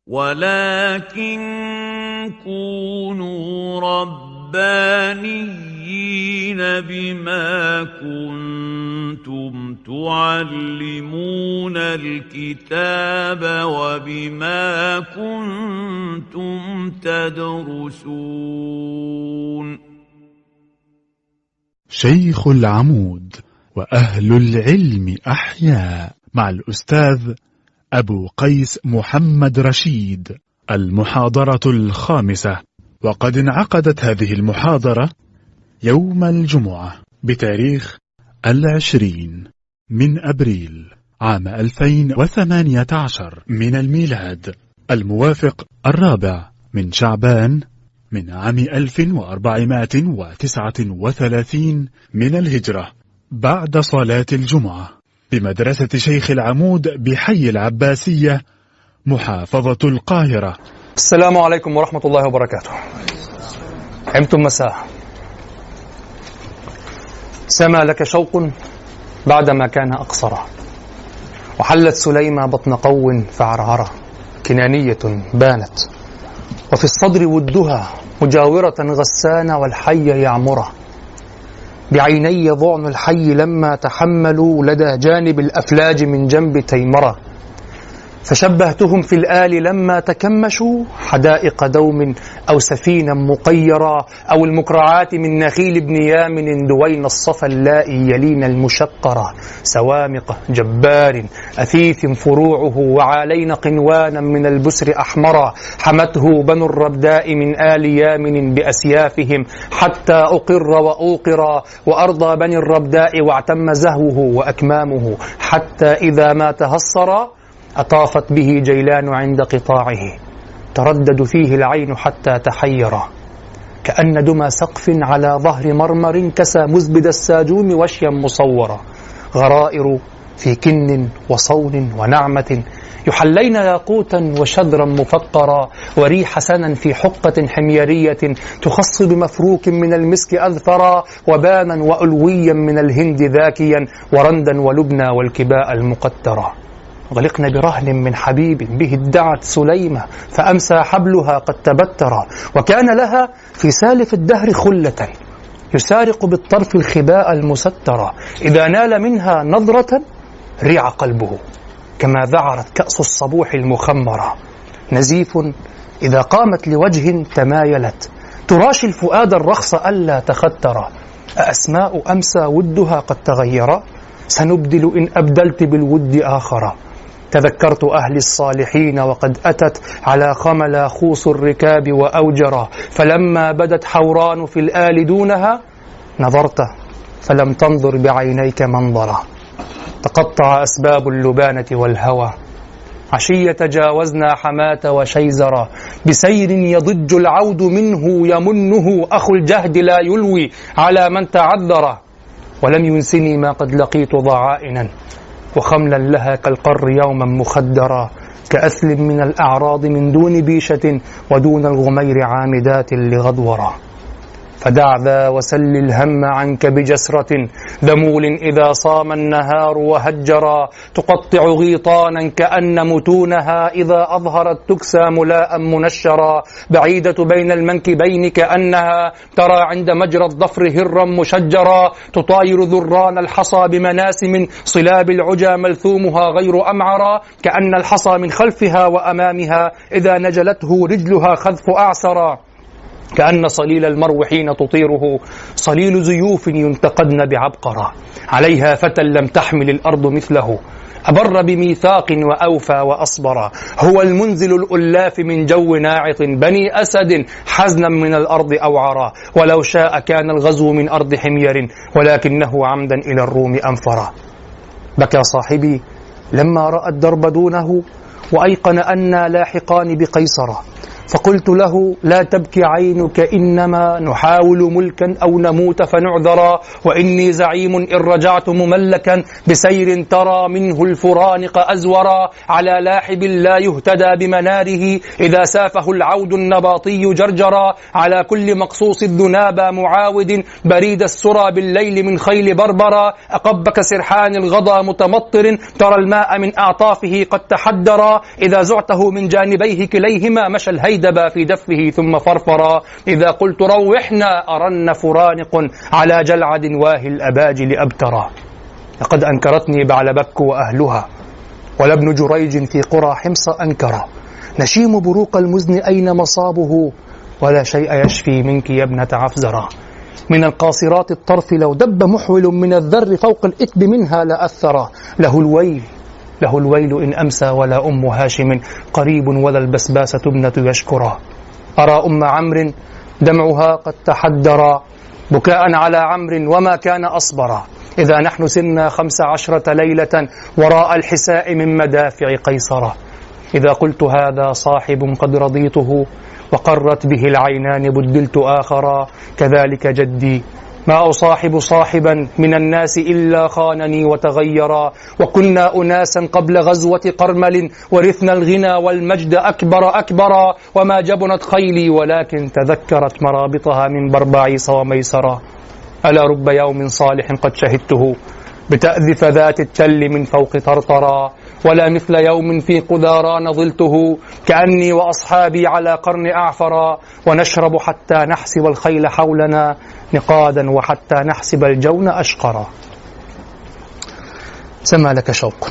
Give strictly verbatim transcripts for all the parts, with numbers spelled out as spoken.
ولكن كونوا ربانيين بما كنتم تعلمون الكتاب وبما كنتم تدرسون. شيخ العمود وأهل العلم أحياء مع الأستاذ أبو قيس محمد رشيد. المحاضرة الخامسة، وقد انعقدت هذه المحاضرة يوم الجمعة بتاريخ العشرين من أبريل عام ألفين وثمانية عشر من الميلاد، الموافق الرابع من شعبان من عام ألف وأربعمائة وتسعة وثلاثين من الهجرة، بعد صلاة الجمعة بمدرسة شيخ العمود بحي العباسية محافظة القاهرة. السلام عليكم ورحمة الله وبركاته. عمتم مساء. سما لك شوق بعدما كان أقصرا، وحلت سليمة بطن قو فعرعرة، كنانية بانت وفي الصدر ودها مجاورة غسان والحي يعمره. بعيني ضعن الحي لما تحملوا لدى جانب الأفلاج من جنب تيمرة، فشبهتهم في الآل لما تكمشوا حدائق دوم أو سفينة مقيرة، أو المكرعات من نخيل ابن يامن دوين الصفا اللائي يلين المشقرة، سوامق جبار أثيث فروعه وعالين قنوانا من البسر أحمرا، حمته بنو الربداء من آل يامن بأسيافهم حتى أقر وأوقر، وأرضى بني الربداء واعتم زهوه وأكمامه، حتى إذا ما تهصر أطافت به جيلان عند قطاعه، تردد فيه العين حتى تحير، كأن دمى سقف على ظهر مرمر كسى مزبد الساجوم وشيا مصورا، غرائر في كن وصون ونعمة يحلين ياقوتا وشذرا مفقرا، وريح سنا في حقة حميرية تخص بمفروك من المسك أذفرا، وبانا وألويا من الهند ذاكيا، ورندا ولبنا والكباء المقترا. غلقن برهن من حبيب به ادعت سليمة فأمسى حبلها قد تبتر، وكان لها في سالف الدهر خلة يسارق بالطرف الخباء المسترة، إذا نال منها نظرة ريع قلبه كما ذعرت كأس الصبوح المخمرة، نزيف إذا قامت لوجه تمايلت تراشي الفؤاد الرخص ألا تختر، أأسماء أمسى ودها قد تغير، سنبدل إن أبدلت بالود آخر. تذكرت أهل الصالحين وقد أتت على خملا خوص الركاب وأوجرا، فلما بدت حوران في الآل دونها نظرت فلم تنظر بعينيك منظرا. تقطع أسباب اللبانة والهوى، عشية تجاوزنا حماة وشيزرا، بسير يضج العود منه يمنه أخو الجهد لا يلوي على من تعذر، ولم ينسني ما قد لقيت ضعائنا، وخملا لها كالقر يوما مخدرا، كأثل من الأعراض من دون بيشة ودون الغمير عامدات لغدورا. فدع ذا وسل الهم عنك بجسرة، ذمول إذا صام النهار وهجرا، تقطع غيطانا كأن متونها إذا أظهرت تكسى ملاء منشرا، بعيدة بين المنكبين كأنها ترى عند مجرى الظفر هرا مشجرا، تطاير ذران الحصى بمناسم صلاب العجا ملثومها غير أمعرا، كأن الحصى من خلفها وأمامها إذا نجلته رجلها خذف أعسرا، كأن صليل المرو حين تطيره صليل زيوف ينتقدن بعبقرة، عليها فتى لم تحمل الأرض مثله، أبر بميثاق وأوفى وأصبر، هو المنزل الألاف من جو ناعط، بني أسد حزنا من الأرض أوعرا، ولو شاء كان الغزو من أرض حمير، ولكنه عمدا إلى الروم أنفرا. بكى صاحبي لما رأى الدرب دونه، وأيقن أنا لاحقان بقيصر، فقلت له لا تبكي عينك، إنما نحاول ملكا أو نموت فنعذرا، وإني زعيم إن رجعت مملكا بسير ترى منه الفرانق أزورا، على لاحب لا يهتدى بمناره إذا سافه العود النباطي جرجرا، على كل مقصوص الذنابى معاود بريد السرى بالليل من خيل بربرا، أقبك سرحان الغضا متمطر ترى الماء من أعطافه قد تحدرا، إذا زعته من جانبيه كليهما مشى الهيدبا في دفه ثم فرفرا، إذا قلت روحنا أرن فرانق على جلعد واهي الأباجل أبترا، لقد أنكرتني بعلبك وأهلها ولابن جريج في قرى حمص أنكرا، نشيم بروق المزن أين مصابه ولا شيء يشفي منك يا ابنة عفزرا، من القاصرات الطرف لو دب محول من الذر فوق الإتب منها لأثرا، له الويل له الويل إن أمسى ولا أم هاشم قريب ولا البسباسة ابنة يشكرا، أرى أم عمرو دمعها قد تحدرا بكاء على عمرو وما كان أصبرا، إذا نحن سرنا خمس عشرة ليلة وراء الحساء من مدافع قيصرا، إذا قلت هذا صاحب قد رضيته وقرت به العينان بدلت آخرا، كذلك جدي ما أصاحب صاحبا من الناس إلا خانني وتغيرا، وكنا أناسا قبل غزوة قرمل ورثنا الغنى والمجد أكبر أكبرا، وما جبنت خيلي ولكن تذكرت مرابطها من بربعيس وميسرا، ألا رب يوم صالح قد شهدته بتأذف ذات التل من فوق طرطرا، ولا مثل يوم في قدارى نظلته كأني وأصحابي على قرن أعفرا، ونشرب حتى نحسب الخيل حولنا نقادا وحتى نحسب الجون أشقرا. سمع لك شوق.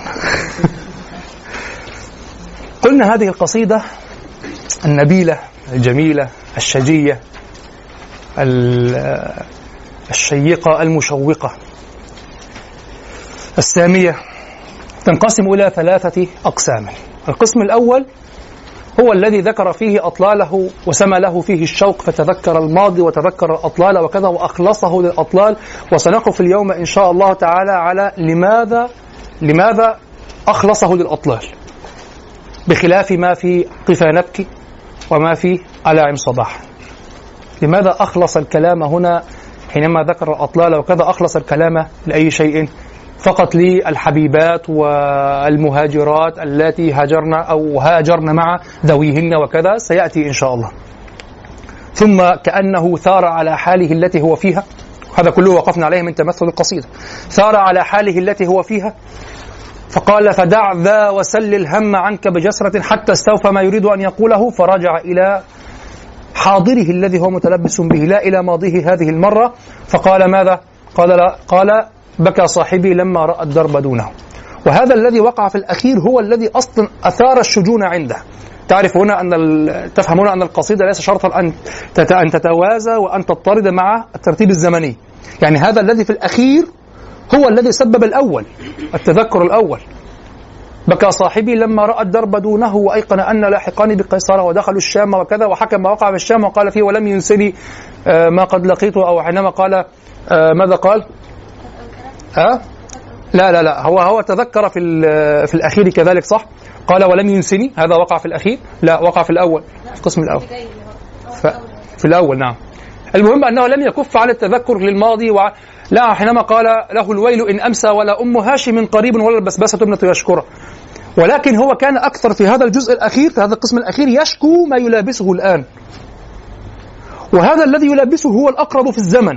قلنا هذه القصيدة النبيلة الجميلة الشجية الشيقة المشوقة السامية تنقسم إلى ثلاثة أقسام. القسم الأول هو الذي ذكر فيه أطلاله وسمى له فيه الشوق، فتذكر الماضي وتذكر الأطلال وكذا وأخلصه للأطلال، وسنقف اليوم إن شاء الله تعالى على لماذا لماذا أخلصه للأطلال، بخلاف ما في قفا نبكي وما في ألاعم صباح. لماذا أخلص الكلام هنا حينما ذكر الأطلال وكذا؟ أخلص الكلام لأي شيء؟ فقط للحبيبات والمهاجرات التي هاجرن أو هاجرن مع ذويهن وكذا، سيأتي إن شاء الله. ثم كأنه ثار على حاله التي هو فيها، هذا كله وقفنا عليه من تمثل القصيدة، ثار على حاله التي هو فيها فقال فدع ذا وسل الهم عنك بجسرة حتى استوفى ما يريد أن يقوله، فرجع إلى حاضره الذي هو متلبس به لا إلى ماضيه هذه المرة، فقال ماذا؟ قال لا قال بكى صاحبي لما رأى الدرب دونه. وهذا الذي وقع في الأخير هو الذي أصلا أثار الشجون عنده. تعرف هنا أن تفهمون أن القصيدة ليس شرطا أن أن تتوازى وأن تضطرد مع الترتيب الزمني، يعني هذا الذي في الأخير هو الذي سبب الأول، التذكر الأول. بكى صاحبي لما رأى الدرب دونه وأيقن أن لاحقاني بقيصر، ودخلوا الشام وكذا، وحكى ما وقع في الشام وقال فيه ولم ينسني ما قد لقيته، أو حينما قال ماذا قال؟ أه؟ لا لا لا هو هو تذكر في في الأخير كذلك، صح؟ قال ولم ينسني، هذا وقع في الأخير؟ لا، وقع في الأول، في القسم الأول، في الأول. نعم. المهم أنه لم يكف عن التذكر للماضي، و... لا حينما قال له الويل إن أمسى ولا أم هاشم قريب ولا البسباسة ابنة يشكره، ولكن هو كان أكثر في هذا الجزء الأخير، في هذا القسم الأخير، يشكو ما يلابسه الآن، وهذا الذي يلابسه هو الأقرب في الزمن،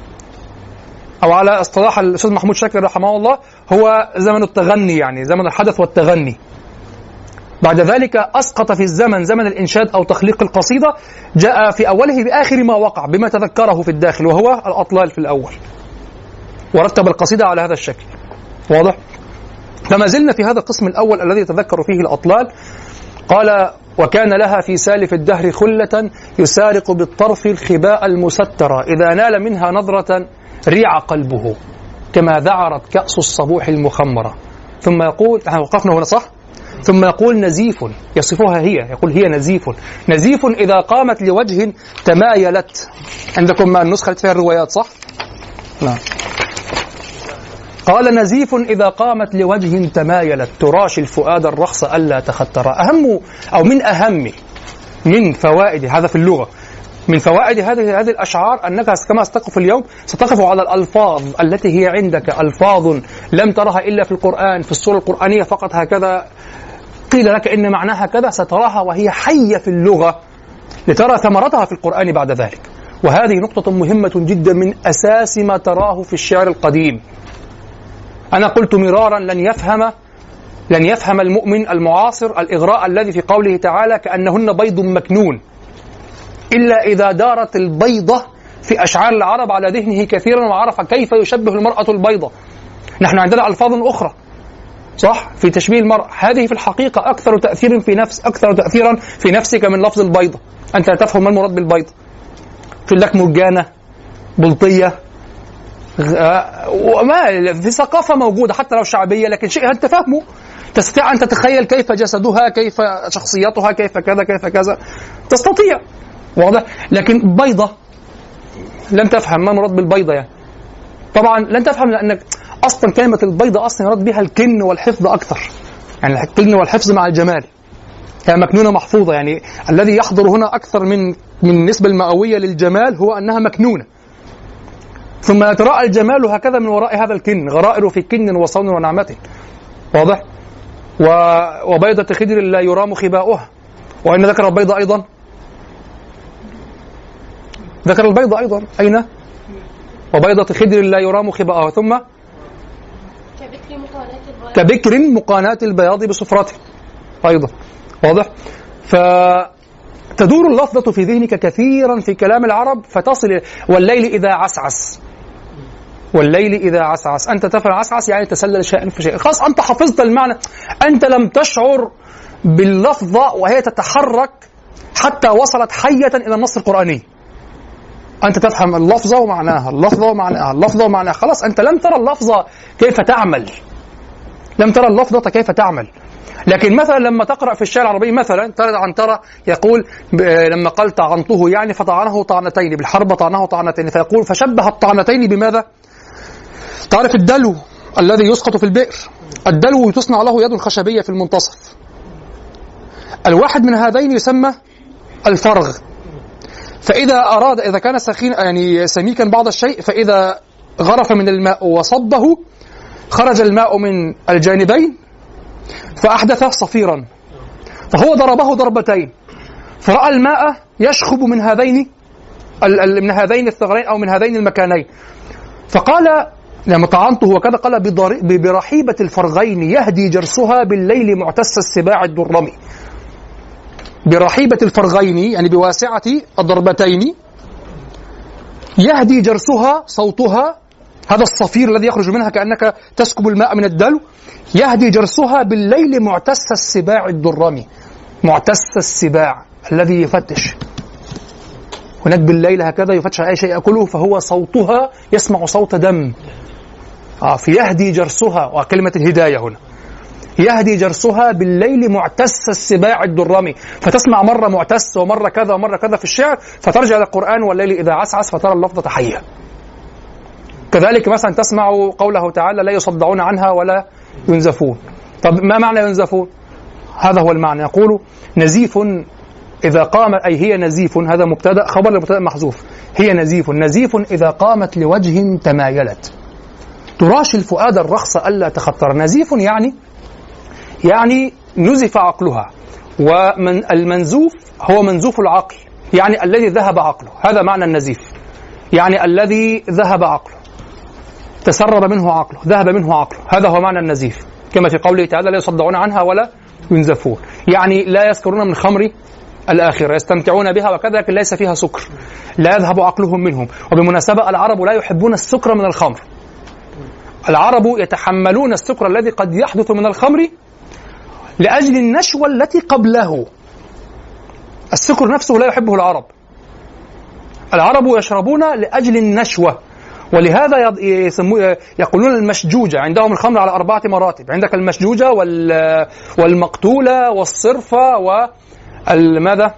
أو على اصطلاح الأستاذ محمود شاكر رحمه الله هو زمن التغني، يعني زمن الحدث والتغني. بعد ذلك أسقط في الزمن زمن الإنشاد أو تخليق القصيدة، جاء في أوله بآخر ما وقع بما تذكره في الداخل، وهو الأطلال في الأول، ورتب القصيدة على هذا الشكل. واضح؟ فما زلنا في هذا القسم الأول الذي يتذكر فيه الأطلال. قال وكان لها في سالف الدهر خلة يسارق بالطرف الخباء المسترة، إذا نال منها نظرة ريع قلبه كما ذعرت كأس الصبوح المخمرة. ثم يقول، احنا وقفنا هنا صح؟ ثم يقول نزيف، يصفها هي، يقول هي نزيف، نزيف إذا قامت لوجه تمايلت. عندكم ما النسخة فيها الروايات صح؟ نعم. قال نزيف إذا قامت لوجه تمايلت تراشي الفؤاد الرخص ألا تختر. أهم أو من أهم من فوائد هذا في اللغة، من فوائد هذه هذه الأشعار أنك كما ستقف اليوم ستقف على الألفاظ التي هي عندك ألفاظ لم ترها إلا في القرآن، في السورة القرآنية فقط هكذا قيل لك إن معناها كذا، ستراها وهي حية في اللغة لترى ثمرتها في القرآن بعد ذلك. وهذه نقطة مهمة جدا من أساس ما تراه في الشعر القديم. أنا قلت مرارا لن يفهم لن يفهم المؤمن المعاصر الإغراء الذي في قوله تعالى كأنهن بيض مكنون إلا إذا دارت البيضة في أشعار العرب على ذهنه كثيرا وعرف كيف يشبه المرأة البيضة. نحن عندنا ألفاظ أخرى صح في تشبيه المرأة، هذه في الحقيقة أكثر تأثيرا في نفس أكثر تأثيرا في نفسك من لفظ البيضة. أنت لا تفهم ما المراد بالبيضة، في لك مرجانة بلطية وما في ثقافة موجودة حتى لو شعبية، لكن شيء أنت فهمه، تستطيع أن تتخيل كيف جسدها، كيف شخصيتها، كيف كذا كيف كذا، تستطيع، واضح. لكن بيضة لم تفهم ما مراد بالبيضة، يعني طبعا لن تفهم لأنك أصلا كلمة البيضة أصلا يراد بها الكن والحفظ أكثر، يعني الكن والحفظ مع الجمال، هي مكنونة محفوظة، يعني الذي يحضر هنا أكثر من من النسبة المئوية للجمال هو أنها مكنونة، ثم يتراءى الجمال هكذا من وراء هذا الكن، غرائر في كن وصون ونعمة، واضح. و... وبيضة خدر لا يرام خباؤها، وإن ذكر البيضة أيضا ذكر البيضة أيضا أين؟ وبيضة خدر لا يرام خباؤها، ثم كبكر مقاناة البياض بصفرته أيضا، واضح. فتدور اللفظة في ذهنك كثيرا في كلام العرب فتصل والليل إذا عسعس، والليل إذا عسعس، أنت تفعل عسعس يعني تسلل شيئا فشيئا، خلاص أنت حفظت المعنى، أنت لم تشعر باللفظة وهي تتحرك حتى وصلت حية إلى النص القرآني، أنت تفهم اللفظة ومعناها، اللفظة ومعناها، اللفظة ومعناها، خلاص أنت لم ترى اللفظة كيف تعمل، لم ترى اللفظة كيف تعمل. لكن مثلا لما تقرأ في الشعر العربي مثلا ترى عن ترى يقول لما قال طعنته يعني فطعنه طعنتين، بالحرب طعنه طعنتين، فيقول فشبه الطعنتين بماذا؟ تعرف الدلو الذي يسقط في البئر، الدلو تصنع له يد خشبية في المنتصف، الواحد من هذين يسمى الفرغ، فإذا أراد إذا كان سخين يعني سميكا بعض الشيء فإذا غرف من الماء وصبه خرج الماء من الجانبين فأحدث صفيرا، فهو ضربه ضربتين فرأى الماء يشخب من هذين من هذين الثغرين أو من هذين المكانين، فقال لما طعنته وكذا قال برحيبة الفرغين يهدي جرسها بالليل معتس السباع الدرمي، برحيبة الفرغين يعني بواسعة الضربتين يهدي جرسها صوتها، هذا الصفير الذي يخرج منها كأنك تسكب الماء من الدلو، يهدي جرسها بالليل معتس السباع الدرمي، معتس السباع الذي يفتش هناك بالليل هكذا يفتش أي شيء يأكله، فهو صوتها يسمع صوت دم، آه في يهدي جرسها، وكلمة الهداية هنا يهدي جرسها بالليل معتس السباع الدرمي، فتسمع مرة معتس ومرة كذا ومرة كذا في الشعر، فترجع للقرآن والليل إذا عسعس فترى اللفظة حية. كذلك مثلا تسمع قوله تعالى لا يصدعون عنها ولا ينزفون. طب ما معنى ينزفون؟ هذا هو المعنى، يقول نزيف إذا قامت، أي هي نزيف، هذا مبتدأ خبر لمبتدأ محذوف، هي نزيف، نزيف إذا قامت لوجه تمايلت تراشي الفؤاد الرخص ألا تخطر. نزيف يعني يعني نزف عقلها، ومن المنزوف هو منزوف العقل، يعني الذي ذهب عقله، هذا معنى النزيف، يعني الذي ذهب عقله، تسرب منه عقله، ذهب منه عقله، هذا هو معنى النزيف، كما في قوله تعالى لا يصدعون عنها ولا ينزفون، يعني لا يسكرون من خمر الآخرة، يستمتعون بها وكذا لكن ليس فيها سكر، لا يذهب عقلهم منهم. وبمناسبة العرب لا يحبون السكر من الخمر، العرب يتحملون السكر الذي قد يحدث من الخمر لأجل النشوة التي قبله، السكر نفسه لا يحبه العرب، العرب يشربون لأجل النشوة، ولهذا يقولون المشجوجة، عندهم الخمر على أربعة مراتب، عندك المشجوجة والمقتولة والصرفة والماذا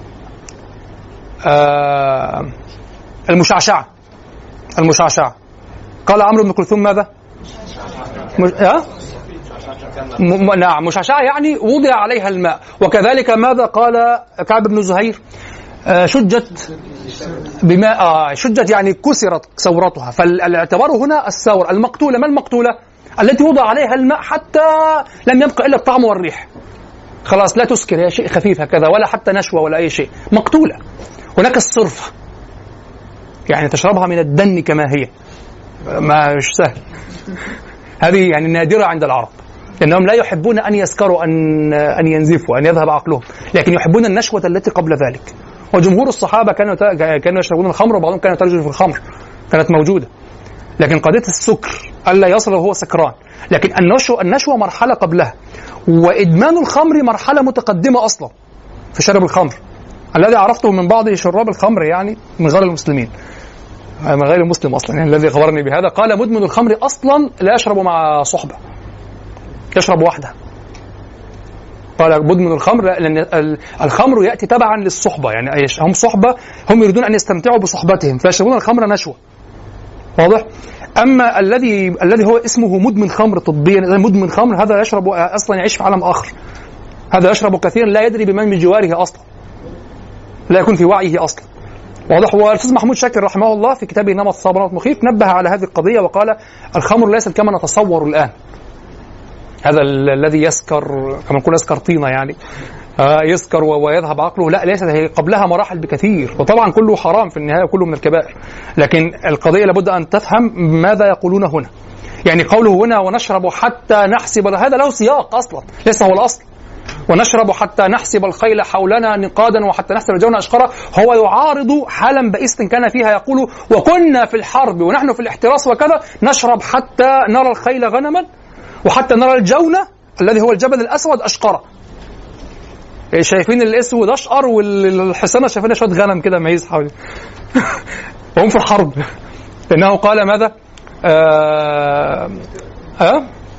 آه المشعشعة، المشعشعة قال عمرو بن كلثوم ماذا؟ مش... م... نعم مشعشعة يعني وضع عليها الماء. وكذلك ماذا قال كعب بن زهير؟ آه شجت بماء، آه شجت يعني كسرت ثورتها. فالاعتبار هنا الثورة المقتولة. ما المقتولة؟ التي وضع عليها الماء حتى لم يبقى إلا الطعم والريح، خلاص لا تسكر، هي شيء خفيف هكذا ولا حتى نشوة ولا أي شيء، مقتولة. هناك الصرف يعني تشربها من الدن كما هي، ما مش سهل، هذه يعني نادرة عند العرب لأنهم لا يحبون أن يسكروا، أن أن ينزفوا، أن يذهب عقلهم، لكن يحبون النشوة التي قبل ذلك. وجمهور الصحابة كانوا كانوا يشربون الخمر، وبعضهم كانوا يترجم في الخمر، كانت موجودة. لكن قضية السكر ألا يصل وهو سكران، لكن النشوة النشوة مرحلة قبلها، وإدمان الخمر مرحلة متقدمة أصلا في شرب الخمر. الذي عرفته من بعض شراب الخمر يعني من غير المسلمين، من غير المسلم أصلا يعني الذي خبرني بهذا، قال مدمن الخمر أصلا لا يشرب مع صحبة، يشرب وحده. قال مدمن الخمر لأن الخمر يأتي تبعا للصحبة، يعني هم صحبة، هم يريدون أن يستمتعوا بصحبتهم فيشربون الخمر نشوة، واضح؟ أما الذي الذي هو اسمه مدمن خمر طبيا، مدمن خمر هذا يشرب أصلا، يعيش في عالم آخر، هذا يشرب كثيرا لا يدري بمن من جواره أصلا، لا يكون في وعيه أصلا، واضح؟ والأستاذ محمود شاكر رحمه الله في كتابه نمط الصبر والمخيف نبه على هذه القضية وقال الخمر ليست كما نتصور الآن، هذا الذي يسكر كما نقول يسكر طينة يعني آه يسكر ويذهب عقله، لا، ليست، هي قبلها مراحل بكثير، وطبعا كله حرام في النهاية، كله من الكبائر. لكن القضية لابد أن تفهم ماذا يقولون هنا، يعني قوله هنا ونشرب حتى نحسب، هذا له سياق أصلا ليس هو الأصل. ونشرب حتى نحسب الخيل حولنا نقادا وحتى نحسب الجون أشقرا، هو يعارض حالا بئيسة كان فيها يقول وكنا في الحرب ونحن في الاحتراس وكذا نشرب حتى نرى الخيل غنما وحتى نرى الجونة الذي هو الجبل الأسود أشقرا. شايفين الأسود أشقر والحصانة شايفين شوية غنم كده معيز حوالي وهم في الحرب. لأنه قال ماذا؟ آه آه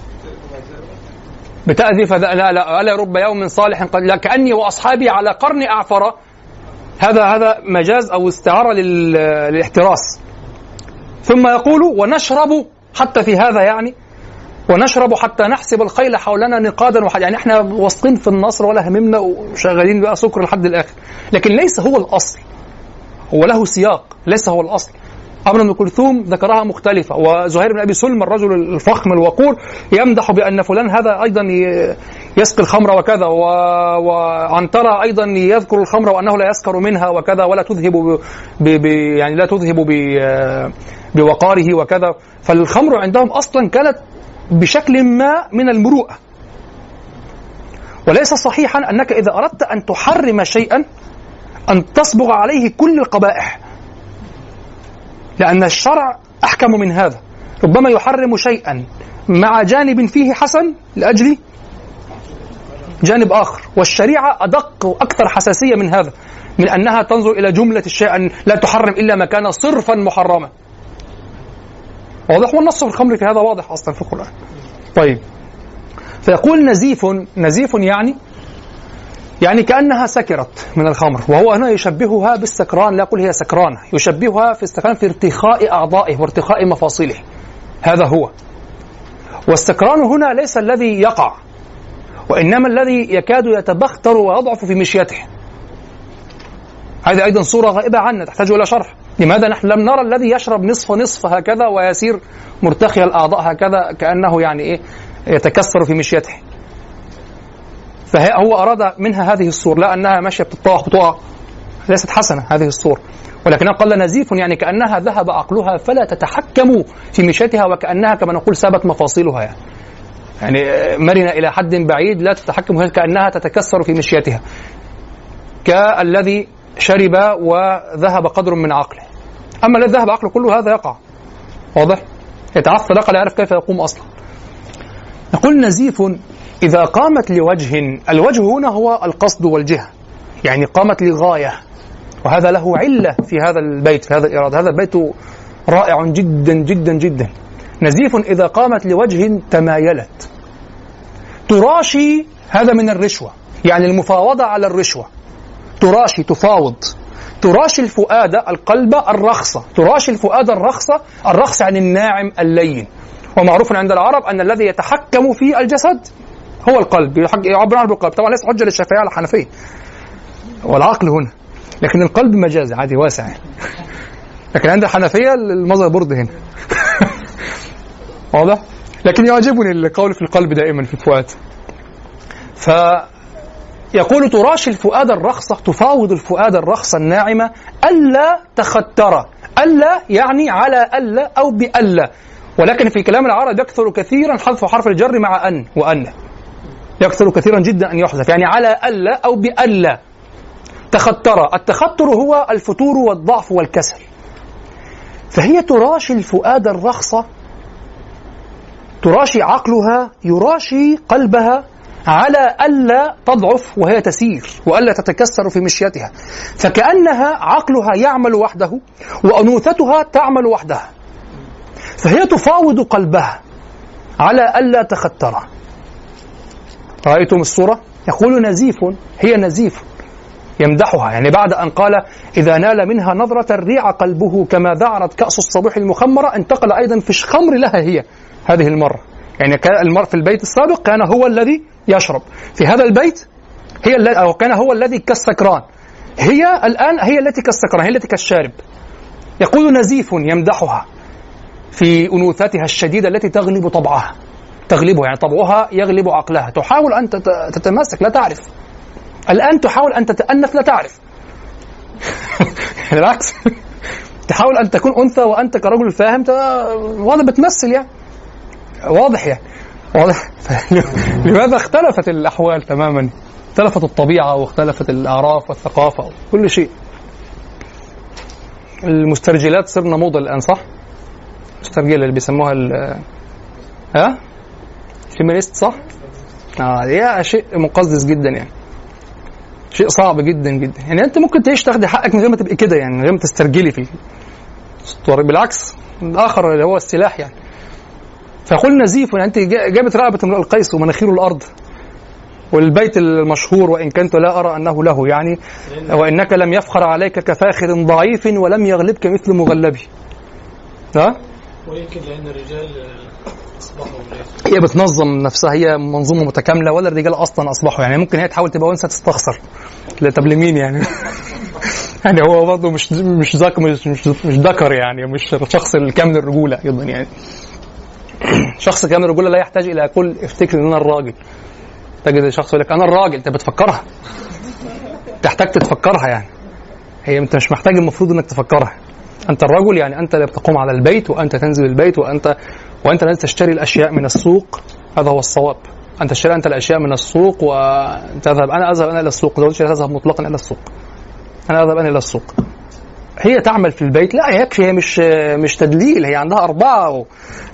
بتأذي فذا لا لا ألا رب يوم صالح قد لا كأني وأصحابي على قرن أعفر. هذا هذا مجاز أو استعارة للاحتراس. ثم يقول ونشرب حتى في هذا يعني ونشرب حتى نحسب الخيل حولنا نقادا وحد، يعني احنا واثقين في النصر ولا هممنا وشغالين بقى سكر لحد الآخر، لكن ليس هو الأصل، هو له سياق، ليس هو الأصل. عمرو بن كلثوم ذكرها مختلفة، وزهير بن أبي سلم الرجل الفخم الوقور يمدح بأن فلان هذا أيضا يسقي الخمر وكذا، وعنترة أيضا يذكر الخمر وأنه لا يسكر منها وكذا ولا تذهب ب... ب... يعني لا تذهب ب... بوقاره وكذا. فالخمر عندهم أصلا كانت بشكل ما من المروءة. وليس صحيحا أنك إذا أردت أن تحرم شيئا أن تصبغ عليه كل القبائح، لأن الشرع أحكم من هذا. ربما يحرم شيئا مع جانب فيه حسن لأجل جانب آخر، والشريعة أدق وأكثر حساسية من هذا، من أنها تنظر إلى جملة الشيء أن لا تحرم إلا ما كان صرفا محرما. واضح؟ والنص في الخمر في هذا واضح أصلا في القرآن. طيب، فيقول نزيف، نزيف يعني يعني كأنها سكرت من الخمر، وهو هنا يشبهها بالسكران، لا يقول هي سكرانة، يشبهها في السكران في ارتخاء أعضائه وارتخاء مفاصله، هذا هو. والسكران هنا ليس الذي يقع، وإنما الذي يكاد يتبختر ويضعف في مشيته. هذه أيضا صورة غائبة عنا تحتاج إلى شرح. لماذا نحن لم نرى الذي يشرب نصف نصف هكذا ويسير مرتخي الأعضاء هكذا كأنه يعني إيه يتكسر في مشيته؟ فهو أراد منها هذه الصورة، لا أنها ماشية بتطاح بتقع، ليست حسنة هذه الصورة. ولكنها قال نزيف يعني كأنها ذهب عقلها فلا تتحكم في مشيتها، وكأنها كما نقول سابت مفاصلها، يعني يعني مرنة إلى حد بعيد لا تتحكم، كأنها تتكسر في مشيتها، كالذي شرب وذهب قدر من عقله. أما الذي ذهب عقله كله هذا يقع، واضح؟ يتعثر لا يعرف كيف يقوم أصلا. نقول نزيف إذا قامت لوجه، الوجه هنا هو القصد والجهة، يعني قامت لغاية، وهذا له علة في هذا البيت، في هذا الإرادة. هذا البيت رائع جدا جدا جدا. نزيف إذا قامت لوجه تمايلت، تراشي، هذا من الرشوة، يعني المفاوضة على الرشوة، تراشي تفاوض، تراشي الفؤاد القلب الرخصة، تراشي الفؤاد الرخصة، الرخص عن الناعم اللين، ومعروف عند العرب أن الذي يتحكم في الجسد هو القلب، يعبر عنه بالقلب. طبعا ليس حجة للشافعية على الحنفية والعقل هنا، لكن القلب مجازي عادي واسع. لكن عند الحنفية المظهر برد هنا. واضح؟ لكن يعجبني القول في القلب دائما في الفؤاد. فيقول تراشي الفؤاد الرخصة، تفاوض الفؤاد الرخصة الناعمة ألا تختر. ألا يعني على ألا أو بألا، ولكن في كلام العرب يكثر كثيرا حذف حرف الجر مع أن وأن، يكثر كثيرا جدا أن يحذف، يعني على ألا أو بألا تختر. التختر هو الفتور والضعف والكسل. فهي تراشي الفؤاد الرخصة، تراشي عقلها، يراشي قلبها على ألا تضعف وهي تسير وألا تتكسر في مشيتها، فكأنها عقلها يعمل وحده وأنوثتها تعمل وحدها، فهي تفاوض قلبها على ألا تختر. رأيتم الصورة؟ يقول نزيف، هي نزيف، يمدحها، يعني بعد أن قال إذا نال منها نظرة ريع قلبه كما ذعرت كأس الصبيح المخمرة، انتقل أيضا في خمر لها هي هذه المرة. يعني كان المرء في البيت السابق كان هو الذي يشرب، في هذا البيت هي أو كان هو الذي كالسكران، هي الآن هي التي كالسكران، هي التي كالشارب. يقول نزيف يمدحها في أنوثتها الشديدة التي تغلب طبعها، تغلبها يعني طبعها يغلب عقلها، تحاول أن تتمسك لا تعرف، الآن تحاول أن تتأنف لا تعرف. العكس، تحاول أن تكون أنثى وأنت كرجل فاهم واضح بتمثل، يعني واضح يعني واضح. لماذا اختلفت الأحوال تماما؟ اختلفت الطبيعة واختلفت الأعراف والثقافة وكل شيء. المسترجلات صرنا موضة الآن، صح؟ مسترجلة اللي بيسموها ال ها فيمينيست، صح؟ اه دي شيء مقزز جدا، يعني شيء صعب جدا جدا. يعني انت ممكن تعيش تاخدي حقك من غير ما تبقي كده، يعني من غير ما تسترجلي فيه، بالعكس الآخر اللي هو السلاح يعني. فقل نزيف، يعني انت جابت رقبة امرؤ القيس ومناخير الأرض، والبيت المشهور وإن كنت لا أرى أنه له، يعني وإنك لم يفخر عليك كفاخر ضعيف ولم يغلبك مثل مغلبي. ها؟ ويمكن لأن الرجال أصبحوا، هي بتنظم نفسها، هي منظومة متكاملة، ولا الرجال أصلا أصبحوا، يعني ممكن هي تحاول تبقى أنثى تستخسر. لا طب لمين يعني؟ يعني هو برضه مش مش ذكر مش مش مش ذكر يعني، مش شخص الكامل الرجولة أيضا يعني. شخص كامل الرجولة لا يحتاج إلى كل افتكر إن أنا الراجل. تجد شخص يقول لك أنا الراجل، أنت بتفكرها، تحتاج تتفكرها، يعني هي أنت مش محتاج المفروض إنك تفكرها. أنت الرجل، يعني أنت اللي بتقوم على البيت، وأنت تنزل البيت، وأنت وأنت الذي تشتري الأشياء من السوق. هذا هو الصواب. أنت تشتري أنت الأشياء من السوق وتذهب. أنا أذهب أنا إلى السوق، لو تذهب مطلقا إلى السوق، أنا أذهب أنا إلى السوق. هي تعمل في البيت، لا يكفي، هي مش مش تدليل، هي عندها أربعة و...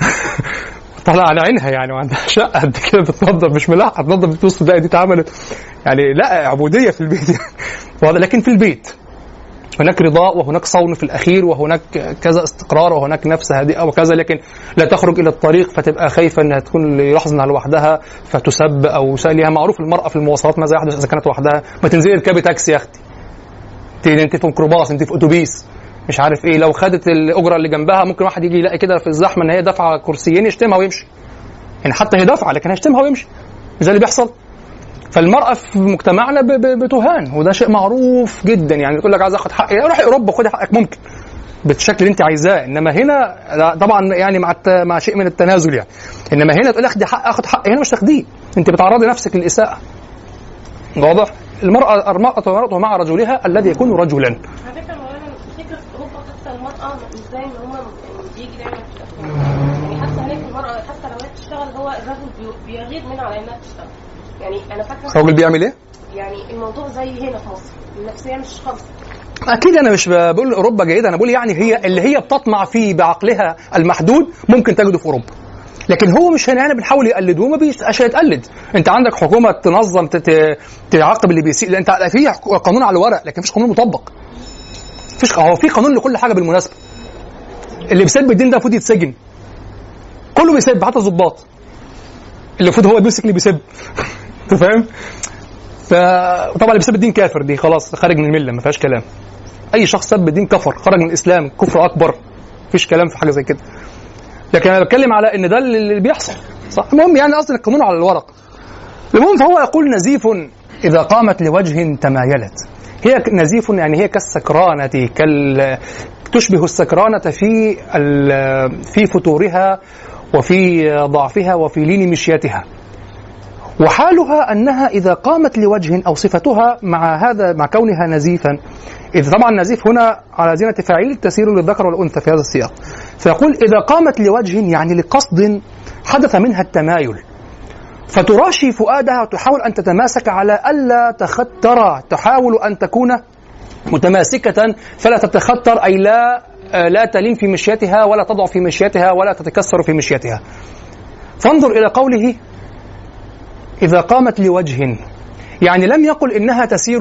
طلع على عينها يعني، وعندها شقة قد كده بتنظف، مش ملاحقة تنظف في وسط الدقيقة دي اتعملت، يعني لا عبودية في البيت يعني. لكن في البيت هناك رضاء وهناك صون في الأخير وهناك كذا استقرار وهناك نفس هادئة وكذا، لكن لا تخرج إلى الطريق فتبقى خايفة أنها تكون يلاحظ أنها لوحدها فتسب أو سألها. معروف المرأة في المواصلات ماذا يحدث إذا كانت وحدها؟ ما تنزلي اركبي تاكسي يا أختي، انت في ميكروباص، انت في أتوبيس، مش عارف ايه. لو خدت الأجرة اللي جنبها ممكن واحد يجي يلاقي كده في الزحمة ان هي دافعة كرسيين يشتمها ويمشي، يعني حتى هي دافعة لكن هيشتمها ويمشي، مش ده اللي بيحصل. فالمرأة في مجتمعنا بتهان، وده شيء معروف جدا. يعني يقول لك عايز اخد حقي، روحي اوروبا خدي حقك ممكن بالشكل اللي انت عايزاه، انما هنا طبعا يعني مع مع شيء من التنازل يعني. انما هنا تقول اخدي حق اخد حقي، هنا مش تاخديه، انت بتعرضي نفسك للإساءة. واضح؟ المرأة المرأة مع رجلها الذي يكون رجلا. على فكرة فكرة اوروبا حتى المرأة مش زي ما هم بيجي دايما في الافلام، يعني حتى هناك المرأة حتى لو هي بتشتغل هو الرجل بيغير منها على انها تشتغل. يعني انا فاكره الراجل بيعمل ايه؟ يعني الموضوع زي هنا في مصر، النفسيه مش خالص. اكيد انا مش بقول اوروبا جيده، انا بقول يعني هي اللي هي بتطمع فيه بعقلها المحدود ممكن تجده في اوروبا، لكن هو مش هنا. يعني بنحاول يقلدوه، ما بيش يتقلد. انت عندك حكومه تنظم تعاقب اللي بيسيء، انت في قانون على الورق لكن مفيش قانون مطبق. مفيش، هو في قانون لكل حاجه بالمناسبه. اللي بيسب الدين ده المفروض يتسجن، كله بيسب، حتى الضباط اللي المفروض هو بيمسك اللي بيسب. انت فاهم؟ فطبعا اللي بيسب الدين كافر، دي خلاص خارج من المله، ما فيهاش كلام. اي شخص سب الدين كفر، خرج من الاسلام، كفر اكبر، مفيش كلام في حاجه زي كده. لكن انا بتكلم على ان ده اللي بيحصل صح. المهم يعني اصلا القانون على الورق. المهم فهو يقول نزيف اذا قامت لوجه تمايلت. هي نزيف يعني هي كالسكرانة، كال تشبه السكرانة في في فتورها وفي ضعفها وفي لين مشيتها. وحالها أنها إذا قامت لوجه أو صفتها مع هذا مع كونها نزيفا، إذا طبعا نزيف هنا على زينة فاعل تسير للذكر والأنثى في هذا السياق. فيقول إذا قامت لوجه يعني لقصد حدث منها التمايل، فتراشي فؤادها وتحاول أن تتماسك على ألا تختر، تحاول أن تكون متماسكة فلا تتختر، أي لا لا تلين في مشيتها ولا تضعف في مشيتها ولا تتكسر في مشيتها. فانظر إلى قوله إذا قامت لوجه، يعني لم يقل إنها تسير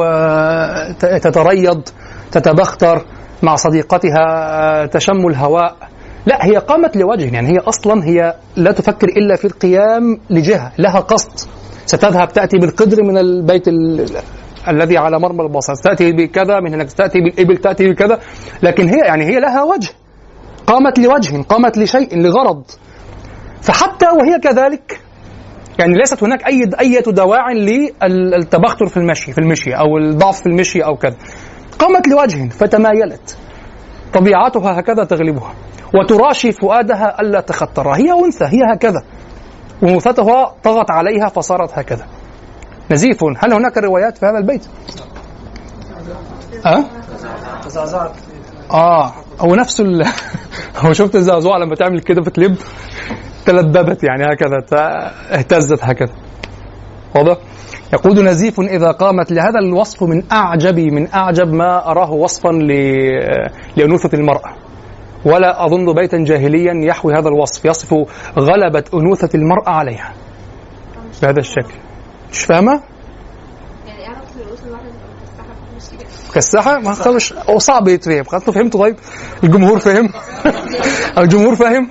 تتريض تتبختر مع صديقتها تشم الهواء، لا، هي قامت لوجه، يعني هي أصلا هي لا تفكر إلا في القيام لجهة، لها قصد، ستذهب تأتي بالقدر من البيت ال... الذي على مرمى البصر، تأتي بكذا من هناك، تأتي بالإبل، تأتي بكذا، لكن هي يعني هي لها وجه، قامت لوجه، قامت لشيء، لغرض. فحتى وهي كذلك يعني ليست هناك أي أي دواع للتبختر في المشي في المشي أو الضعف في المشي أو كذا، قامت لوجه فتمايلت، طبيعتها هكذا تغلبها، وتراشي فؤادها ألا تختر، هي أنثى، هي هكذا، وأنوثتها طغت عليها فصارت هكذا. نزيف. هل هناك روايات في هذا البيت؟ أه؟ تزعزعت. آه هو نفس ال هو شفت الزعزوع لما تعمل كده بتلب تلببت يعني هكذا، اهتزت هكذا، واضح؟ يقول نزيف إذا قامت. لهذا الوصف من أعجب من أعجب ما أراه وصفا لأنوثة المرأة، ولا أظن بيتا جاهليا يحوي هذا الوصف، يصف غلبة أنوثة المرأة عليها بهذا الشكل. مش فاهمة؟ يعني أعرف الرؤوس الواحدة مكسحة كسحة؟ ما خلص أو صعب يتفهم. خلاص فهمتوا؟ طيب الجمهور فهم؟ الجمهور فهم؟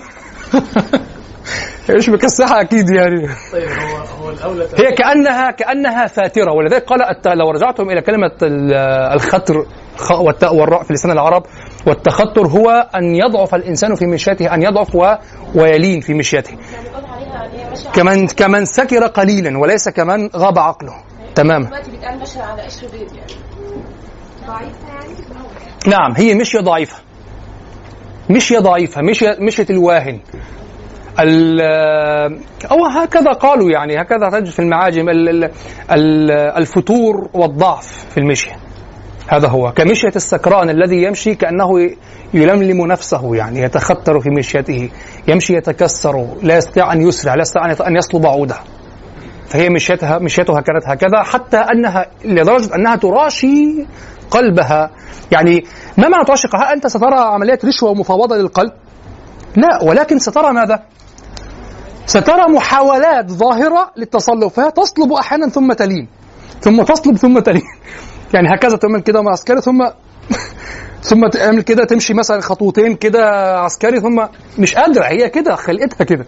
ايش مكسحة اكيد يعني. طيب هو هو الاولى هي كانها كانها فاتره، ولذلك قال لو رجعتم الى كلمه الختر والتاء والراء في لسان العرب، والتختر هو ان يضعف الانسان في مشيته، ان يضعف و... ويلين في مشيته، كمان كمان سكر قليلا وليس كمان غاب عقله تماما. دلوقتي بيتقال ماشيه على قشر بيض يعني ضعيفه يعني. نعم هي مشيه ضعيفه، مشيه ضعيفه، مشيه مشيه الواهن أو هكذا قالوا يعني، هكذا تجد في المعاجم الفتور والضعف في المشي، هذا هو كمشية السكران الذي يمشي كأنه يلملم نفسه، يعني يتختر في مشيته، يمشي يتكسر، لا يستطيع أن يسرع، لا يستطيع أن يصلب عوده. فهي مشيتها مشيتها كانت هكذا، حتى أنها لدرجة أنها تراشي قلبها. يعني ما معنى تراشي قلبها؟ أنت سترى عملية رشوة ومفاوضة للقلب؟ لا، ولكن سترى ماذا؟ سترى محاولات ظاهرة للتصلب، فهي تصلب أحيانا ثم تلين، ثم تصلب ثم تلين، يعني هكذا تعمل كده مع عسكري، ثم ثم تعمل كده، تمشي مثلا خطوتين كده عسكري، ثم مش قادرة، هي كده خلقتها كده.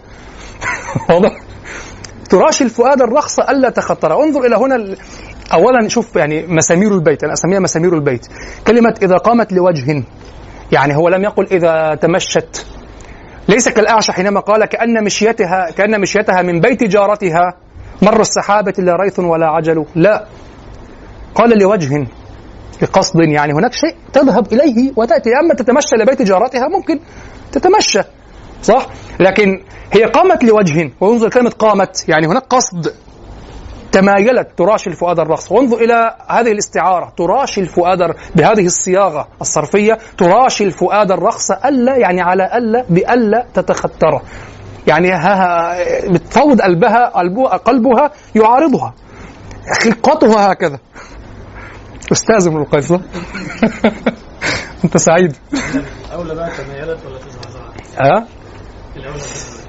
تراشي الفؤاد الرخص ألا تختر. انظر إلى هنا ال... أولا شوف يعني مسامير البيت، أنا أسميها مسامير البيت. كلمة إذا قامت لوجه، يعني هو لم يقل إذا تمشت، ليس كالأعشى حينما قال كأن مشيتها كأن مشيتها من بيت جارتها مر السحابة لا ريث ولا عجل، لا، قال لوجه بقصد، يعني هناك شيء تذهب إليه وتأتي. أما تتمشى لبيت جارتها ممكن تتمشى صح، لكن هي قامت لوجه. وانظر كلمة قامت، يعني هناك قصد، تمايلت، تراشي الفؤاد الرخص. وانظر إلى هذه الاستعارة، تراشي الفؤاد بهذه الصياغة الصرفية، تراشي الفؤاد الرخص ألا، يعني على ألا، بألا تتختر، يعني ها بتفوض قلبها، قلبها يعارضها، خلقتها هكذا. أستاذ من القيس أنت سعيد. الأولى بقى تمايلت ولا تزعزعت؟ أه؟ الأولى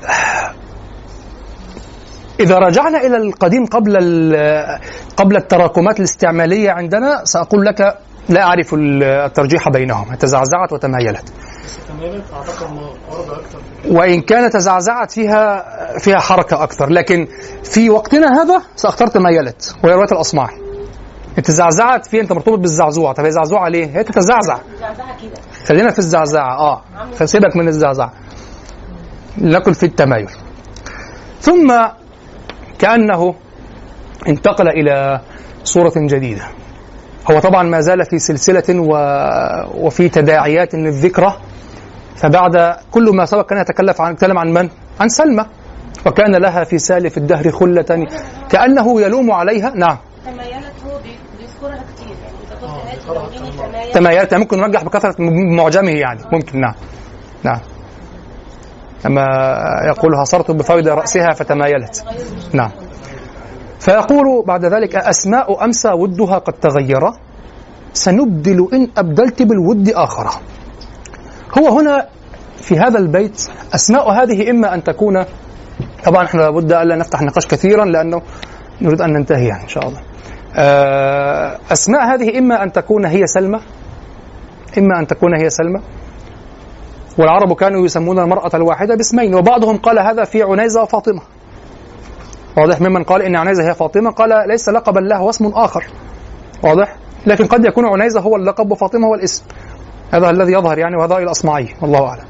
إذا رجعنا إلى القديم قبل قبل التراكمات الاستعمالية عندنا، سأقول لك لا أعرف الترجيح بينهم، تزعزعت وتمايلت. تمايلت أعتقد مقاربة أكثر، وإن كان تزعزعت فيها فيها حركة أكثر، لكن في وقتنا هذا سأختار تمايلت، وهي رواية الأصمعي. تزعزعت فيه أنت مرتبط بالزعزوع، طب هي زعزوعة ليه؟ هي تتزعزع. خلينا في الزعزعة، آه سيبك من الزعزعة. لنقل في التمايل. ثم كأنه انتقل إلى صورة جديدة. هو طبعا ما زال في سلسلة و... وفي تداعيات للذكرى. فبعد كل ما سبق كان يتكلم عن يتكلم عن من؟ عن سلمى، وكان لها في سالف الدهر خلة، كأنه يلوم عليها. نعم. تمايلت هو بيذكرها كتير، يعني إذا قلت هات تمايلت ممكن نرجح بكثرة معجمه يعني ممكن. نعم نعم أما يقولها صرت بفوض رأسها فتمايلت. نعم. فيقول بعد ذلك أسماء أمسى ودها قد تغير، سنبدل إن أبدلت بالود آخر. هو هنا في هذا البيت أسماء هذه إما أن تكون، طبعا احنا لابد ألا نفتح نقاش كثيرا لأنه نريد أن ننتهي يعني إن شاء الله. أسماء هذه إما أن تكون هي سلمى، إما أن تكون هي سلمى. والعرب كانوا يسمون المرأة الواحدة باسمين، وبعضهم قال هذا في عنيزة وفاطمة. واضح؟ ممن قال إن عنيزة هي فاطمة قال ليس لقبا له واسم آخر. واضح؟ لكن قد يكون عنيزة هو اللقب وفاطمة هو الاسم. هذا الذي يظهر يعني، وهذا الأصمعي والله أعلم.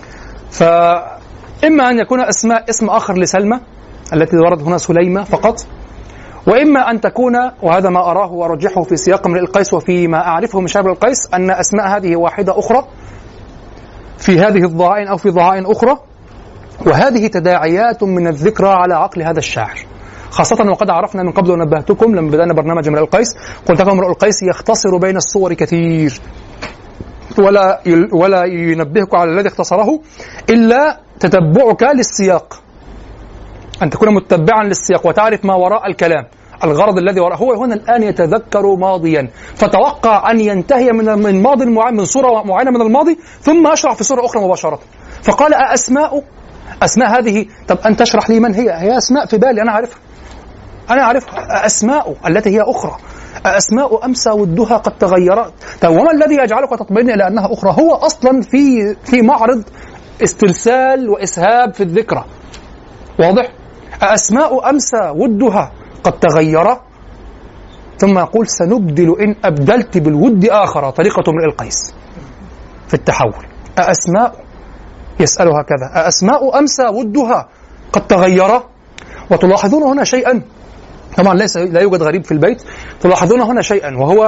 فإما أن يكون أسماء اسم آخر لسلمى التي ورد هنا سليمة فقط، وإما أن تكون، وهذا ما أراه وأرجحه في سياق امرئ القيس وفي ما أعرفه من شعب القيس، أن أسماء هذه واحدة أخرى في هذه الضعائن أو في ضعائن أخرى، وهذه تداعيات من الذكرى على عقل هذا الشاعر، خاصة وقد عرفنا من قبل ونبهتكم لما بدأنا برنامج امرئ القيس، قلت لكم امرئ القيس يختصر بين الصور كثير، ولا ولا ينبهك على الذي اختصره إلا تتبعك للسياق، أن تكون متبعا للسياق وتعرف ما وراء الكلام، الغرض الذي وراء. هو هنا الآن يتذكر ماضيا، فتوقع أن ينتهي من من ماضي معين، من صورة معينة من الماضي، ثم أشرح في صورة أخرى مباشرة. فقال أسماء أسماء هذه، طب أن تشرح لي من هي؟ هي أسماء في بالي، أنا أعرفها أنا أعرفها أسماء التي هي أخرى. أسماء أمسى ودها قد تغيرت. طب وما الذي يجعلك تطمئن إلى أنها أخرى؟ هو أصلا في في معرض استرسال وإسهاب في الذكرى. واضح؟ أسماء أمسى ودها قد تغير، ثم يقول سنبدل إن أبدلت بالود آخر، طريقة امرئ القيس في التحول. أسماء يسألها كذا، أسماء أمسى ودها قد تغير. وتلاحظون هنا شيئا، طبعا ليس لا يوجد غريب في البيت، تلاحظون هنا شيئا، وهو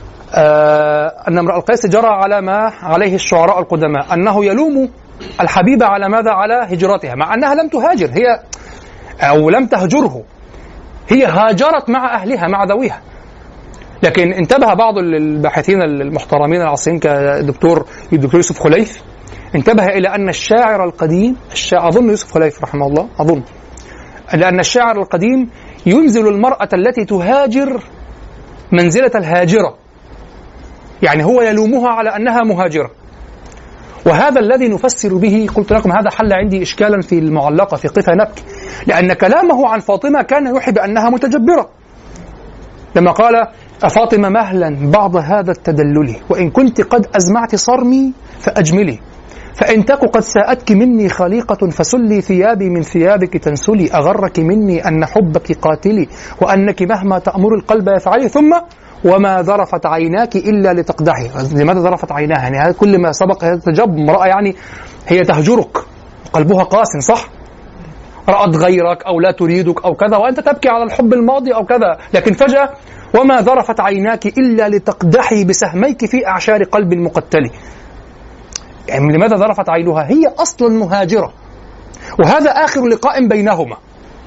آه أن امرئ القيس جرى على ما عليه الشعراء القدماء، أنه يلوم الحبيبة على ماذا؟ على هجرتها، مع أنها لم تهاجر هي أو لم تهجره، هي هاجرت مع أهلها مع ذويها. لكن انتبه بعض الباحثين المحترمين العصريين كدكتور الدكتور يوسف خليف، انتبه إلى أن الشاعر القديم، الشاعر أظن يوسف خليف رحمه الله، أظن لأن الشاعر القديم ينزل المرأة التي تهاجر منزلة الهاجرة، يعني هو يلومها على أنها مهاجرة. وهذا الذي نفسر به، قلت لكم هذا حل عندي إشكالا في المعلقة في قفا نبكي، لأن كلامه عن فاطمة كان يوحي بأنها متجبرة، لما قال أفاطمة مهلا بعض هذا التدلل، وإن كنت قد أزمعت صرمي فأجملي، فإن تك قد ساءتك مني خليقة فسلي ثيابي من ثيابك تنسلي، أغرك مني أن حبك قاتلي وأنك مهما تأمر القلب يفعلي، ثم وما ذرفت عيناك إلا لتقدحي. لماذا ذرفت عيناها؟ يعني هذا كل ما سبق هذا تجب امرأة، يعني هي تهجرك قلبها قاس، صح؟ رأت غيرك أو لا تريدك أو كذا، وأنت تبكي على الحب الماضي أو كذا، لكن فجأة وما ذرفت عيناك إلا لتقدحي بسهميك في أعشار قلب المقتل. يعني لماذا ذرفت عينها؟ هي أصلا مهاجرة، وهذا آخر لقاء بينهما،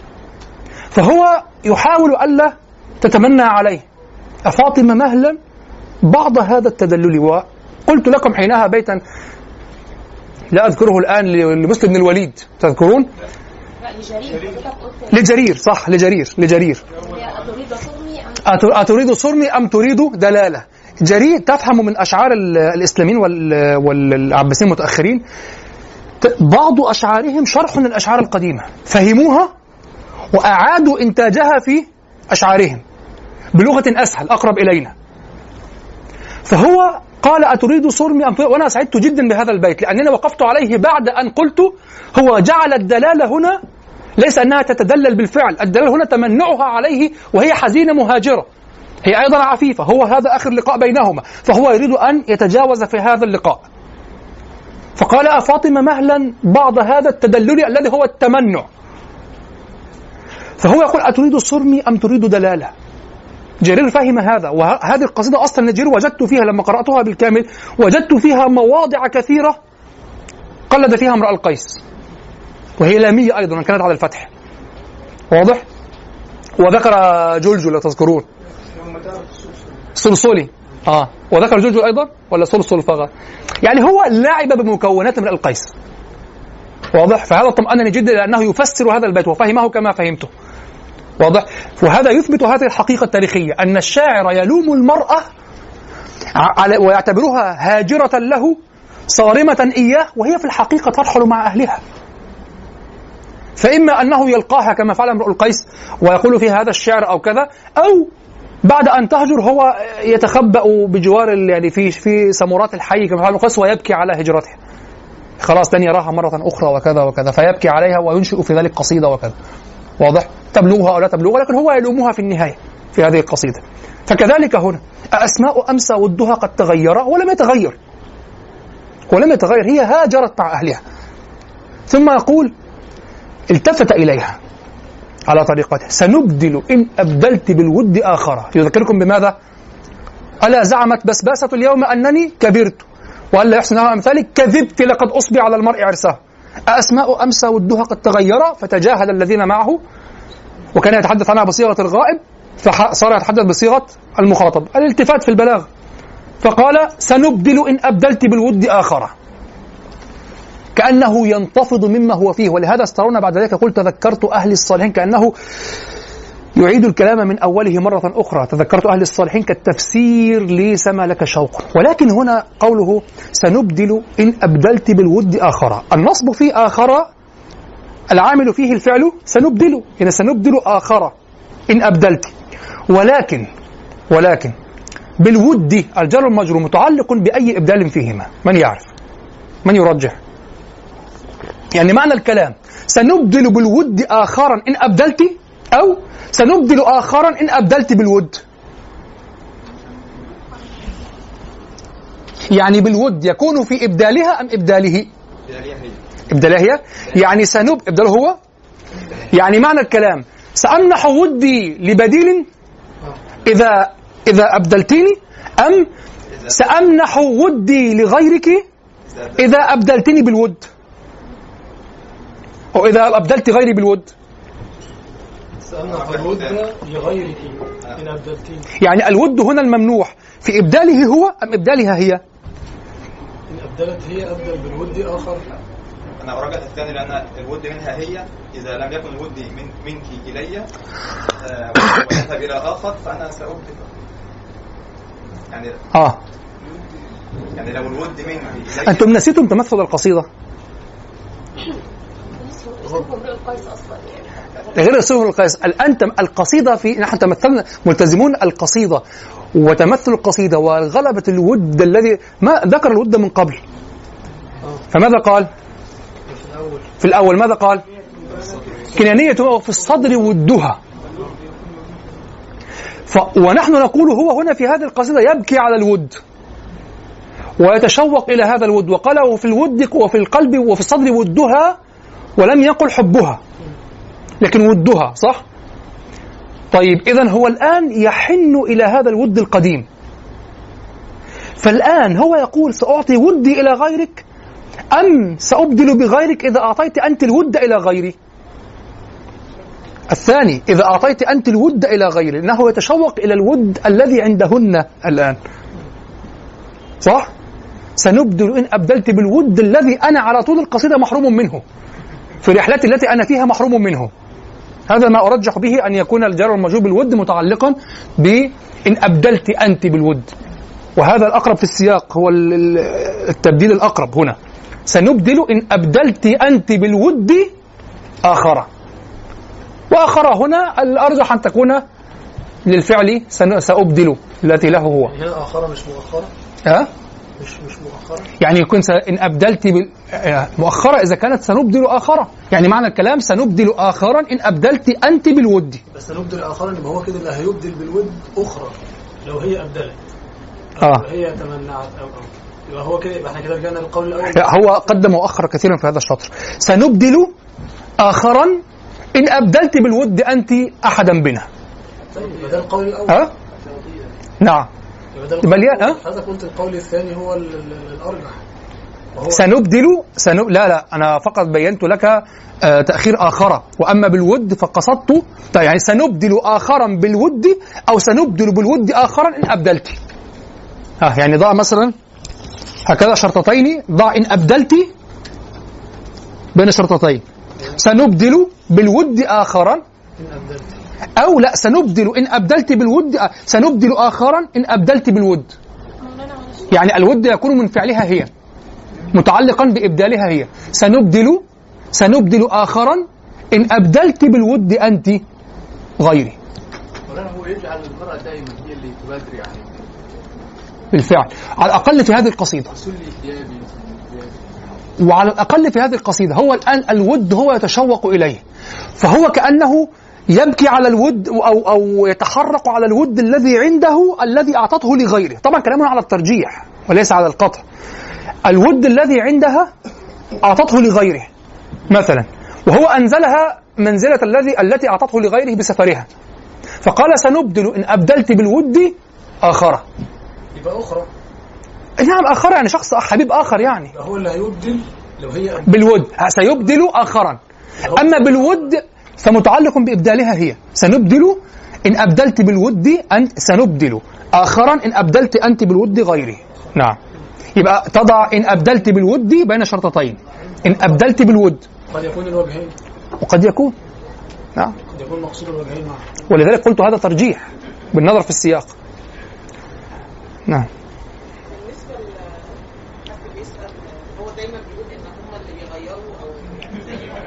فهو يحاول ألا تتمنى عليه. أفاطمة مهلا بعض هذا التدلل. وقلت لكم حينها بيتا لا أذكره الآن لمسلم بن الوليد، تذكرون؟ لجرير، صح، لجرير لجرير أتريد صرمي أم تريد دلالة. جرير تفهم من أشعار الإسلاميين والعباسيين المتأخرين، بعض أشعارهم شرح للأشعار القديمة، فهموها وأعادوا إنتاجها في أشعارهم بلغة أسهل أقرب إلينا. فهو قال أتريد صرمي أم تريد، وأنا سعدت جدا بهذا البيت لأنني وقفت عليه بعد أن قلت هو جعل الدلالة هنا ليس أنها تتدلل بالفعل، الدلالة هنا تمنعها عليه وهي حزينة مهاجرة، هي أيضا عفيفة، هو هذا آخر لقاء بينهما، فهو يريد أن يتجاوز في هذا اللقاء. فقال يا فاطمة مهلا بعض هذا التدلل الذي هو التمنع. فهو يقول أتريد صرمي أم تريد دلالة؟ جرير فهم هذا. وهذه القصيدة أصلا جرير وجدت فيها لما قرأتها بالكامل وجدت فيها مواضع كثيرة قلد فيها امرأ القيس، وهي لامية أيضا كانت على الفتح، واضح؟ وذكر جلجل لو تذكرون صلصلي آه وذكر جلجل أيضا ولا صلصل فقط، يعني هو لعب بمكونات امرأ القيس، واضح؟ فهذا طمأنني جدا لأنه يفسر هذا البيت وفهمه كما فهمته، واضح؟ وهذا يثبت هذه الحقيقة التاريخية أن الشاعر يلوم المرأة على ويعتبرها هاجرة له صارمة إياه وهي في الحقيقة ترحل مع أهلها. فإما أنه يلقاها كما فعل امرؤ القيس ويقول في هذا الشعر أو كذا، أو بعد أن تهجر هو يتخبأ بجوار يعني في في سمرات الحي كما فعل امرؤ القيس ويبكي على هجرتها، خلاص لن يراها مرة أخرى وكذا وكذا، فيبكي عليها وينشئ في ذلك قصيدة وكذا، واضح؟ تبلغها أو لا تبلغها، لكن هو يلومها في النهاية في هذه القصيدة. فكذلك هنا أسماء أمسى ودها قد تغير ولم يتغير ولم يتغير هي هاجرت مع أهلها. ثم يقول التفت إليها على طريقته سنبدل إن أبدلت بالود آخرة. يذكركم بماذا؟ ألا زعمت بسباسة اليوم أنني كبرت وألا يحسن لها أمثالي كذبت لقد أصبع على المرء عرساه. أسماء أمسى ودها قد تغير فتجاهل الذين معه وكان يتحدث عنها بصيغة الغائب فصار يتحدث بصيغة المخاطب، الالتفات في البلاغ. فقال سنبدل إن أبدلت بالود آخرة، كأنه ينتفض مما هو فيه. ولهذا استرون بعد ذلك قلت تذكرت أهل الصالحين، كأنه يعيد الكلام من أوله مرة أخرى. تذكرت أهل الصالحين كالتفسير لسما لك شوق. ولكن هنا قوله سنبدل إن أبدلت بالود آخرة، النصب فيه آخرة العامل فيه الفعل سنبدل، يعني سنبدل آخرة إن أبدلت. ولكن ولكن بالود الجر المجرور متعلق بأي إبدال فيهما؟ من يعرف؟ من يرجح؟ يعني معنى الكلام سنبدل بالود آخرا إن أبدلت أو سنبدل آخرا إن أبدلت بالود. يعني بالود يكون في إبدالها أم إبداله؟ إبدالها هي، يعني سنب إبداله هو، يعني معنى الكلام سأمنح ودي لبديل إذا إذا أبدلتني، أم سأمنح ودي لغيرك إذا أبدلتني بالود، أو إذا أبدلت غيري بالود. سأمنح الود لغيرك إن أبدلتني، يعني الود هنا الممنوح في إبداله هو أم إبدالها هي؟ إن أبدلت هي أبدل بالود آخر. أنا أراجع الثاني لأن الود منها هي، إذا لم يكن الود من منك إلي آه ويذهب إلى آخر فأنا سأبدل. يعني آه يعني لو الود منك إلي. أنتم نسيتم تمثل القصيدة غير اسلوب القياس. الآن القصيدة في نحن تمثلنا ملتزمون القصيدة وتمثل القصيدة وغلبة الود الذي ما ذكر الود من قبل. فماذا قال في الأول؟ ماذا قال؟ كنانية في الصدر ودها. ف... ونحن نقول هو هنا في هذه القصيدة يبكي على الود ويتشوق إلى هذا الود، وقال وفي الود وفي القلب وفي الصدر ودها، ولم يقل حبها لكن ودها، صح؟ طيب إذن هو الآن يحن إلى هذا الود القديم. فالآن هو يقول سأعطي ودي إلى غيرك أم سأبدل بغيرك إذا أعطيت أنت الود إلى غيري؟ الثاني، إذا أعطيت أنت الود إلى غيري، إنه يتشوق إلى الود الذي عندهن الآن، صح؟ سنبدل إن أبدلت بالود الذي أنا على طول القصيدة محروم منه، في رحلتي التي أنا فيها محروم منه. هذا ما أرجح به أن يكون الجار والمجرور بالود متعلقا بإن أبدلت أنت بالود، وهذا الأقرب في السياق، هو التبديل الأقرب هنا. سنبدل إن أبدلت أنت بالود آخرة، وآخرة هنا الأرجح أن تكون للفعل سأبدل التي له هو. هي آخرة مش مؤخرة؟ ها؟ مش مش مؤخرة، يعني يكون إن أبدلت مؤخرة إذا كانت سنبدل آخرة، يعني معنى الكلام سنبدل آخرا إن أبدلت أنت بالود. بس سنبدل آخرا يبقى هو كده اللي هيبدل بالود أخرى لو هي أبدلت أو آه. هي تمنعت أو أو يبقى هو كده، يبقى احنا كده رجعنا للقول الاول. لا، هو قدم واخر كثيرا في هذا الشطر. سنبدل اخرا ان ابدلت بالود انت احدا بنا. طيب يبقى ده القول الاول. ها نعم مليان. ها حضرتك قلت القول الثاني هو ال- ال- الارجح. وهو سنبدل سنب... لا لا انا فقط بينت لك آه تاخير اخر، واما بالود فقصدت. طيب يعني سنبدل اخرا بالود او سنبدل بالود اخرا ان ابدلت. ها يعني ضع مثلا هكذا شرطتين، ضع ان ابدلت بين شرطتين. سنبدل بالود اخرا ان ابدلت. او لا سنبدل ان ابدلت بالود، سنبدل اخرا ان ابدلت بالود. يعني الود يكون من فعلها هي متعلقا بابدالها هي. سنبدل سنبدل اخرا ان ابدلت بالود انت غيري. مولانا هو يجعل المرأة دائما هي اللي تبادر يعني بالفعل على الاقل في هذه القصيده، سلي ثيابي وعلى الاقل في هذه القصيده هو الان الود هو يتشوق اليه، فهو كانه يبكي على الود او او يتحرق على الود الذي عنده الذي اعطته لغيره. طبعا كلامنا على الترجيح وليس على القطع. الود الذي عندها اعطته لغيره مثلا، وهو انزلها منزله الذي التي اعطته لغيره بسفرها، فقال سنبدل ان ابدلت بالود اخره. يبقى اخرى. نعم اخر يعني شخص حبيب اخر، يعني يبقى هو اللي هيبدل لو هي أبدل. بالود سيبدل اخرا. اما بالود فمتعلق بابدالها هي. سنبدل ان ابدلت بالود انت، سنبدل اخرا ان ابدلت انت بالود غيري. نعم يبقى تضع ان ابدلت بالود بين شرطتين، ان ابدلت بالود. قد يكون الوجهين. وقد يكون نعم، قد يكون مقصود الوجهين معا. ولذلك قلت هذا ترجيح بالنظر في السياق. نعم. بالنسبه لحد بيسال، هو دايما بيقول ان هم اللي بيغيروا او يعني زي ما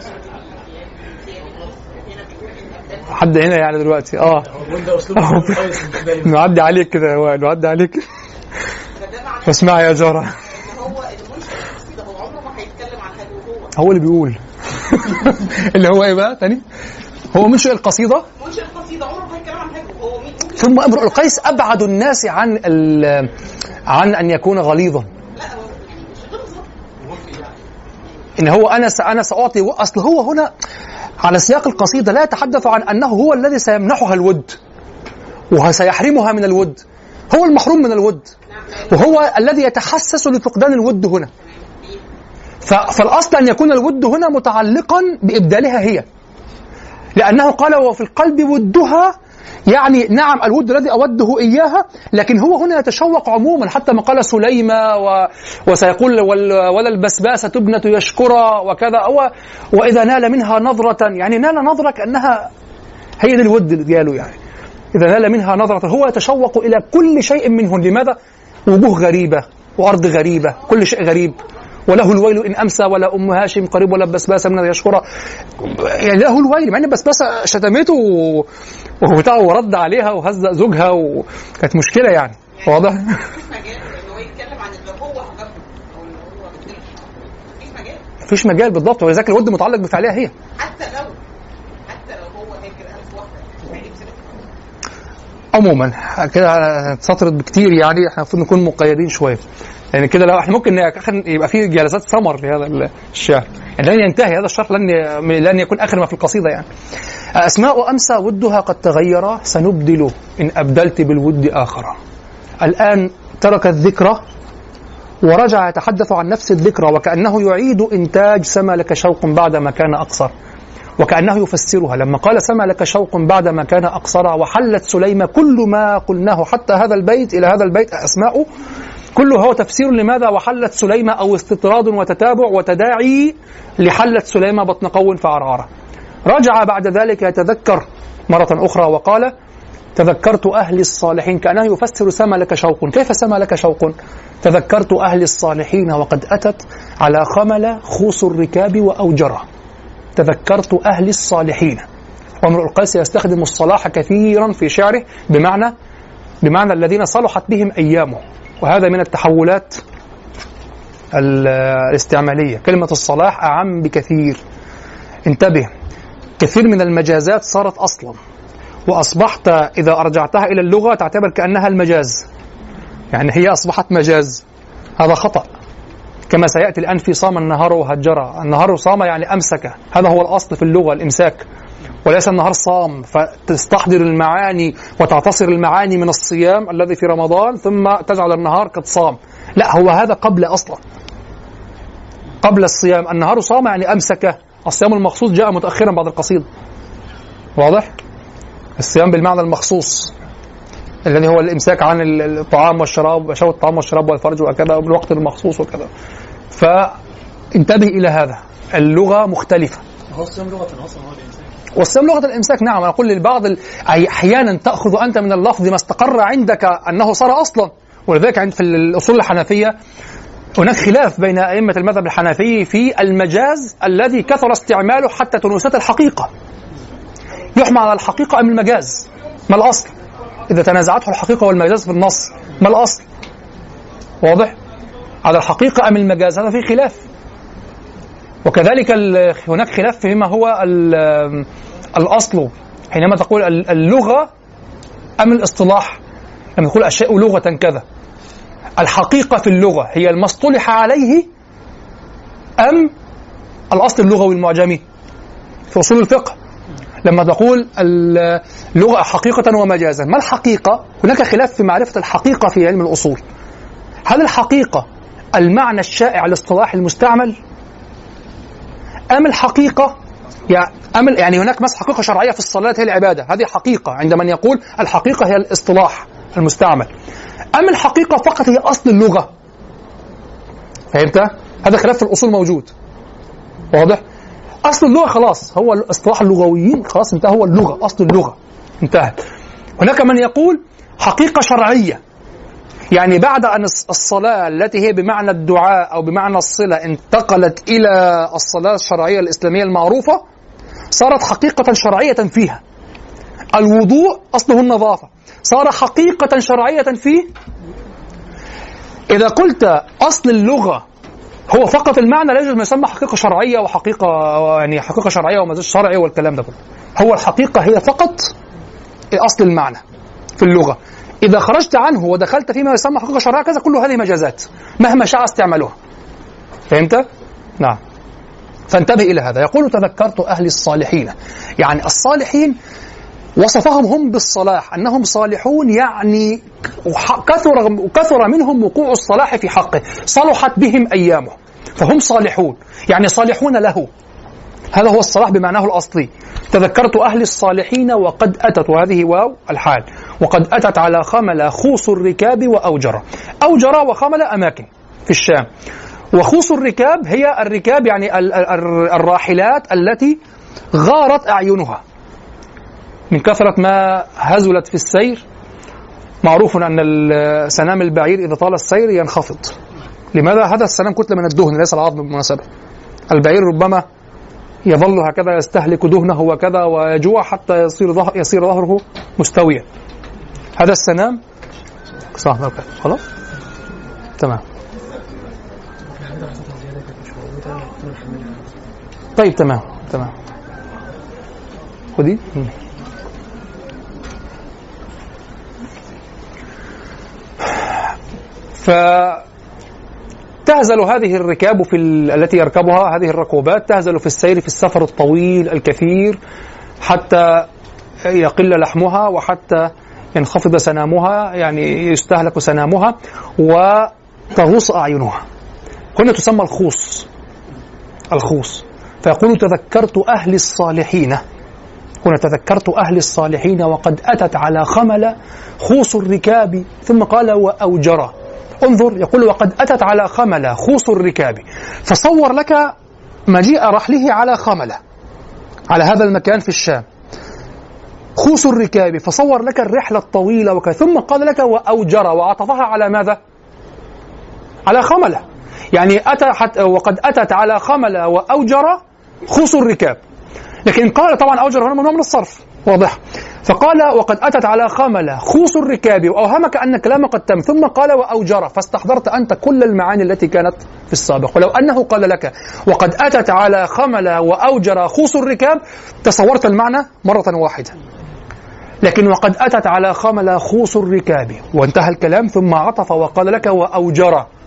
هنا بيقول ان ابدلت. حد هنا يعني دلوقتي اه هو ده اسلوب كويس مش دايما. نعدي عليك كده، هو نعدي عليك. فاسمعي يا جاره، ان هو المنشئ القصيده هو عمره ما هيتكلم عن هذا، وهو هو اللي بيقول اللي هو ايه بقى تاني؟ هو منشئ القصيده. منشئ القصيده عمره ما هيتكلم عن هذا، وهو مين؟ ثم امرؤ القيس ابعد الناس عن ال... عن ان يكون غليظا. لا هو يعني مش غلظه. ان هو انا س... انا ساعطي، اصل هو هنا على سياق القصيده لا يتحدث عن انه هو الذي سيمنحها الود وسيحرمها من الود، هو المحروم من الود، وهو الذي يتحسس لفقدان الود هنا. ف... فالاصل ان يكون الود هنا متعلقا بابدالها هي، لانه قال وفي القلب ودها، يعني نعم الود الذي أوده إياها، لكن هو هنا يتشوق عموما، حتى ما قال سليمة و... وسيقول وال... ولا البسباسة تبنة يشكرا وكذا، أو وإذا نال منها نظرة، يعني نال نظرة كأنها هي دي الود اللي دياله، يعني إذا نال منها نظرة هو يتشوق إلى كل شيء منهن. لماذا؟ وجوه غريبة وأرض غريبة، كل شيء غريب. وله الويل إن أمسى ولا أم هاشم قريب ولا بسباسة من يشكرها، يعني له الويل، مع أن بسباسة شتمته وبتاع ورد عليها وهزق زوجها وكانت مشكلة، يعني واضح؟ مفيش مجال ان هو يتكلم عن اللي هو حضرته او اللي هو بيتكلم. مفيش مجال. مفيش مجال بالضبط، ولذلك الود متعلق بفعلها هي. حتى لو حتى لو هو هيكر ألف واحدة مش هيجيب سيرتها. عموما كده اتسطرت بكتير، يعني احنا المفروض نكون مقيدين شويه، يعني كده لو احنا ممكن يبقى في جلسات سمر لهذا الشعر، يعني لن ينتهي هذا الشرح، لن لن يكون اخر ما في القصيده. يعني اسماء امسى ودها قد تغير، سنبدل ان ابدلت بالود اخر. الان ترك الذكرى ورجع يتحدث عن نفس الذكرى، وكانه يعيد انتاج سما لك شوق بعد ما كان اقصر، وكأنه يفسرها لما قال سما لك شوق بعد ما كان أقصر وحلت سليمة. كل ما قلناه حتى هذا البيت إلى هذا البيت أسماء كله هو تفسير لماذا وحلت سليمة، أو استطراد وتتابع وتداعي لحلت سليمة بطن قو فعرعرة. رجع بعد ذلك يتذكر مرة أخرى وقال تذكرت أهل الصالحين، كأنه يفسر سما لك شوق. كيف سما لك شوق؟ تذكرت أهل الصالحين وقد أتت على خمل خوص الركاب وأوجره. تذكرت أهل الصالحين. وامرؤ القيس يستخدم الصلاح كثيرا في شعره بمعنى بمعنى الذين صلحت بهم أيامه، وهذا من التحولات الاستعمالية. كلمة الصلاح أعم بكثير. انتبه، كثير من المجازات صارت أصلا، وأصبحت إذا أرجعتها إلى اللغة تعتبر كأنها المجاز، يعني هي أصبحت مجاز. هذا خطأ، كما سيأتي الآن في صام النهار وهجر. النهار صام يعني أمسك، هذا هو الأصل في اللغة الإمساك، وليس النهار صام فتستحضر المعاني وتعتصر المعاني من الصيام الذي في رمضان ثم تجعل النهار قد صام. لا، هو هذا قبل أصلا، قبل الصيام. النهار صام يعني أمسك. الصيام المخصوص جاء متأخرا بعد القصيدة، واضح؟ الصيام بالمعنى المخصوص الذي هو الإمساك عن الطعام والشراب، شهوة الطعام والشراب والفرج وكذا بالوقت المخصوص وكذا. فانتبه إلى هذا، اللغة مختلفة. هو الصيام لغة أصلا هو الإمساك، والصيام لغة الإمساك. نعم، أقول للبعض أحيانا تأخذ أنت من اللفظ ما استقر عندك أنه صار أصلا. ولذلك عند في الأصول الحنفية هناك خلاف بين أئمة المذهب الحنفي في المجاز الذي كثر استعماله حتى تنوسات الحقيقة. يحمل على الحقيقة أم المجاز؟ ما الأصل؟ إذا تنازعته الحقيقة والمجاز في النص ما الأصل؟ واضح؟ على الحقيقة أم المجاز؟ هذا فيه خلاف. وكذلك هناك خلاف فيما هو الأصل حينما تقول اللغة أم الاصطلاح. لما تقول الشيء لغة كذا، الحقيقة في اللغة هي ما اصطلح عليه أم الأصل اللغوي المعجمي في أصول الفقه. لما تقول اللغة حقيقة ومجازا، ما الحقيقة؟ هناك خلاف في معرفة الحقيقة في علم الأصول. هل الحقيقة المعنى الشائع الاصطلاح المستعمل أم الحقيقة يعني هناك مثلا حقيقة شرعية في الصلاة هي العبادة، هذه حقيقة عند من يقول الحقيقة هي الاصطلاح المستعمل، أم الحقيقة فقط هي أصل اللغة؟ فهمت؟ هذا خلاف في الأصول موجود، واضح؟ أصل اللغة خلاص هو الاصطلاح اللغويين، خلاص انتهى، هو اللغة، أصل اللغة انتهت. هناك من يقول حقيقة شرعية، يعني بعد أن الصلاة التي هي بمعنى الدعاء أو بمعنى الصلة انتقلت إلى الصلاة الشرعية الإسلامية المعروفة صارت حقيقة شرعية فيها. الوضوء أصله النظافة، صار حقيقة شرعية فيه. إذا قلت أصل اللغة هو فقط المعنى لا يوجد ما يسمى حقيقة شرعية وحقيقة يعني حقيقة شرعية ومزاج شرعي والكلام ده كله. هو الحقيقة هي فقط أصل المعنى في اللغة. إذا خرجت عنه ودخلت فيما يسمى حقيقة شرعية كذا، كل هذه مجازات مهما شاء استعمالها. فهمت؟ نعم. فانتبه إلى هذا. يقول تذكرت أهل الصالحين، يعني الصالحين وصفهم هم بالصلاح أنهم صالحون، يعني كثر, كثر منهم وقوع الصلاح في حقه، صلحت بهم أيامه فهم صالحون، يعني صالحون له. هذا هو الصلاح بمعناه الأصلي. تذكرت أهل الصالحين وقد أتت، وهذه واو الحال، وقد أتت على خمل خوص الركاب وأوجر. أوجر وخمل أماكن في الشام، وخوص الركاب هي الركاب يعني الراحلات التي غارت أعينها من كثرة ما هزلت في السير. معروف أن سنام البعير إذا طال السير ينخفض. لماذا؟ هذا السنام كتلة من الدهن ليس العظم بالمناسبة. البعير ربما يظل هكذا يستهلك دهنه وكذا ويجوع حتى يصير ظهر يصير ظهره مستويا. هذا السنام صح. خلاص تمام. طيب تمام تمام. خذي. فتهزل هذه الركاب في ال... التي يركبها هذه الركوبات تهزل في السير في السفر الطويل الكثير حتى يقل لحمها وحتى ينخفض سنامها، يعني يستهلك سنامها وتغوص أعينها. هنا تسمى الخوص، الخوص. فيقول تذكرت أهل الصالحين، هنا تذكرت أهل الصالحين وقد أتت على خمل خوص الركاب، ثم قال وأوجر. انظر، يقول وقد أتت على خمل خوص الركاب، فصور لك مجيء رحله على خملة، على هذا المكان في الشام، خوص الركاب، فصور لك الرحلة الطويلة وك... ثم قال لك وأوجر، وعطفها على ماذا؟ على خملة، يعني أتى حتى وقد أتت على خملة وأوجر خوص الركاب. لكن قال طبعا أوجر هنا ممنوع من الصرف، واضح. فقال وقد أتت على خملة خوص الركاب، وأوهمك أن كلامه قد تم، ثم قال وأوجر، فاستحضرت أنت كل المعاني التي كانت في السابق. ولو أنه قال لك وقد أتت على خملة وأوجر خوص الركاب تصورت المعنى مرة واحدة، لكن وقد أتت على خملة خوص الركاب وانتهى الكلام، ثم عطف وقال لك وأوجر،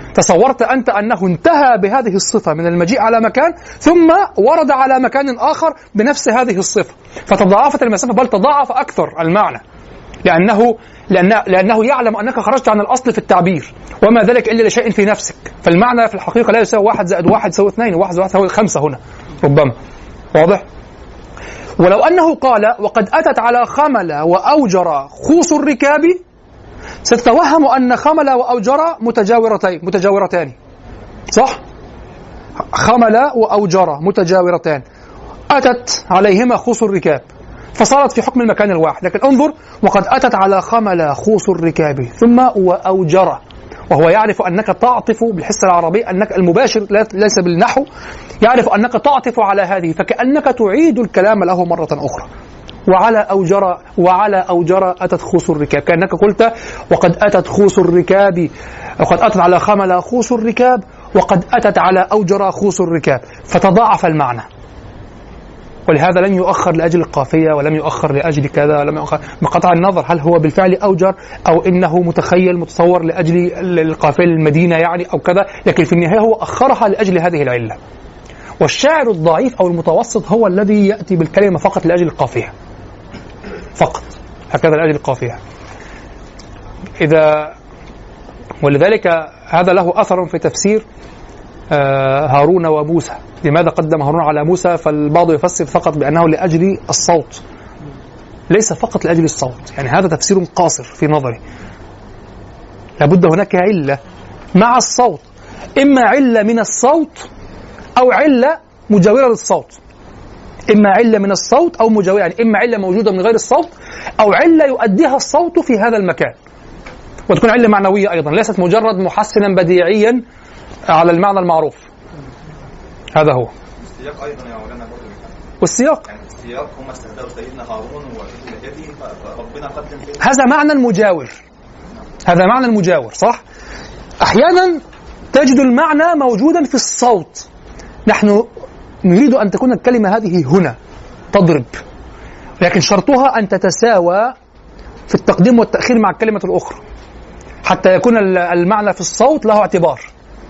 تصورت أنت أنه انتهى بهذه الصفة من المجيء على مكان ثم ورد على مكان آخر بنفس هذه الصفة، فتضاعفت المسافة بل تضاعف أكثر المعنى، لأنه لأنه, لأنه يعلم أنك خرجت عن الأصل في التعبير، وما ذلك إلا لشيء في نفسك، فالمعنى في الحقيقة لا يساوي واحد زائد واحد يساوي اثنين، وواحد زائد واحد يساوي خمسة هنا ربما. واضح؟ ولو أنه قال وقد أتت على خمل وأوجر خوص الركاب ستتوهم أن خمل وأوجر متجاورتين متجاورتان صح؟ خمل وأوجر متجاورتان أتت عليهما خوص الركاب فصارت في حكم المكان الواحد، لكن انظر وقد أتت على خمل خوص الركاب ثم وأوجر، وهو يعرف أنك تعطف بالحس العربي، أنك المباشر ليس بالنحو، يعرف أنك تعطف على هذه، فكأنك تعيد الكلام له مرة أخرى. وعلى أوجر وعلى أوجر أتت خوص الركاب، كأنك قلت وقد أتت خوص الركاب، وقد أتت على خمل خوص الركاب وقد أتت على أوجر خوص الركاب، فتضاعف المعنى. ولهذا لم يؤخر لأجل القافية ولم يؤخر لأجل كذا، لم يؤخر بقطع النظر هل هو بالفعل أوجر أو إنه متخيل متصور لأجل القافية المدينة يعني أو كذا، لكن في النهاية هو أخرها لأجل هذه العلة. والشاعر الضعيف أو المتوسط هو الذي يأتي بالكلمة فقط لأجل القافية فقط، هكذا لأجل القافية. إذا ولذلك هذا له أثر في تفسير هارون وموسى. لماذا قدم هارون على موسى؟ فالبعض يفسر فقط بأنه لأجل الصوت، ليس فقط لأجل الصوت، يعني هذا تفسير قاصر في نظري. لابد هناك علة مع الصوت، إما علة من الصوت أو علة مجاورة للصوت، إما علة من الصوت أو مجاورة، يعني إما علة موجودة من غير الصوت أو علة يؤديها الصوت في هذا المكان، وتكون علة معنوية أيضا، ليست مجرد محسنا بديعيا على المعنى المعروف. هذا هو السياق أيضا يا مولانا برضه، والسياق يعني السياق هم استخدموا سيدنا هارون وجده فربنا قدم فيه، هذا معنى المجاور، هذا معنى المجاور صح؟ أحيانا تجد المعنى موجودا في الصوت، نحن نريد أن تكون الكلمة هذه هنا تضرب، لكن شرطها أن تتساوى في التقديم والتأخير مع الكلمة الأخرى حتى يكون المعنى في الصوت له اعتبار.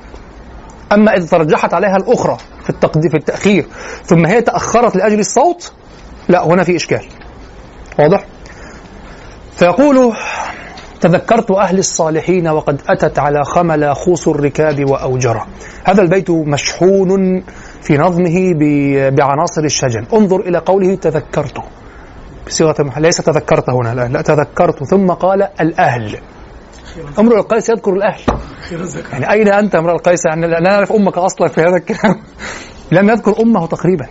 أما إذا ترجحت عليها الأخرى في التقديم في التأخير ثم هي تأخرت لأجل الصوت، لا، هنا في إشكال. واضح؟ فيقول تذكرت أهل الصالحين وقد أتت على خمل خوص الركاب وأوجرة. هذا البيت مشحون في نظمه بعناصر الشجن. انظر إلى قوله تذكرت بصيغة، ليس تذكرت هنا، لا, لا تذكرت، ثم قال الأهل. امرؤ القيس يذكر الأهل، يعني أين أنت امرؤ القيس؟ يعني لا نعرف أمك أصلا في هذا الكلام. لم يذكر أمه تقريبا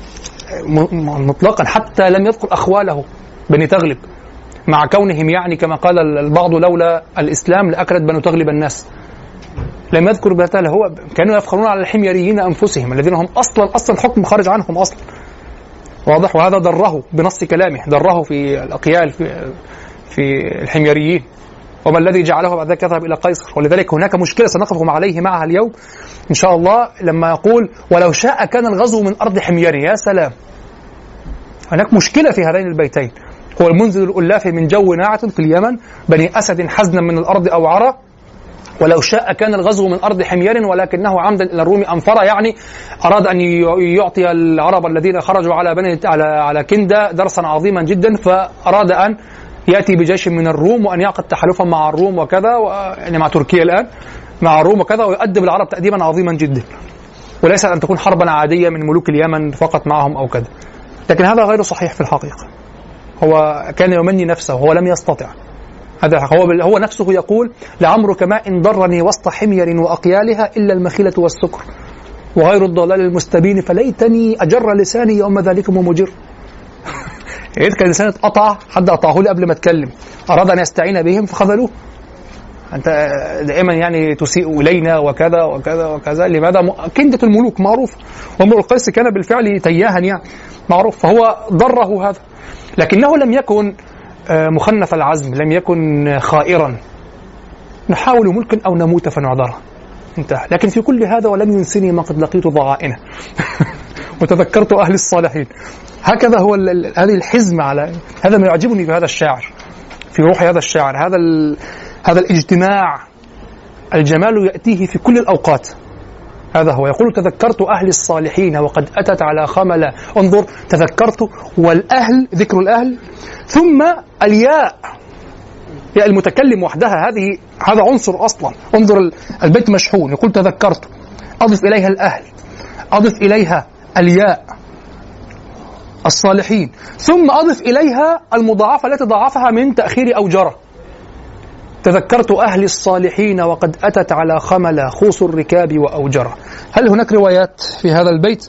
مطلقا، حتى لم يذكر أخواله بني تغلب، مع كونهم يعني كما قال البعض لولا الإسلام لأكلت بنو تغلب الناس. لم يذكر بتاله، هو كانوا يفخرون على الحميريين أنفسهم الذين هم أصلا أصلا الحكم خارج عنهم أصلا. واضح؟ وهذا ضره بنص كلامه، ضره في الأقيال في, في الحميريين، وما الذي جعله بعد ذلك يذهب إلى قيصر. ولذلك هناك مشكلة سنقف عليه معها اليوم إن شاء الله، لما يقول ولو شاء كان الغزو من أرض حمير. يا سلام، هناك مشكلة في هذين البيتين. هو المنزل الألاف من جو ناعة في اليمن، بني أسد حزنا من الأرض أو عرى. ولو شاء كان الغزو من أرض حمير ولكنه عمدا إلى الروم أنفر، يعني أراد أن يعطي العرب الذين خرجوا على بني على على كندة درسا عظيما جدا، فأراد أن يأتي بجيش من الروم وأن يعقد تحالفا مع الروم وكذا، يعني مع تركيا الآن مع الروم وكذا، ويؤدب العرب تأديبا عظيما جدا، وليس أن تكون حربا عادية من ملوك اليمن فقط معهم أو كذا. لكن هذا غير صحيح في الحقيقة. هو كان يمني نفسه، هو لم يستطع. هذا هو هو نفسه يقول لعمرك ما إن ضرني وسط حمير وأقيالها إلا المخيلة والسكر وغير الضلال المستبين فليتني أجر لساني يوم ذلكم ومجر. إذ كان لسانه اتقطع، حد قطعه لي قبل ما اتكلم، أراد أن يستعين بهم فخذلوه. أنت دائما يعني تسيء إلينا وكذا وكذا وكذا، لماذا؟ كندة الملوك معروف، وامرؤ القيس كان بالفعل تياها يعني معروف، فهو ضره هذا. لكنه لم يكن مخنث العزم، لم يكن خائرا نحاول ملكا أو نموت فنعذره، انتهى. لكن في كل هذا ولم ينسني ما قد لقيت ضغائنه وتذكرت أهل الصالحين. هكذا هو هذه الحزم، على هذا ما يعجبني في هذا الشاعر، في روح هذا الشاعر، هذا هذا الاجتماع الجمال يأتيه في كل الأوقات. هذا هو. يقول تذكرت أهل الصالحين وقد أتت على خمل. انظر، تذكرت والأهل، ذكر الأهل، ثم الياء، ياء المتكلم وحدها، هذه هذا عنصر أصلا. انظر البيت مشحون. يقول تذكرت، أضف إليها الأهل، أضف إليها الياء الصالحين، ثم أضف إليها المضاعفة التي ضاعفها من تأخير أو جرى. تذكرت أهل الصالحين وقد أتت على خمل خوص الركاب وأوجرة. هل هناك روايات في هذا البيت؟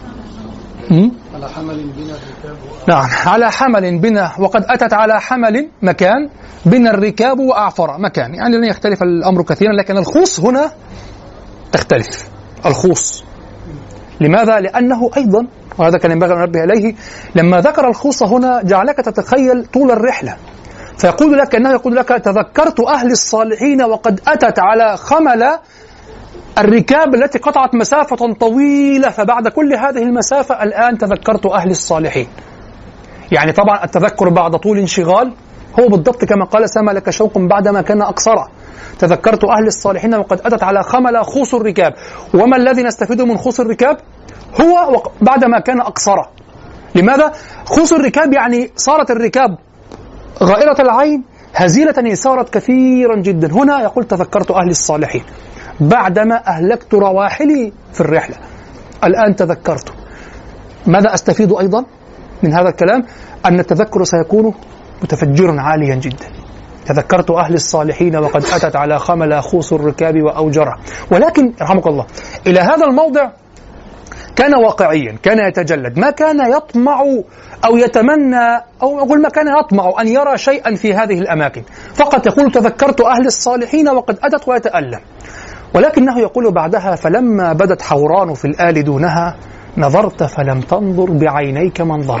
على حمل بنا الركاب. نعم، على حمل بنا، وقد أتت على حمل مكان، بنا الركاب وأعفر مكان، يعني لن يختلف الأمر كثيرا، لكن الخوص هنا تختلف. الخوص لماذا؟ لأنه أيضا، وهذا كان ينبغي أن ننبه إليه، لما ذكر الخوص هنا جعلك تتخيل طول الرحلة، فيقول لك أنه يقول لك تذكرت أهل الصالحين وقد أتت على خمل الركاب التي قطعت مسافة طويلة، فبعد كل هذه المسافة الآن تذكرت أهل الصالحين. يعني طبعا التذكر بعد طول انشغال هو بالضبط كما قال سما لك شوق بعدما كان أقصر. تذكرت أهل الصالحين وقد أتت على خمل خوص الركاب. وما الذي نستفيده من خوص الركاب؟ هو بعدما كان أقصر. لماذا؟ خوص الركاب يعني صارت الركاب غائرة العين هزيلة، صارت كثيرا جدا. هنا يقول تذكرت أهل الصالحين بعدما أهلكت رواحلي في الرحلة، الآن تذكرت. ماذا أستفيد أيضا من هذا الكلام؟ أن التذكر سيكون متفجرا عاليا جدا. تذكرت أهل الصالحين وقد أتت على خمل خوص الركاب وأوجره. ولكن رحمك الله إلى هذا الموضع كان واقعيا، كان يتجلد، ما كان يطمع أو يتمنى، أو أقول ما كان يطمع أن يرى شيئا في هذه الأماكن، فقط يقول تذكرت أهل الصالحين وقد أتت ويتألم. ولكنه يقول بعدها فلما بدت حوران في الآل دونها نظرت فلم تنظر بعينيك منظرة.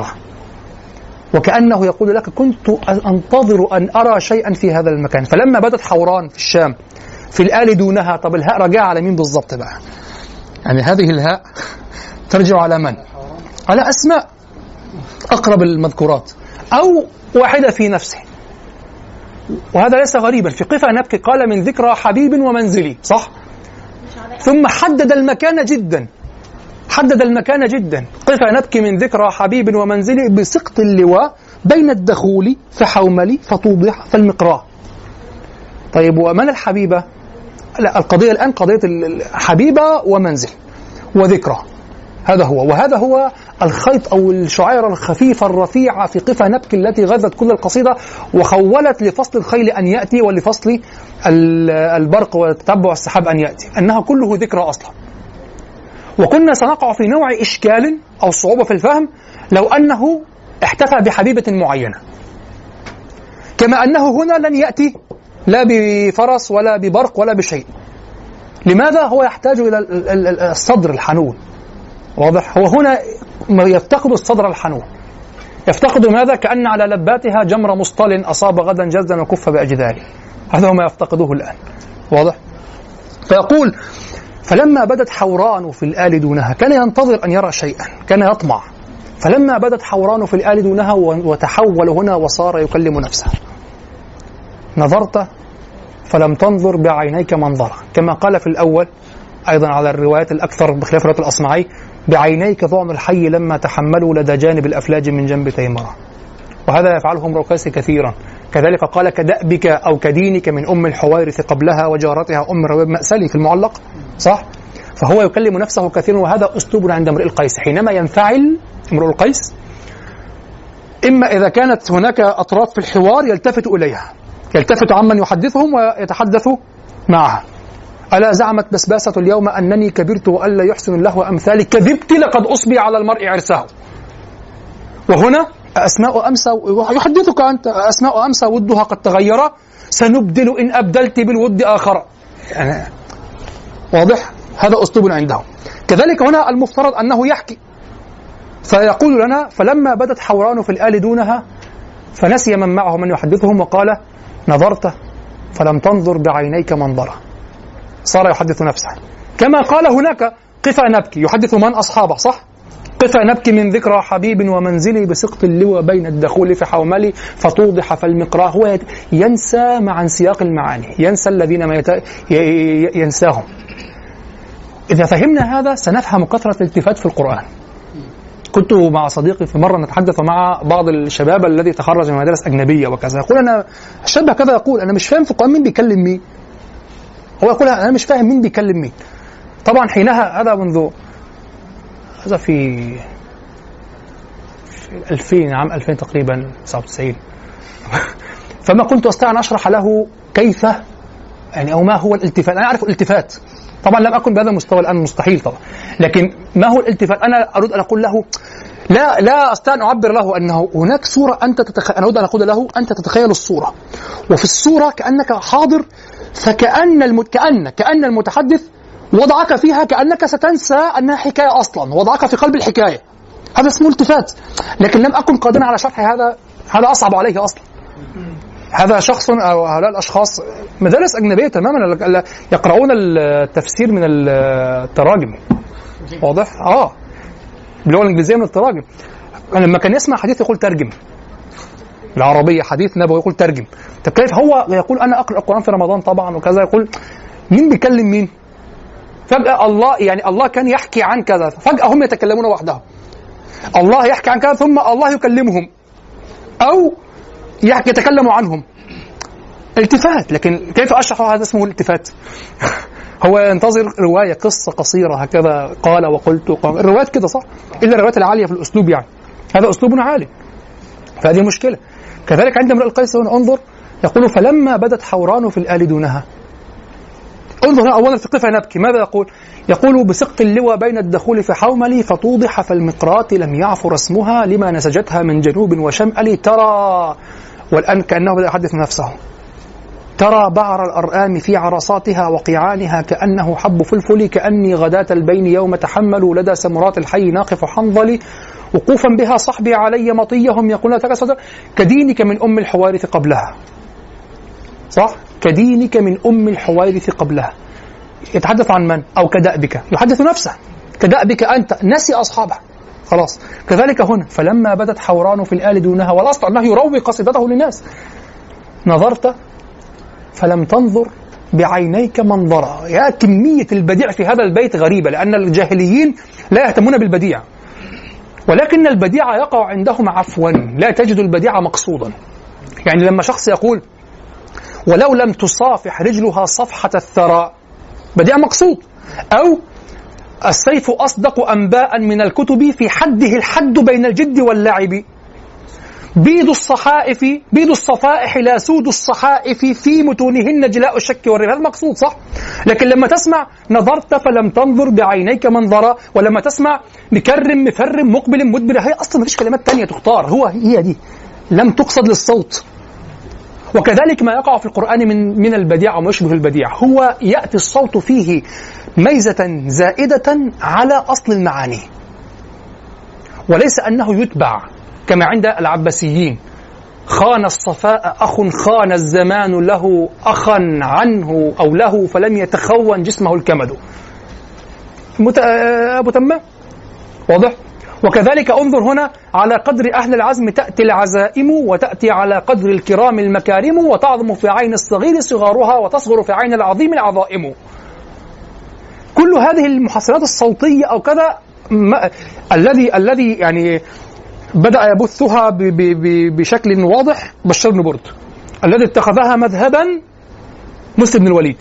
وكأنه يقول لك كنت أنتظر أن أرى شيئا في هذا المكان. فلما بدت حوران في الشام في الآل دونها، طب الهاء رجع على مين بالضبط بقى؟ يعني هذه الهاء ترجع على من؟ على أسماء أقرب المذكورات أو واحدة في نفسه. وهذا ليس غريبا، في قفا نبكي قال من ذكرى حبيب ومنزلي، صح؟ ثم حدد المكان جدا، حدد المكان جدا. قفا نبكي من ذكرى حبيب ومنزلي بسقط اللواء بين الدخول فحوملي فتوضح فالمقراء. طيب ومن الحبيبة؟ لا، القضية الآن قضية الحبيبة ومنزل وذكرى، هذا هو. وهذا هو الخيط أو الشعيرة الخفيفة الرفيعة في قفا نبكي التي غذت كل القصيدة وخولت لفصل الخيل أن يأتي ولفصل البرق وتتبع السحاب أن يأتي، أنها كله ذكرى أصلا. وكنا سنقع في نوع إشكال أو صعوبة في الفهم لو أنه احتفى بحبيبة معينة، كما أنه هنا لن يأتي لا بفرس ولا ببرق ولا بشيء. لماذا؟ هو يحتاج إلى الصدر الحنون، واضح؟ هو هنا يفتقد الصدر الحنون، يفتقد ماذا؟ كأن على لباتها جمر مصطل أصاب غدا جزا وكف بأجداله، هذا هو ما يفتقده الآن، واضح؟ فيقول فلما بدت حوران في الآل دونها، كان ينتظر أن يرى شيئا، كان يطمع. فلما بدت حوران في الآل دونها وتحول هنا وصار يكلم نفسه، نظرت فلم تنظر بعينيك منظرة، كما قال في الأول أيضا على الروايات الأكثر بخلاف رواية الأصمعي بعينيك ظعن الحي لما تحملوا لدى جانب الأفلاج من جنب تيمرة. وهذا يفعله امرؤ القيس كثيرا. كذلك قال كدأبك أو كدينك من أم الحويرث قبلها وجارتها أم الرويب مأسلي في المعلق، صح؟ فهو يكلم نفسه كثيرا، وهذا أسلوب عند امرئ القيس. حينما ينفعل امرؤ القيس إما إذا كانت هناك أطراف في الحوار يلتفت إليها، يلتفت عمن يحدثهم ويتحدث معها. ألا زعمت بسباسة اليوم أنني كبرت وألا يحسن الله أمثالي، كذبت لقد أصبي على المرء عرسه. وهنا أسماء أمسى يحدثك أنت، أسماء أمسى ودها قد تغير، سنبدل إن أبدلت بالود آخر. يعني واضح؟ هذا أسلوب عندهم. كذلك هنا المفترض أنه يحكي، فيقول لنا فلما بدت حوران في الآل دونها فنسي من معه من يحدثهم وقال نظرت فلم تنظر بعينيك منظرة، صار يحدث نفسه. كما قال هناك قفا نبكي يحدث من؟ أصحابه، صح؟ قفا نبكي من ذكرى حبيب ومنزلي بسقط اللوى بين الدخول في حوملي فتوضح فالمقراه. هو ينسى مع انسياق المعاني، ينسى الذين ما يت... ينساهم. إذا فهمنا هذا سنفهم كثرة الالتفات في القرآن. كنت مع صديقي في مرة نتحدث مع بعض الشباب الذي تخرج من مدارس أجنبية وكذا، يقول أنا الشاب كذا يقول أنا مش فاهم في القرآن مين بيكلم مين. هو يقول أنا مش فاهم مين بيكلم مين. طبعا حينها هذا منذ هذا في ألفين عام ألفين تقريبا تسعة وتسعين فما كنت أستطيع أن أشرح له كيف يعني أو ما هو الالتفات. أنا أعرف الالتفات طبعا، لم أكن بهذا المستوى الآن مستحيل طبعا، لكن ما هو الالتفات؟ أنا أريد أن أقول له لا لا أستطيع أن أعبر له أنه هناك صورة أنت تتخيل. أنا أريد أن أقول له أنت تتخيل الصورة، وفي الصورة كأنك حاضر، فكأن المت... كأن كأن المتحدث وضعك فيها كأنك ستنسى أنها حكاية أصلا، وضعك في قلب الحكاية. هذا اسمه التفات، لكن لم أكن قادرا على شرح هذا. هذا أصعب عليه أصلا. هذا شخص أو هؤلاء الأشخاص مدارس أجنبية تماما يقرؤون التفسير من التراجم، واضح؟ آه باللغة الإنجليزية من التراجم. لما كان يسمع حديث يقول ترجم العربية، حديث نبوي يقول ترجم. طب كيف هو يقول أنا أقرأ القرآن في رمضان طبعا وكذا، يقول مين بيكلم مين؟ فجأة الله يعني الله كان يحكي عن كذا، فجأة هم يتكلمون وحدهم. الله يحكي عن كذا ثم الله يكلمهم أو يحكي يتكلموا عنهم. التفات. لكن كيف أشرح هذا؟ اسمه الالتفات. هو ينتظر رواية قصة قصيرة هكذا قال وقلت وقال. الروايات كده صح، إلا الروايات العالية في الأسلوب، يعني هذا أسلوب عالي، فهذه مشكلة. كذلك عند امرئ القيس هنا انظر يقول فلما بدت حوران في الآل دونها. انظر هنا أولا في قفا نبكي ماذا يقول؟ يقول بسقط اللوى بين الدخول في حوملي فتوضح فالمقرات لم يعفر اسمها لما نسجتها من جنوب وشمال. ترى، والآن كأنه بدأ يحدث نفسه، ترى بعر الأرآم في عرصاتها وقيعانها كأنه حب فلفل، كأني غداة البين يوم تحملوا لدى سمرات الحي ناقف حنظلي، وقوفا بها صحبي علي مطيهم يقولون كدينك من أم الحوارث قبلها. صح؟ كدينك من أم الحوارث قبلها. يتحدث عن من؟ أو كدأبك، يحدث نفسه كدأبك أنت، نسي أصحابه خلاص. كذلك هنا فلما بدت حوران في الآل دونها، والأصل أنه يروي قصيدته للناس. نظرت فلم تنظر بعينيك منظرا. يا كمية البديع في هذا البيت غريبة، لأن الجاهليين لا يهتمون بالبديع، ولكن البديع يقع عندهم عفوا، لا تجد البديع مقصودا. يعني لما شخص يقول ولو لم تصافح رجلها صفحة الثرى، بديع مقصود. أو السيف أصدق أنباء من الكتب في حده الحد بين الجد واللعب، بيض الصحائف بيض الصفائح لا سود الصحائف في متونهن جلاء الشك والريب. هذا مقصود صح. لكن لما تسمع نظرت فلم تنظر بعينيك منظرا، ولما تسمع مكرم مفرم مقبل مدبر، هي أصلا مفيش كلمات تانية تختار، هو هي دي لم تقصد للصوت. وكذلك ما يقع في القرآن من من البديع وما يشبه البديع، هو يأتي الصوت فيه ميزة زائدة على أصل المعاني، وليس أنه يتبع كما عند العباسيين. خان الصفاء أخ خان الزمان له أخا عنه أو له فلم يتخون جسمه الكمد. مت... أبو تمام واضح. وكذلك انظر هنا على قدر أهل العزم تأتي العزائم، وتأتي على قدر الكرام المكارم، وتعظم في عين الصغير صغارها وتصغر في عين العظيم العظائم. كل هذه المحصلات الصوتية أو كذا ما... الذي الذي يعني بدأ يبثها ب... ب... ب... بشكل واضح بشار بن برد، الذي اتخذها مذهبا مسلم بن الوليد.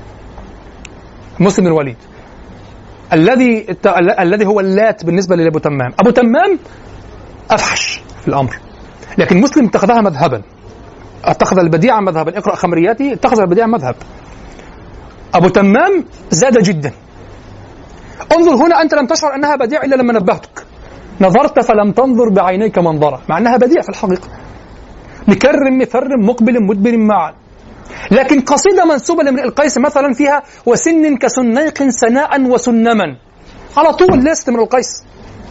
مسلم بن الوليد الذي الت... الذي هو اللات بالنسبة لأبو تمام. أبو تمام أفحش في الأمر، لكن مسلم اتخذها مذهبا، اتخذ البديع مذهبا. اقرأ خمرياتي، اتخذ البديع مذهب. أبو تمام زاد جدا. انظر هنا أنت لم تشعر أنها بديع إلا لما نبهتك. نظرت فلم تنظر بعينيك منظرة، مع أنها بديع في الحقيقة. مكرم مفرم مقبل مدبر معا. لكن قصيدة منسوبة لامرئ القيس مثلا فيها وسن كسنيق سناء وسنما، على طول لست امرئ القيس.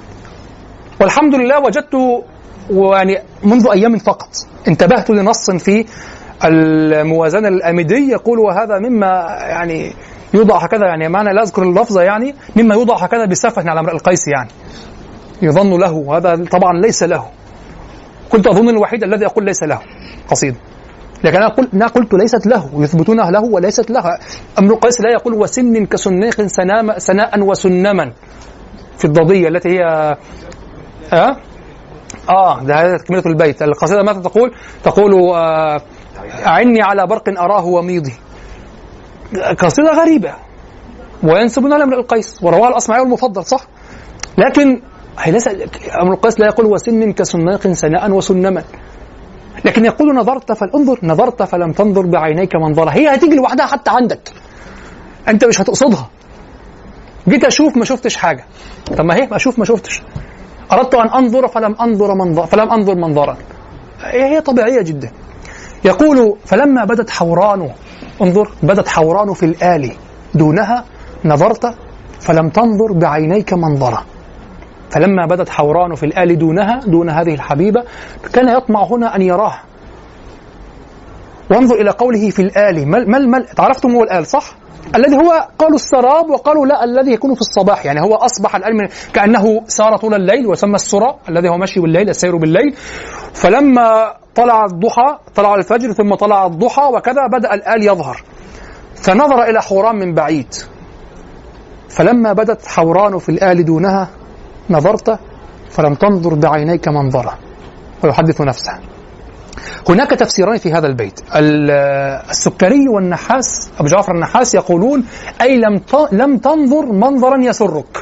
والحمد لله وجدت يعني منذ أيام فقط انتبهت لنص في الموازنة الأمدي يقول وهذا مما يعني يوضع هكذا، يعني معنى لا أذكر اللفظة، يعني مما يوضع هكذا بسفه على امرئ القيس، يعني يظن له، وهذا طبعا ليس له. كنت أظن الوحيد الذي أقول ليس له قصيدة، لكن أنا قلت أنا قلت ليست له، يثبتونها له وليست له. امرؤ القيس لا يقول وسن كسنيق سنام سناء وسنما في الضبية التي هي آه آه ده هذا تكملة البيت. القصيدة ماذا تقول؟ تقول آه أعني على برق أراه وميضي. قصيدة غريبة وينسبون لها امرؤ القيس ورواها الأصمعي المفضل صح، لكن هي ليس امرؤ القيس لا يقول وسن كسنيق سناء وسنما، لكن يقول نظرت فلانظر، نظرت فلم تنظر بعينيك منظرها. هي هتيجي لوحدها حتى عندك، انت مش هتقصدها. جيت اشوف ما شفتش حاجه، طب ما هي اشوف ما شفتش. اردت ان انظر فلم انظر منظر فلم انظر منظرا. هي طبيعيه جدا. يقول فلما بدت حوران، انظر بدت حوران في الآل دونها نظرت فلم تنظر بعينيك منظرا. فلما بدت حوران في الآل دونها، دون هذه الحبيبة، كان يطمع هنا أن يراها. وانظر إلى قوله في الآل، مل مل مل تعرفتم هو الآل صح؟ الذي هو قالوا السراب وقالوا لا الذي يكون في الصباح، يعني هو أصبح الآل كأنه سار طول الليل وسمى السرى الذي هو مشي بالليل السير بالليل. فلما طلع الضحى طلع الفجر ثم طلع الضحى وكذا بدأ الآل يظهر، فنظر إلى حوران من بعيد. فلما بدت حوران في الآل دونها نظرت فلم تنظر بعينيك منظرا، ويحدث نفسه. هناك تفسيران في هذا البيت. السكري والنحاس أبو جعفر النحاس يقولون أي لم لم تنظر منظرا يسرك.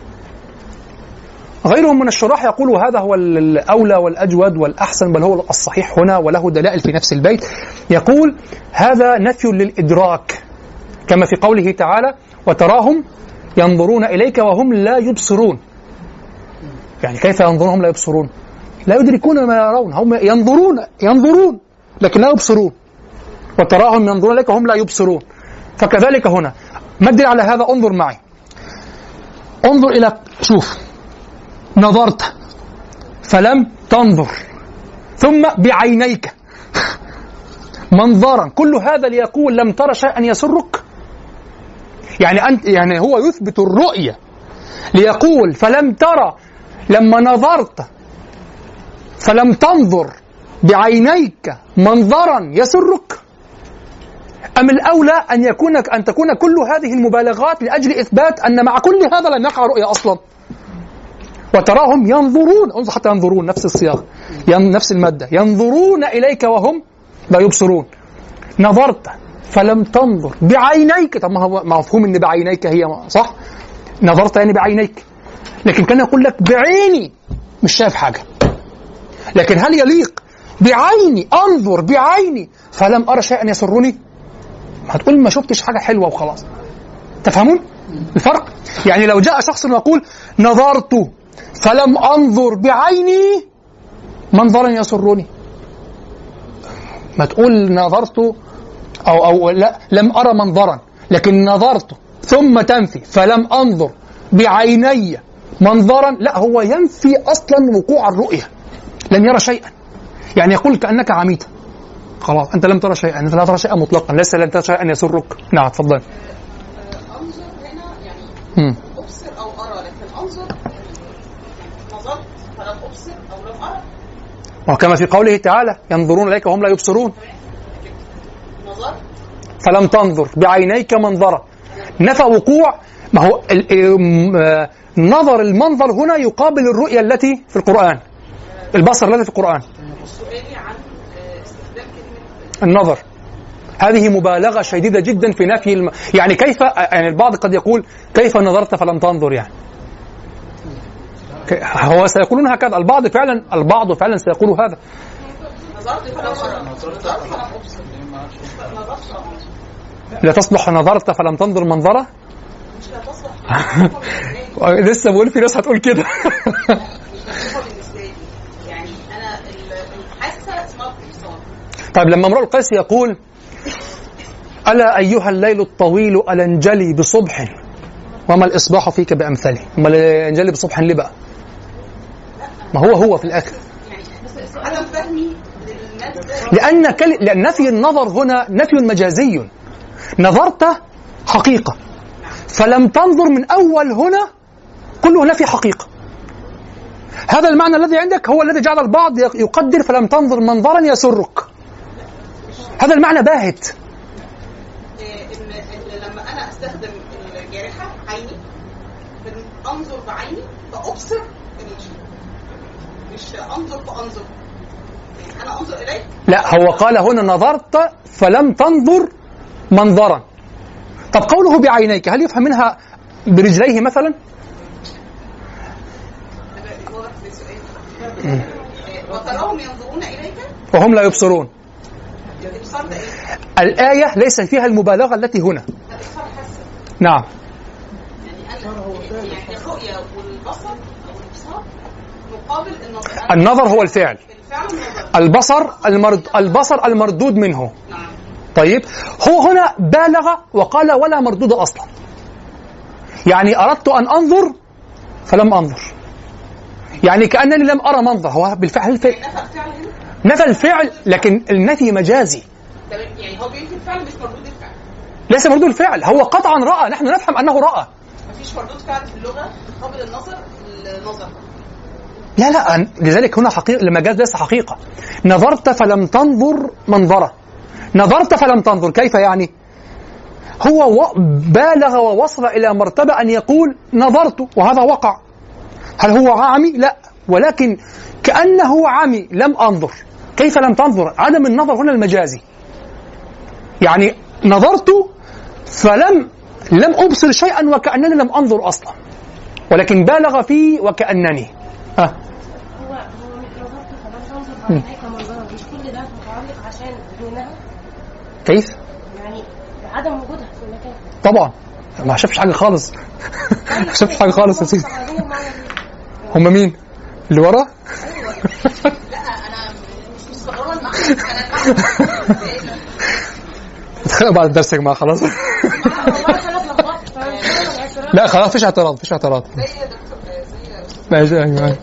غيرهم من الشراح يقول هذا هو الأولى والأجود والأحسن، بل هو الصحيح هنا وله دلائل في نفس البيت. يقول هذا نفي للإدراك، كما في قوله تعالى وتراهم ينظرون إليك وهم لا يبصرون. يعني كيف ينظرون لا يبصرون؟ لا يدركون ما يرون، هم ينظرون ينظرون لكن لا يبصرون. وتراهم ينظرون إليك وهم لا يبصرون. فكذلك هنا. ما الدليل على هذا؟ انظر معي، انظر إلى شوف نظرت فلم تنظر ثم بعينيك منظرا، كل هذا ليقول لم ترى شيئا يسرك. يعني أنت يعني هو يثبت الرؤية ليقول فلم ترى لما نظرت فلم تنظر بعينيك منظرا يسرك، أم الأولى أن يكون أن تكون كل هذه المبالغات لأجل إثبات أن مع كل هذا لم يقع رؤية أصلا. وتراهم ينظرون، انظر حتى ينظرون نفس الصياغة نفس المادة، ينظرون إليك وهم لا يبصرون. نظرت فلم تنظر بعينيك، طب ما هو مفهوم ان بعينيك هي صح، نظرت يعني بعينيك، لكن كان يقول لك بعيني مش شايف حاجة. لكن هل يليق بعيني انظر بعيني فلم أرى شيئا يسرني؟ هتقول ما شفتش حاجة حلوة وخلاص. تفهمون الفرق؟ يعني لو جاء شخص ويقول نظرت فلم أنظر بعيني منظرا يسرني، ما تقول نظرت أو, أو لا لم أرى منظرا، لكن نظرت ثم تنفي فلم أنظر بعيني منظرا، لا هو ينفي أصلا وقوع الرؤية، لم يرى شيئا. يعني يقول كأنك عميت، خلاص أنت لم ترى شيئا، أنت لا ترى شيئا مطلقا، ليس لم ترى شيئا يسرك. نعم تفضل. أنظر هنا يعني أبصر أو أرى، لكن أنظر نظرت فلم أبصر أو لم أرى، وكما في قوله تعالى ينظرون إليك وهم لا يبصرون. نظرت فلم تنظر بعينيك منظرا، نفى وقوع. ما هو نظر المنظر هنا يقابل الرؤية التي في القرآن، البصر الذي في القرآن. سؤالي عن استخدام كلمة النظر، هذه مبالغة شديدة جدا في نفي الم... يعني كيف، يعني البعض قد يقول كيف نظرت فلم تنظر، يعني هو سيقولون هكذا، البعض فعلا البعض فعلا سيقول هذا. نظرت فلم أرى، نظرت فلم أبصر، لا تصلح نظرت فلم تنظر منظرة. مش لا تصلح لسه بقول في ناس هتقول كده. يعني أنا الحاسة اسمها بإبصار. طيب لما امرؤ القيس يقول ألا أيها الليل الطويل ألا انجلي بصبح وما الإصباح فيك بأمثله، ما انجلي بصبح ليه بقى؟ ما هو هو في الآخر أنا فهمي لأن كل... لأن نفي النظر هنا نفي مجازي. نظرت حقيقة، فلم تنظر من أول هنا كله نفي حقيقة. هذا المعنى الذي عندك هو الذي جعل البعض يقدر فلم تنظر منظرا يسرك. هذا المعنى باهت. ان لما انا استخدم الجارحه عيني انظر بعيني فابصر الشيء، مش انظر فانظر. يعني انا انظر اليك. لا، هو قال هنا نظرت فلم تنظر منظرا. طب قوله بعينيك هل يفهم منها برجليه مثلا؟ وتراهم ينظرون اليك وهم لا يبصرون. الآية ليس فيها المبالغة التي هنا. نعم. يعني الرؤية والبصر أو الإبصار مقابل النظر. النظر هو الفعل. البصر المرد البصر المردود منه. طيب، هو هنا بالغ وقال ولا مردود أصلا. يعني أردت أن أنظر فلم أنظر. يعني كأنني لم أرى منظر. هو بالفعل الفعل. نفى الفعل، لكن النفي مجازي. يعني هو بينفي الفعل مش مردود الفعل. ليس مردود الفعل، هو قطعا رأى. نحن نفهم أنه رأى. مفيش مردود فعل في اللغة قبل النظر النظر. لا لا، لذلك هنا حقيقة، المجاز ليس حقيقة. نظرت فلم تنظر منظرة. نظرت فلم تنظر كيف يعني؟ هو بالغ ووصل إلى مرتبة أن يقول نظرت وهذا وقع. هل هو عامي؟ لا، ولكن كأنه عامي لم أنظر. كيف لم تنظر؟ عدم النظر هنا المجازي. يعني نظرت فلم لم أبصر شيئا وكأنني لم أنظر أصلا، ولكن بالغ فيه وكأنني. أه. هو هو نظرت فلم تنظر بعينيك منظرا، مش كل ده متعلق عشان دونها؟ كيف؟ يعني عدم وجودها في المكان. طبعا ما شافش حاجة خالص. ما شافش حاجة خالص يا سيدي. هم مين؟ اللي ورا؟ لا أنا مش مستغربة المعنى. أنا اتخانقوا بعد الدرس يا جماعة خلاص. لا خلاص، فيش اعتراض فيش اعتراض. ماشي.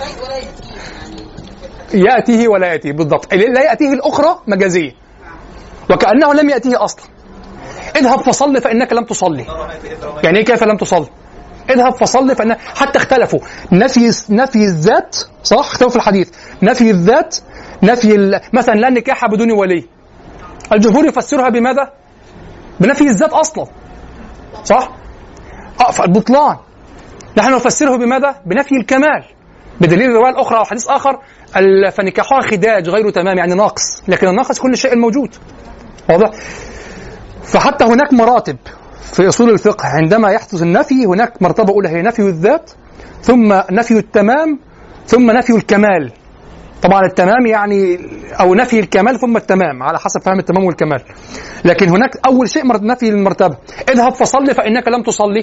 يأتيه ولا يأتيه بالضبط. لا يأتيه الأخرى مجازية وكأنه لم يأتيه أصلا. اذهب فصل فإنك لم تصلي. يعني إيه كيف لم تصلي؟ اذهب فصل فإن حتى اختلفوا نفي نفي الذات، صح؟ اختلفوا في الحديث نفي الذات، نفي مثلا لا نكاح بدون ولي. الجمهور يفسرها بماذا؟ بنفي الذات أصلا، صح؟ اه فالبطلان. نحن نفسره بماذا؟ بنفي الكمال، بدليل الرواية الأخرى أو حديث آخر فنكاحها خداج غير تمام، يعني ناقص، لكن الناقص كل شيء موجود. واضح؟ فحتى هناك مراتب في أصول الفقه. عندما يحدث النفي هناك مرتبة أولى هي نفي الذات، ثم نفي التمام، ثم نفي الكمال. طبعا التمام يعني أو نفي الكمال ثم التمام على حسب فهم التمام والكمال. لكن هناك أول شيء نفي المرتبة. اذهب فصلي فإنك لم تصلي.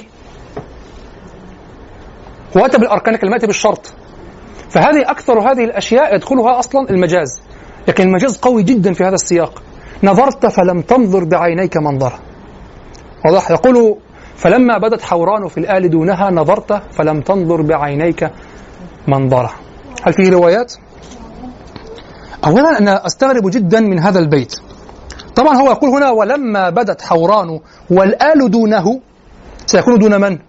وأتى بالأركان كلمات بالشرط. فهذه أكثر هذه الأشياء يدخلها أصلا المجاز، لكن المجاز قوي جدا في هذا السياق. نظرت فلم تنظر بعينيك منظرا. واضح؟ يقول فلما بدت حوران في الآل دونها نظرت فلم تنظر بعينيك منظرا. هل فيه روايات؟ أولا أنا أستغرب جدا من هذا البيت. طبعا هو يقول هنا ولما بدت حوران والآل دونه، سيكون دون من؟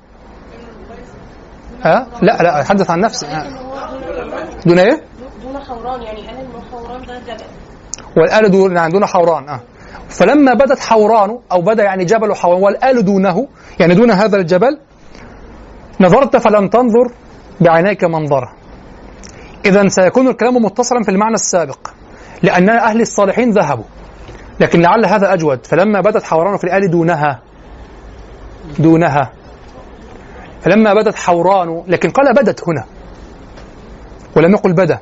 ها؟ لا لا أتحدث عن نفسي. دون إيه؟ دون حوران، يعني قال إنه حوران ده جبل. والآل دون يعني دون حوران. أه. فلما بدت حوران أو بدا يعني جبل حوران والآل دونه يعني دون هذا الجبل نظرت فلم تنظر بعينيك منظرا. إذن سيكون الكلام متصلا في المعنى السابق، لأن أهل الصالحين ذهبوا، لكن لعل هذا أجود. فلما بدت حوران في الآل دونها دونها فلما بدت حوران، لكن قال بدت هنا ولم يقل بدا.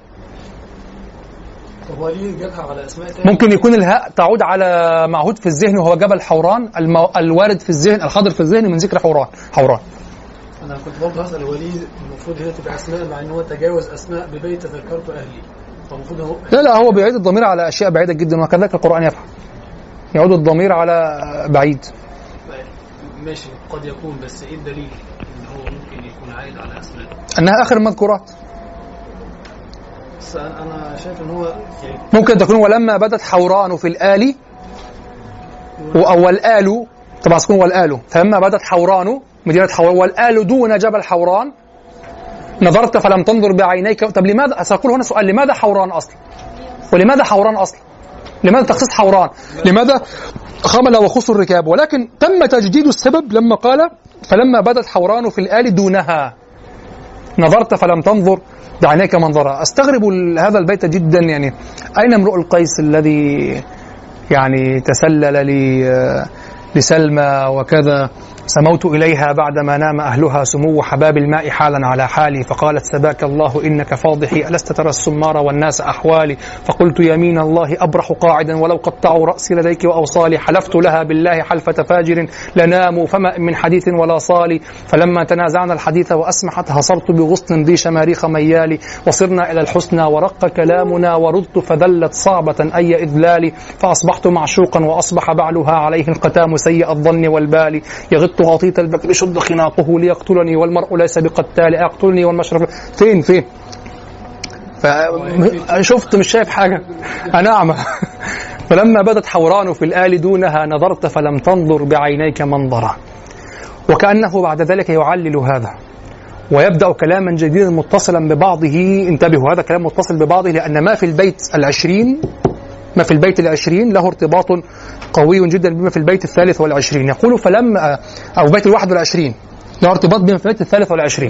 ممكن يكون الهاء تعود على معهود في الذهن وهو جبل حوران، المو... الوارد في الذهن الحاضر في الذهن من ذكر حوران حوران. أنا كنت برضه هسأل ولي المفروض هنا تبقى أسماء، مع إن هو تجاوز أسماء ببيت تذكرت أهلي، فالمفروض هو لا لا هو بيعيد الضمير على أشياء بعيدة جدا، وكذلك القرآن يفعل، يعود الضمير على بعيد. ماشي قد يكون، بس إيه الدليل إن هو ممكن يكون عايد على أسماء؟ أنها آخر المذكورات. بس أنا شايف إن هو يعني ممكن تكون ولما بدت حوران في الآل أو الآل، طبعا تكون والآل، فلما بدت حوران مدينة حوران والآل دون جبل حوران نظرت فلم تنظر بعينيك. طب لماذا؟ سأقول هنا سؤال، لماذا حوران أصلا؟ ولماذا حوران أصلا؟ لماذا تخصيص حوران؟ لماذا خمل وخص الركاب؟ ولكن تم تجديد السبب لما قال فلما بدت حوران في الآل دونها نظرت فلم تنظر بعينيك منظرها. أستغرب هذا البيت جدا، يعني أين امرؤ القيس الذي يعني تسلل لي لسلمى وكذا سموت إليها بعدما نام أهلها سمو حباب الماء حالا على حالي فقالت سباك الله إنك فاضحي ألست ترى السمار والناس أحوالي فقلت يمين الله أبرح قاعدا ولو قطعوا رأسي لديك وأوصالي حلفت لها بالله حلفة فاجر لناموا فما من حديث ولا صالي فلما تنازعنا الحديث وأسمحت هصرت بغصن ذي شماريخ ميالي وصرنا إلى الحسنى ورق كلامنا وردت فذلت صعبة أي إذلال فأصبحت معشوقا وأصبح بعلها عليه القتام سيء الظن والبال يغط غطيت البكر شد خناقه ليقتلني والمرء ليس بقتال أقتلني والمشرف فين فين فشفت مش شايف حاجة أنا أعمى فلما بدت حوران في الآل دونها نظرت فلم تنظر بعينيك منظرا. وكأنه بعد ذلك يعلل هذا ويبدأ كلاما جديدا متصلا ببعضه. انتبهوا، هذا كلام متصل ببعضه لأن ما في البيت العشرين ما في البيت العشرين له ارتباط قوي جدا بما في البيت الثالث والعشرين. يقول فلما أو بيت الواحد والعشرين له ارتباط بما في البيت الثالث والعشرين.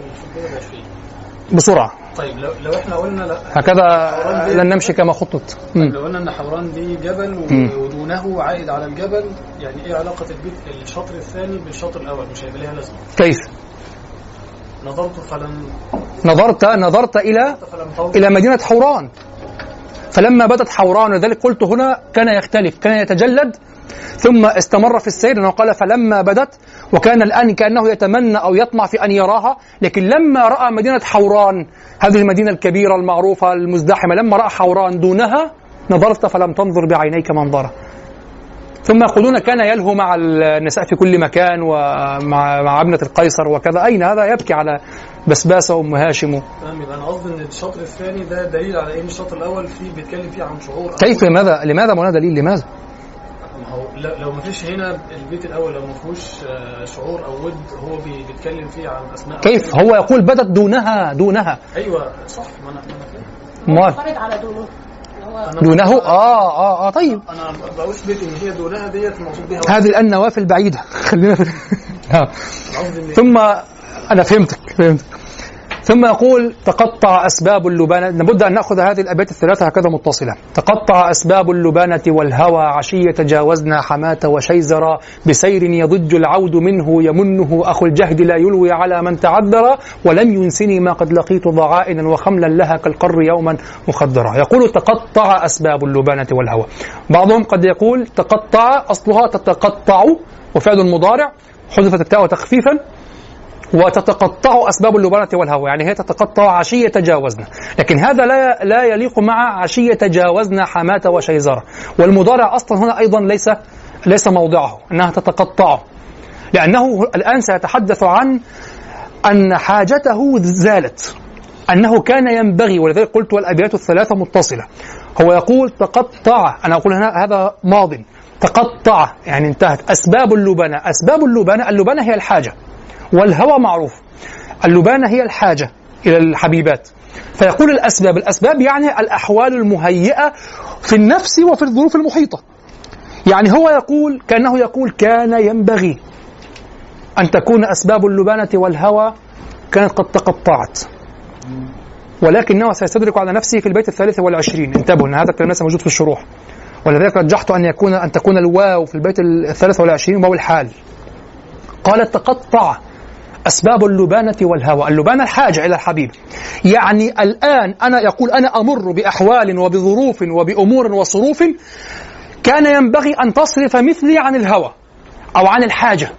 بسرعة. طيب لو, لو احنا قلنا لا هكذا لن نمشي كما خطط. طيب لو قلنا ان حوران دي جبل ودونه عائد على الجبل، يعني ايه علاقة البيت الشطر الثاني بالشطر الأول؟ مش هيبقى ليها لازمة. كيف؟ نظرت فلم نظرت نظرت إلى إلى مدينة حوران فلما بدت حوران، ولذلك قلت هنا كان يختلف، كان يتجلد ثم استمر في السير، لأنه قال فلما بدت وكان الآن كأنه يتمنى أو يطمع في أن يراها، لكن لما رأى مدينة حوران هذه المدينة الكبيرة المعروفة المزدحمة لما رأى حوران دونها نظرت فلم تنظر بعينيك منظرة. ثم يقولون كان يلهو مع النساء في كل مكان ومع مع ابنة القيصر وكذا. أين هذا؟ يبكي على بسباسة وأم هاشم. أنا قصدي إن الشطر الثاني ده دليل على إن الشطر الأول فيه بيتكلم فيه عن شعور. كيف؟ لماذا؟ لماذا مولانا دليل؟ لماذا؟ لو ما فيش هنا البيت الأول لو ما فيهوش شعور أو ود هو بيتكلم فيه عن أسماء. كيف؟ هو يقول بدت دونها دونها. أيوة صح. ما أنا أنا فرض على دونه دونه. آه آه آه طيب. أنا بأثبت إن هي دونها ديت المقصود بها هذه النوافل بعيدة. خلينا في ثم أنا فهمتك فهمتك ثم يقول تقطع أسباب اللبانة. لابد أن نأخذ هذه الأبيات الثلاثة هكذا متصلة. تقطع أسباب اللبانة والهوى عشية تجاوزنا حماة وشيزرا بسير يضج العود منه يمنه أخو الجهد لا يلوي على من تعذر ولم ينسني ما قد لقيت ضعائنا وخملا لها كالقر يوما مخدرا. يقول تقطع أسباب اللبانة والهوى. بعضهم قد يقول تقطع أصلها تتقطع وفعل مضارع حذفت التاء تخفيفا وتتقطع أسباب اللبانة والهوى، يعني هي تتقطع عشية تجاوزنا، لكن هذا لا لا يليق مع عشية تجاوزنا حماة وشيزرة. والمضارع أصلا هنا أيضا ليس ليس موضعه أنها تتقطع، لأنه الآن سيتحدث عن أن حاجته زالت، أنه كان ينبغي، ولذلك قلت والأبيات الثلاثة متصلة. هو يقول تقطع، أنا أقول هنا هذا ماض، تقطع يعني انتهت. أسباب اللبانة، أسباب اللبانة، اللبانة هي الحاجة والهوى معروف، اللبانة هي الحاجة إلى الحبيبات. فيقول الأسباب، الأسباب يعني الأحوال المهيئة في النفس وفي الظروف المحيطة. يعني هو يقول كأنه يقول كان ينبغي أن تكون أسباب اللبانة والهوى كانت قد تقطعت، ولكنه سيستدرك على نفسه في البيت الثالث والعشرين. انتبهوا أن هذا الكلام ليس موجود في الشروح، ولذلك رجحت أن يكون أن تكون الواو في البيت الثالث والعشرين واو الحال. قال تقطع أسباب اللبانة والهوى، اللبانة الحاجة إلى الحبيب. يعني الآن أنا يقول أنا أمر بأحوال وبظروف وبأمور وصروف كان ينبغي أن تصرف مثلي عن الهوى أو عن الحاجة.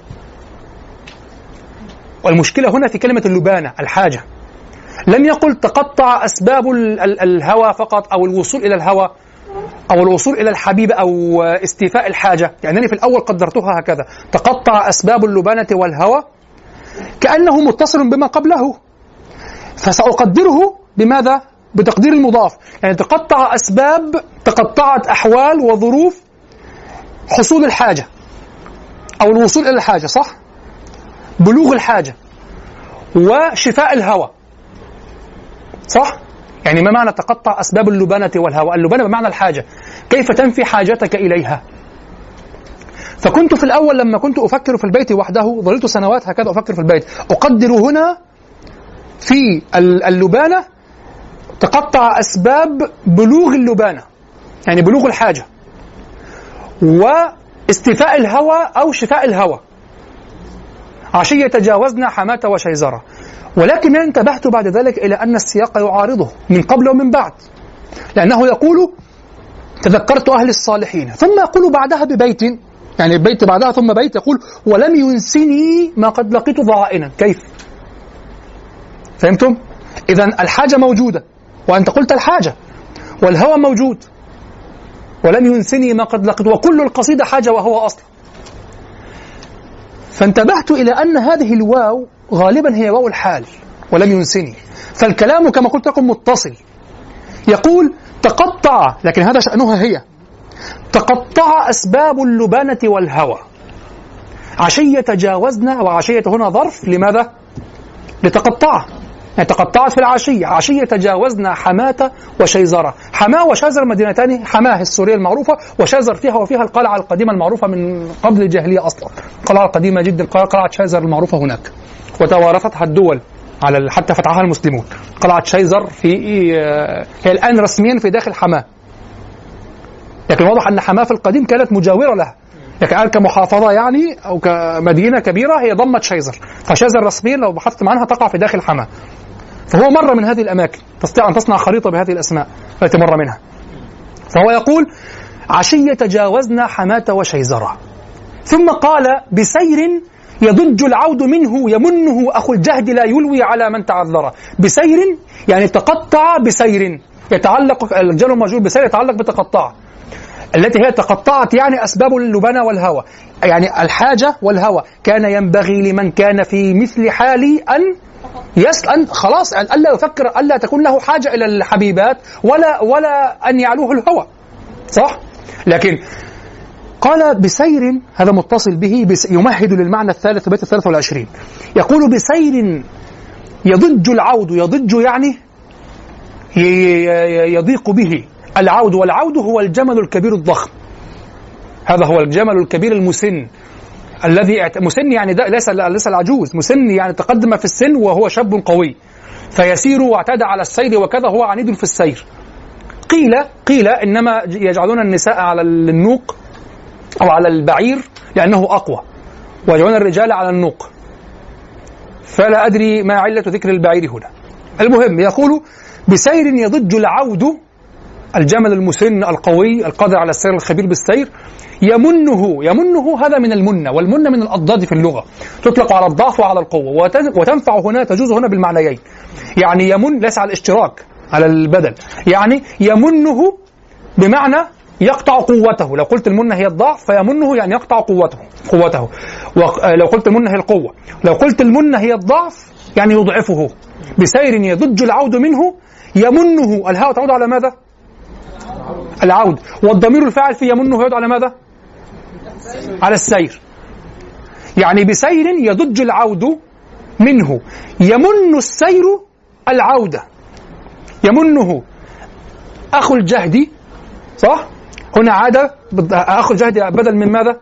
والمشكلة هنا في كلمة اللبانة الحاجة. لم يقل تقطع أسباب الهوى فقط أو الوصول إلى الهوى أو الوصول إلى الحبيب أو استيفاء الحاجة. يعني أنا في الأول قدرتها هكذا، تقطع أسباب اللبانة والهوى كأنه متصل بما قبله، فسأقدره بماذا؟ بتقدير المضاف. يعني تقطع أسباب، تقطعت أحوال وظروف حصول الحاجة أو الوصول إلى الحاجة، صح؟ بلوغ الحاجة وشفاء الهوى. صح؟ يعني ما معنى تقطع أسباب اللبانة والهوى؟ اللبانة بمعنى الحاجة، كيف تنفي حاجتك إليها؟ فكنت في الأول لما كنت أفكر في البيت وحده، ظللت سنوات هكذا أفكر في البيت، أقدر هنا في اللبانة تقطع أسباب بلوغ اللبانة، يعني بلوغ الحاجة، واستيفاء الهوى أو شفاء الهوى. عشية تجاوزنا حماة وشيزرة. ولكن انتبهت بعد ذلك إلى أن السياق يعارضه من قبل ومن بعد، لأنه يقول تذكرت أهل الصالحين، ثم يقول بعدها ببيت، يعني البيت بعدها ثم بيت، يقول ولم ينسني ما قد لقيت ضائنا. كيف؟ فهمتم؟ إذن الحاجة موجودة، وأنت قلت الحاجة، والهوى موجود، ولم ينسني ما قد لقيت، وكل القصيدة حاجة وهو أصلا. فانتبهت إلى أن هذه الواو غالبا هي واو الحال، ولم ينسني، فالكلام كما قلت لكم متصل. يقول تقطع، لكن هذا شأنها هي، تقطع أسباب اللبانة والهوى. عشية تجاوزنا، وعشية هنا ظرف لماذا؟ لتقطع، يعني تقطعت في العشية. عشية تجاوزنا حماة وشيزرة. حماة وشيزر مدينتان، حماة السورية المعروفة، وشيزر فيها وفيها القلعة القديمة المعروفة من قبل الجاهلية أصلا، قلعة قديمة جدا، قلعة شيزر المعروفة هناك، وتوارثتها الدول على حتى فتحها المسلمون. قلعة شيزر في هي الآن رسميا في داخل حماة، لكن واضح أن حماة في القديم كانت مجاورة لها، لكن الآن كمحافظة يعني أو كمدينة كبيرة هي ضمت شيزر، فشيزر رسميا لو بحثت عنها تقع في داخل حماة. فهو مرة من هذه الأماكن، تستطيع أن تصنع خريطة بهذه الأسماء التي مر منها. فهو يقول عشية تجاوزنا حماة وشيزرة. ثم قال بسير يضج العود منه يمنه أخو الجهد لا يلوي على من تعذر. بسير يعني تقطع بسير، يتعلق الجر والمجرور بسير يتعلق بتقطع، التي هي تقطعت يعني أسباب اللبانة والهوى، يعني الحاجة والهوى. كان ينبغي لمن كان في مثل حالي أن يسأل خلاص، ألا يفكر، ألا تكون له حاجة إلى الحبيبات ولا ولا أن يعلوه الهوى، صح؟ لكن قال بسير، هذا متصل به، بس يمهد للمعنى الثالث في بيت الثالث والعشرين. يقول بسير يضج العود، يضج يعني يضيق به العود، والعود هو الجمل الكبير الضخم، هذا هو الجمل الكبير المسن الذي مسن يعني ليس ليس العجوز، مسن يعني تقدم في السن وهو شاب قوي، فيسير واعتاد على السير وكذا، هو عنيد في السير. قيل قيل إنما يجعلون النساء على النوق أو على البعير لأنه أقوى، ويجعلون الرجال على النوق، فلا أدري ما علة ذكر البعير هنا. المهم يقول بسير يضج العود، الجمل المسن القوي القادر على السير الخبير بالسير، يمنه، يمنه هذا من المنة، والمنة من الأضداد في اللغة، تطلق على الضعف وعلى القوة، وتنفع هنا، تجوز هنا بالمعنيين. يعني يمن ليس على الاشتراك، على البدل، يعني يمنه بمعنى يقطع قوته. لو قلت المنة هي الضعف فيمنه يعني يقطع قوته قوته ولو قلت المنة هي القوة، لو قلت المنة هي الضعف يعني يضعفه. بسير يضج العود منه يمنه، الهاء تعود على ماذا؟ العود، والضمير الفاعل في يمنه يعود على ماذا؟ على السير. يعني بسير يضج العود منه يمن السير العودة، يمنه أخو الجهد، صح؟ هنا عاد أخو الجهد بدل من ماذا؟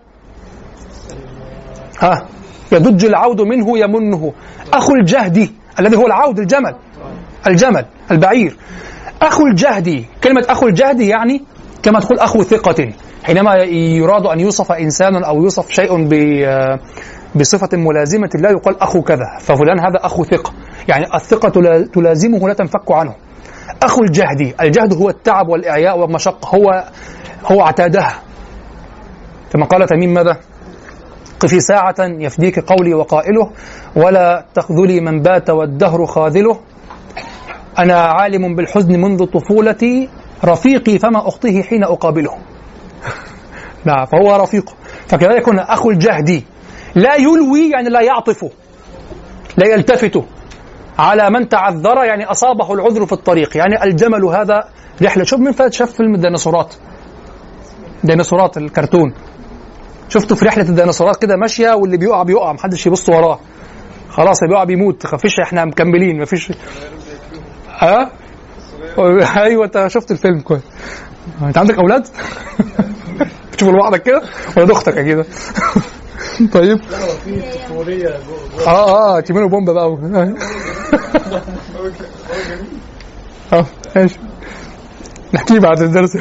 ها يضج العود منه يمنه أخو الجهد الذي هو العود، الجمل، الجمل البعير. أخو الجهد، كلمة أخو الجهد يعني كما تقول أخو ثقة، حينما يراد أن يوصف إنسان أو يوصف شيء بصفة ملازمة لا يقال أخو كذا، ففلان هذا أخو ثقة، يعني الثقة تلازمه لا تنفك عنه. أخو الجهد، الجهد هو التعب والإعياء والمشقة، هو هو اعتادها، كما قال تميم ماذا؟ قفي ساعة يفديك قولي وقائله، ولا تخذلي من بات والدهر خاذله، أنا عالم بالحزن منذ طفولتي، رفيقي فما أخطيه حين أقابله. نعم، فهو رفيقه. فكذلك هنا أخو الجهد لا يلوي يعني لا يعطف، لا يلتفت على من تعذر، يعني أصابه العذر في الطريق. يعني الجمل هذا رحلة، شوف من فات شاف فيلم الديناصورات، ديناصورات الكرتون، شفتوا في رحلة الديناصورات كده ماشية، واللي بيقع بيقع محدش يبص وراه، خلاص اللي بيقع بيموت، مفيش، احنا مكملين، مفيش. ها ايوه انت شفت الفيلم كويس. انت عندك اولاد؟ بتشوف لوحدك كده ولا اختك كده؟ طيب لا هو في تكنولوجيا اه اه تيمون بومبا بقى اه ماشي نحكي بعد الدرس.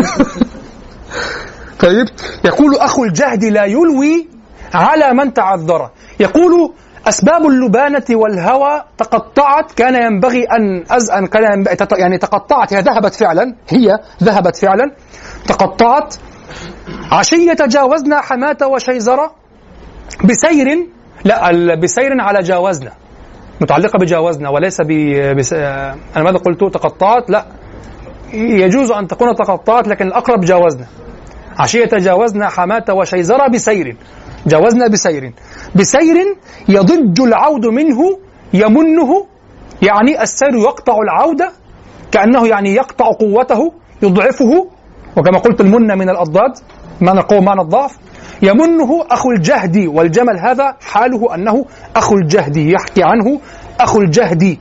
طيب يقول أخو الجهد لا يلوي على من تعذر. يقول أسباب اللبانة والهوى تقطعت، كان ينبغي أن أزأن كان ينبغي يعني تقطعت، هي ذهبت فعلا، هي ذهبت فعلا تقطعت. عشية جاوزنا حماة وشيزرة بسير، لا بسير على جاوزنا متعلقة بجاوزنا وليس ب بس... أنا ماذا قلت تقطعت؟ لا يجوز أن تكون تقطعت لكن الأقرب جاوزنا. عشية جاوزنا حماة وشيزرة بسير، جاوزنا بسير، بسير يضج العود منه يمنه، يعني السير يقطع العود كأنه يعني يقطع قوته يضعفه، وكما قلت المنة من الأضداد معنى القوة معنى الضعف. يمنه أخو الجهد، والجمل هذا حاله أنه أخو الجهد، يحكي عنه أخو الجهد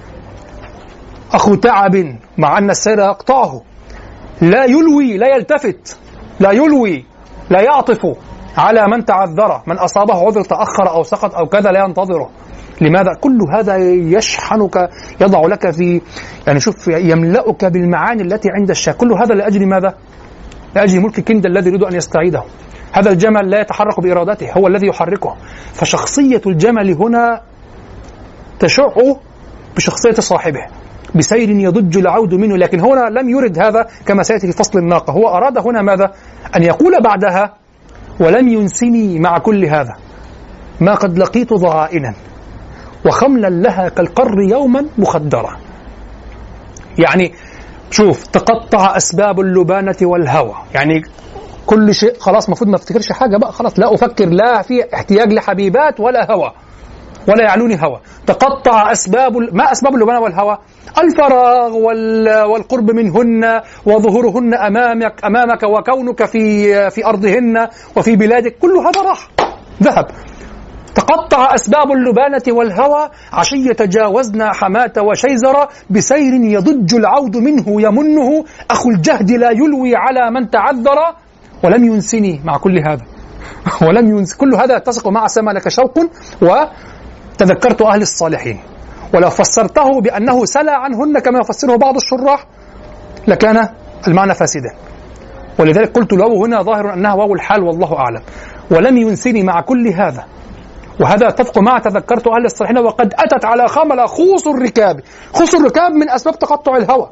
أخو تعب مع أن السير يقطعه، لا يلوي لا يلتفت، لا يلوي لا يعطف على من تعذر، من أصابه عذر تأخر أو سقط أو كذا لا ينتظره. لماذا؟ كل هذا يشحنك، يضع لك في يعني شوف يملأك بالمعاني التي عند الشاه. كل هذا لأجل ماذا؟ لأجل ملك كند الذي يريد أن يستعيده. هذا الجمل لا يتحرك بإرادته، هو الذي يحركه. فشخصية الجمل هنا تشع بشخصية صاحبه، بسير يضج العود منه. لكن هنا لم يرد هذا كما سيأتي في فصل الناقة، هو أراد هنا ماذا؟ أن يقول بعدها ولم ينسني مع كل هذا ما قد لقيت ضغائنا وخملا لها كالقر يوما مخدرة. يعني شوف تقطع أسباب اللبانة والهوى، يعني كل شيء خلاص مفروض ما افتكرش حاجة بقى، خلاص لا أفكر لا في احتياج لحبيبات ولا هوى ولا يعلوني هوى. تقطع أسباب، ما أسباب اللبانة والهوى؟ الفراغ والقرب منهن وظهورهن أمامك أمامك وكونك في في أرضهن وفي بلادك، كل هذا راح ذهب. تقطع أسباب اللبانة والهوى عشية جاوزنا حماة وشيزرة بسير يضج العود منه يمنه أخو الجهد لا يلوي على من تعذر ولم ينسني مع كل هذا ولم ينس كل هذا يتسق مع سما لك شوق وتذكرت أهل الصالحين. ولو فسرته بأنه سلى عنهن كما يفسره بعض الشراح لكان المعنى فاسدا، ولذلك قلت الواو هنا ظاهر أنها واو الحال والله أعلم. ولم ينسني مع كل هذا، وهذا يتفق مع تذكرت أهل الصالحين وقد أتت على خمل خوص الركاب. خوص الركاب من أسباب تقطع الهوى،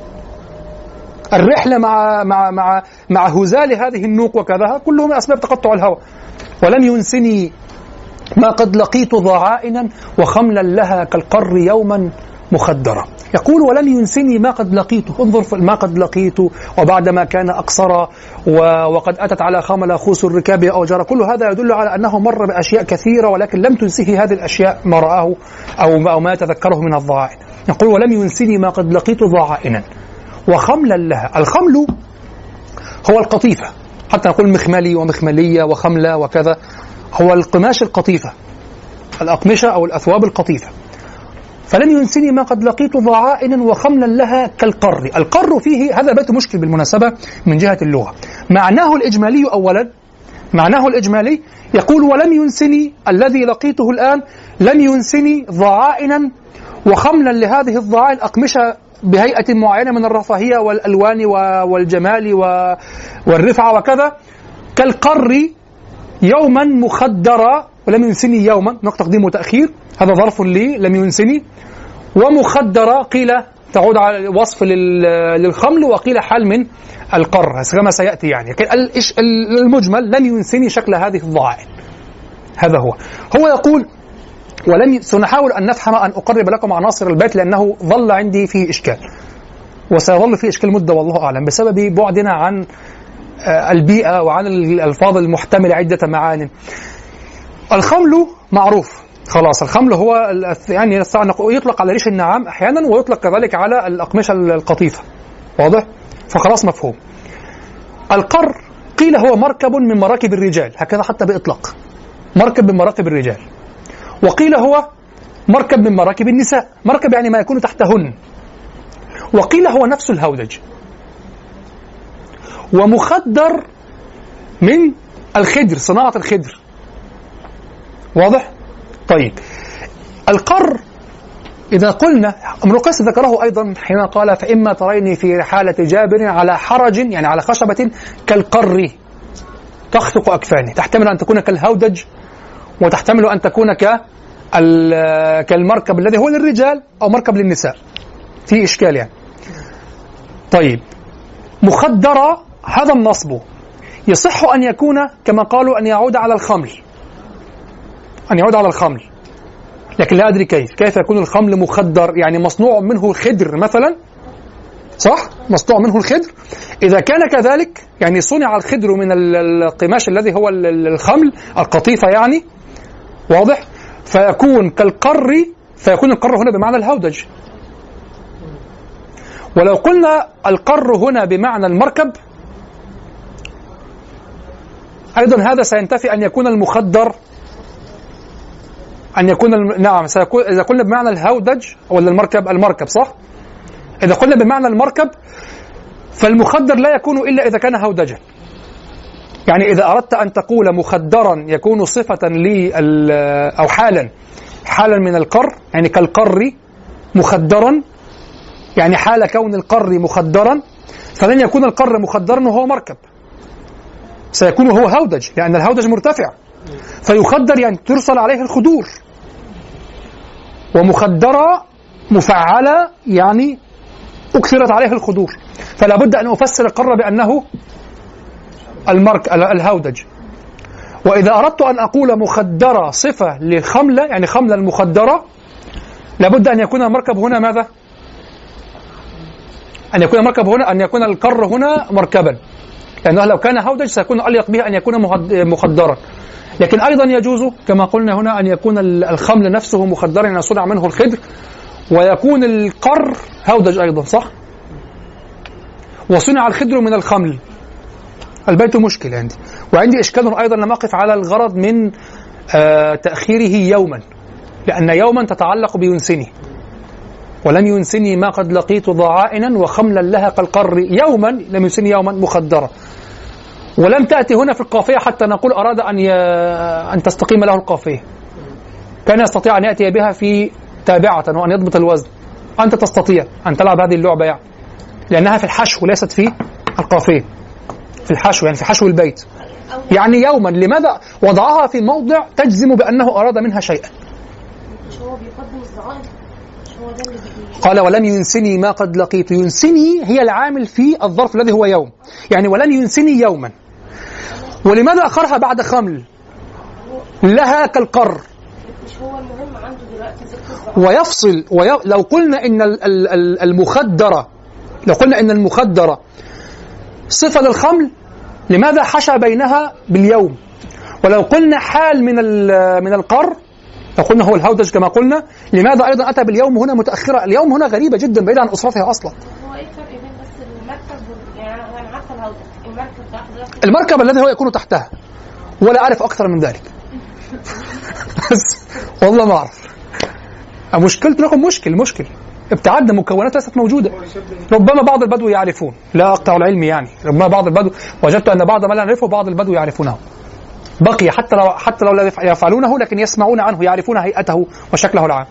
الرحلة مع مع مع مع هزال هذه النوق وكذا كله من أسباب تقطع الهوى. ولم ينسني ما قد لقيت ضعائنا وخملا لها كالقر يوما مخدرة. يقول ولم ينسني ما قد لقيته، انظر ما قد لقيته وبعدما كان أقصر وقد أتت على خمل خوص الركاب أو جرى، كل هذا يدل على أنه مر بأشياء كثيرة ولكن لم تنسه هذه الأشياء ما رآه أو ما يتذكره من الضعائن. يقول ولم ينسني ما قد لقيت ضعائنا وخملا لها. الخمل هو القطيفة، حتى نقول مخملي ومخملية وخملة وكذا، هو القماش القطيفة، الأقمشة أو الأثواب القطيفة. فلم ينسني ما قد لقيت ضعائنا وخملا لها كالقر. القر فيه هذا بيت مشكل بالمناسبة من جهة اللغة. معناه الإجمالي أولا، معناه الإجمالي يقول ولم ينسني الذي لقيته الآن، لم ينسني ضعائنا وخملا لهذه الضعائن أقمشة بهيئة معينة من الرفاهية والألوان والجمال والرفعة وكذا، كالقر يوما مخدرا. ولم ينسني يوما نقطة تقديم وتأخير، هذا ظرف لي لم ينسني، ومخدرة قيل تعود على وصف للخمل وقيل حال من القر كما سيأتي. يعني المجمل لم ينسني شكل هذه الضعائن، هذا هو. هو يقول ولم سنحاول أن نفهم أن أقرب لكم عناصر البيت لأنه ظل عندي فيه إشكال وسيظل فيه إشكال مدة والله أعلم بسبب بعدنا عن البيئة وعن الألفاظ المحتملة عدة معان. الخمل معروف خلاص، الخمل هو يعني يطلق على ريش النعام أحيانا ويطلق كذلك على الأقمشة القطيفة، واضح؟ فخلاص مفهوم. القر قيل هو مركب من مراكب الرجال، هكذا حتى بإطلاق مركب من مراكب الرجال، وقيل هو مركب من مراكب النساء. مركب يعني ما يكون تحتهن، وقيل هو نفس الهودج، ومخدر من الخدر، صناعة الخدر. واضح؟ طيب القر إذا قلنا، امرؤ القيس ذكره أيضا حين قال فإما تريني في رحالة جابر على حرج، يعني على خشبة كالقر تخفق أكفاني، تحتمل أن تكون كالهودج وتحتمل أن تكون كالمركب الذي هو للرجال أو مركب للنساء، في إشكال يعني. طيب مخدرة هذا النصب يصح أن يكون كما قالوا أن يعود على الخمل، أن يعود على الخمل، لكن لا أدري كيف كيف يكون الخمل مخدر، يعني مصنوع منه الخدر مثلا، صح؟ مصنوع منه الخدر. إذا كان كذلك يعني صنع الخدر من القماش الذي هو الخمل، القطيفة يعني، واضح؟ فيكون كالقر، فيكون القر هنا بمعنى الهودج. ولو قلنا القر هنا بمعنى المركب أيضا هذا سينتفي أن يكون المخدر، أن يكون الم... نعم سيكون إذا قلنا بمعنى الهودج ولا المركب، المركب صح؟ إذا قلنا بمعنى المركب فالمخدر لا يكون إلا إذا كان هودجا. يعني إذا أردت أن تقول مخدرا يكون صفة لل أو حالا حالا من القر، يعني كالقر مخدرا، يعني حال كون القر مخدرا، فلن يكون القر مخدرا وهو مركب، سيكون هو هودج، لأن الهودج مرتفع، فيخدر يعني ترسل عليه الخدور، ومخدرة مفعلة يعني أكثرت عليه الخدور، فلا بد أن أفسر القر بأنه المرك الهودج. وإذا أردت أن أقول مخدرة صفة لخملة، يعني خملة المخدرة، لابد أن يكون المركب هنا ماذا؟ أن يكون المركب هنا أن يكون القر هنا مركبا، لأنه لو كان هودج سيكون أليق به أن يكون مخدرا. لكن أيضا يجوز كما قلنا هنا أن يكون الخمل نفسه مخدرا، يعني صنع منه الخدر، ويكون القر هودج أيضا، صح؟ وصنع الخدر من الخمل. البيت مشكل عندي، وعندي إشكال أيضا لم أقف على الغرض من آه تأخيره يوما، لأن يوما تتعلق بينسني، ولم ينسني ما قد لقيت ضعائنا وخملا لها كالقر، يوما لم ينسني يوما مخدرة. ولم تأتي هنا في القافية حتى نقول أراد أن ي... أن تستقيم له القافية، كان يستطيع أن يأتي بها في تابعة وأن يضبط الوزن. أنت تستطيع أن تلعب هذه اللعبة يعني، لأنها في الحشو ليست في القافية، في الحشو يعني في حشو البيت. يعني يوما لماذا وضعها في موضع تجزم بأنه أراد منها شيئا؟ مش هو بيقدم الزعائم، مش هو ده اللي بي... قال ولم ينسني ما قد لقيت. ينسني هي العامل في الظرف الذي هو يوم، يعني ولم ينسني يوما. ولماذا أخرها بعد خمل لها كالقر؟ مش هو المهم عنده دلوقتي ذكر الزعائم. ويفصل وي... لو قلنا إن المخدرة لو قلنا إن المخدرة صفة للخمل، لماذا حشى بينها باليوم؟ ولو قلنا حال من من القر، لو قلنا هو الهودج كما قلنا، لماذا أيضا أتى باليوم هنا متأخرة؟ اليوم هنا غريبة جدا بعيدة عن أسرتها أصلا. هو إيه الفرق بين بس المركب وال... يعني أنا عارفة الهودج، المركب ده حضرتك المركب الذي هو يكون تحتها، ولا أعرف أكثر من ذلك. والله ما أعرف. مشكلة لكم مشكل مشكل ابتعدنا، مكونات ليست موجودة. ربما بعض البدو يعرفون، لا أقطع العلم يعني، ربما بعض البدو وجدت أن بعض ما لا نعرفه بعض البدو يعرفونه، بقي حتى لو حتى لو لا يفعلونه لكن يسمعون عنه، يعرفون هيئته وشكله العام.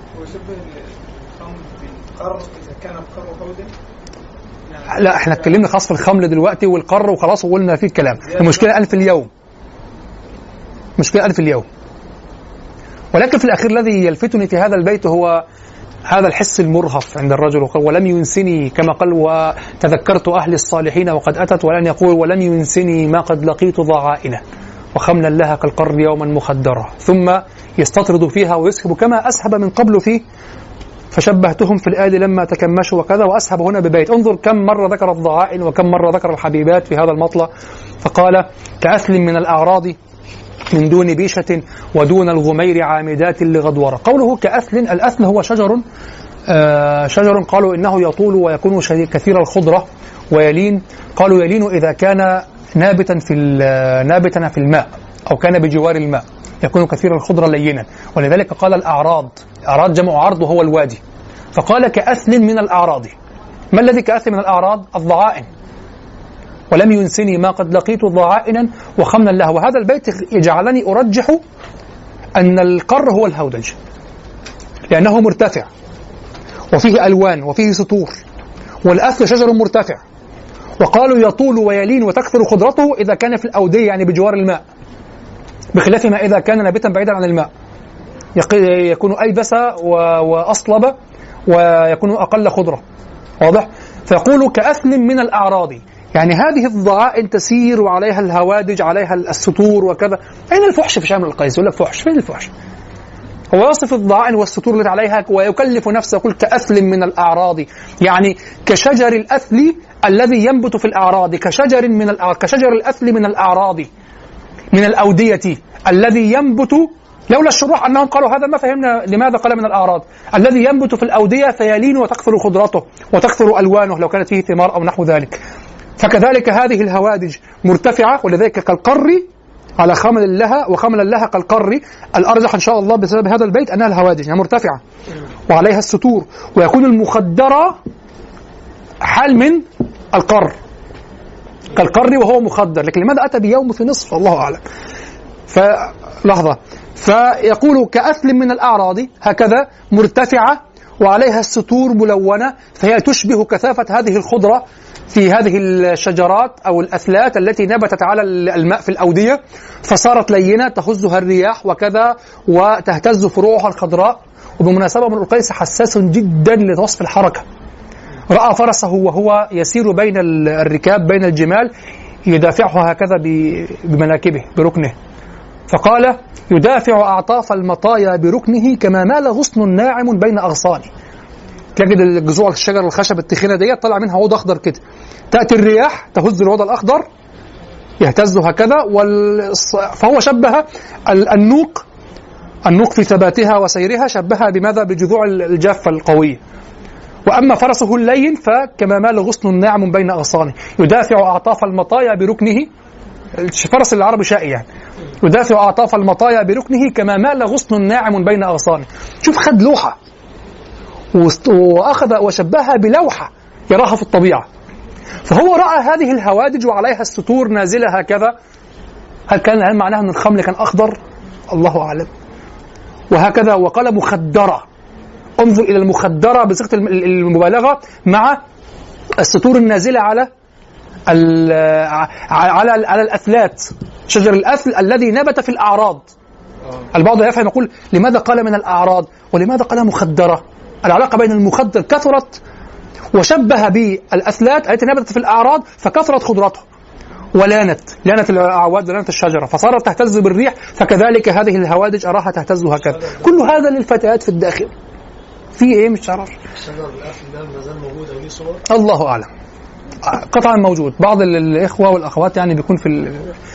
لا احنا اتكلمنا خاص في الخمل دلوقتي والقر وخلاص وقلنا فيه الكلام. المشكلة ألف اليوم، مشكلة ألف اليوم. ولكن في الأخير الذي يلفتني في هذا البيت هو هذا الحس المرهف عند الرجل، ولم ينسني كما قال وتذكرت أهل الصالحين وقد أتت، ولن يقول ولم ينسني ما قد لقيت ضعائنا وخملا لها كالقر يوما مخدرة، ثم يستطرد فيها ويسهب كما أسهب من قبل فيه فشبهتهم في الآل لما تكمشوا وكذا، وأسهب هنا ببيت. انظر كم مرة ذكر الضعائن وكم مرة ذكر الحبيبات في هذا المطلع. فقال كأثل من الأعراض من دون بيشة ودون الغمير عامدات لغدورة. قوله كأثل، الأثل هو شجر آه شجر قالوا إنه يطول ويكون كثير الخضرة ويلين. قالوا يلين إذا كان نابتا في نابتا في الماء أو كان بجوار الماء، يكون كثير الخضرة لينا، ولذلك قال الأعراض. أعراض جمع عرض وهو الوادي، فقال كأثل من الأعراض ما الذي كأثم من الأعراض؟ الضعائن. ولم ينسني ما قد لقيت ضعائنا وخمنا له. وهذا البيت يجعلني أرجح أن القر هو الهودج، لأنه مرتفع وفيه ألوان وفيه سطور، والأثل شجر مرتفع، وقالوا يطول ويلين وتكثر خضرته إذا كان في الأودية يعني بجوار الماء، بخلاف ما إذا كان نابتا بعيدا عن الماء يكون أيبس وأصلب ويكون أقل خضرة. واضح؟ فيقول كأثل من الأعراض، يعني هذه الضعائن تسير وعليها الهوادج عليها السطور وكذا. أين الفحش في شامل القيس؟ يقول لك فحش، فين الفحش؟ هو يصف الضعائن والسطور التي عليها ويكلف نفسه يقول كأثل من الأعراض، يعني كشجر الأثل الذي ينبت في الأعراض، كشجر من الأعراض، كشجر الأثل من الأعراض من الأودية الذي ينبت. لولا الشروح أنهم قالوا هذا ما فهمنا لماذا قال من الأعراض. الذي ينبت في الأودية فيلين وتكثر خضرته وتكثر ألوانه لو كانت فيه ثمار أو نحو ذلك. فكذلك هذه الهوادج مرتفعة، ولذلك كالقر على خمل لها وخمل لها كالقر. الأرجح إن شاء الله بسبب هذا البيت أنها الهوادج يعني مرتفعة وعليها السطور، ويكون المخدرة حال من القر كالقر وهو مخدر. لكن لماذا أتى بيوم في نصف الله أعلم. فلحظة، فيقول كأثل من الأعراض هكذا مرتفعة وعليها السطور ملونة، فهي تشبه كثافة هذه الخضرة في هذه الشجرات أو الأثلات التي نبتت على الماء في الأودية، فصارت لينة تهزها الرياح وكذا وتهتز فروعها الخضراء. وبمناسبة من القيس حساس جدا لوصف الحركة، رأى فرسه وهو يسير بين الركاب بين الجمال يدافعها هكذا بمناكبه بركنه، فقال يدافع أعطاف المطايا بركنه كما مال غصن ناعم بين أغصانه. تجد الجذوع الشجر الخشب التخينة دي طلع منها عود أخضر كده، تأتي الرياح تهز العود الأخضر يهتز هكذا وال... فهو شبه النوق النوق في ثباتها وسيرها شبهها بماذا؟ بجذوع الجافة القوية. وأما فرسه اللين فكما مال غصن ناعم بين أغصانه، يدافع أعطاف المطايا بركنه. الفرس العربي شقي يعني، يدافع أعطاف المطايا بركنه كما مال غصن ناعم بين أغصانه. شوف، خد لوحة وأخذ وشبهها بلوحة يراها في الطبيعة. فهو رأى هذه الهوادج وعليها السطور نازلة هكذا. هل كان هل معناها أن الخمل كان أخضر؟ الله أعلم. وهكذا وقال مخدرة. انظر إلى المخدرة بصيغة المبالغة مع السطور النازلة على على على الأثلات، شجر الأثل الذي نبت في الأعراض. البعض يفهم يقول لماذا قال من الأعراض ولماذا قال مخدرة؟ العلاقة بين المخدر كثرت وشبه بالأثلات التي نبتت في الأعراض فكثرت خضرته ولانت لانت الأعواد ولانت الشجرة فصارت تهتز بالريح، فكذلك هذه الهوادج أراها تهتز هكذا. كل هذا للفتيات في الداخل. في إيه مش عارف. شجر الأثل ده ما زال موجود أو ليه صور؟ الله أعلم. قطعا موجود. بعض الإخوة والأخوات يعني بيكون في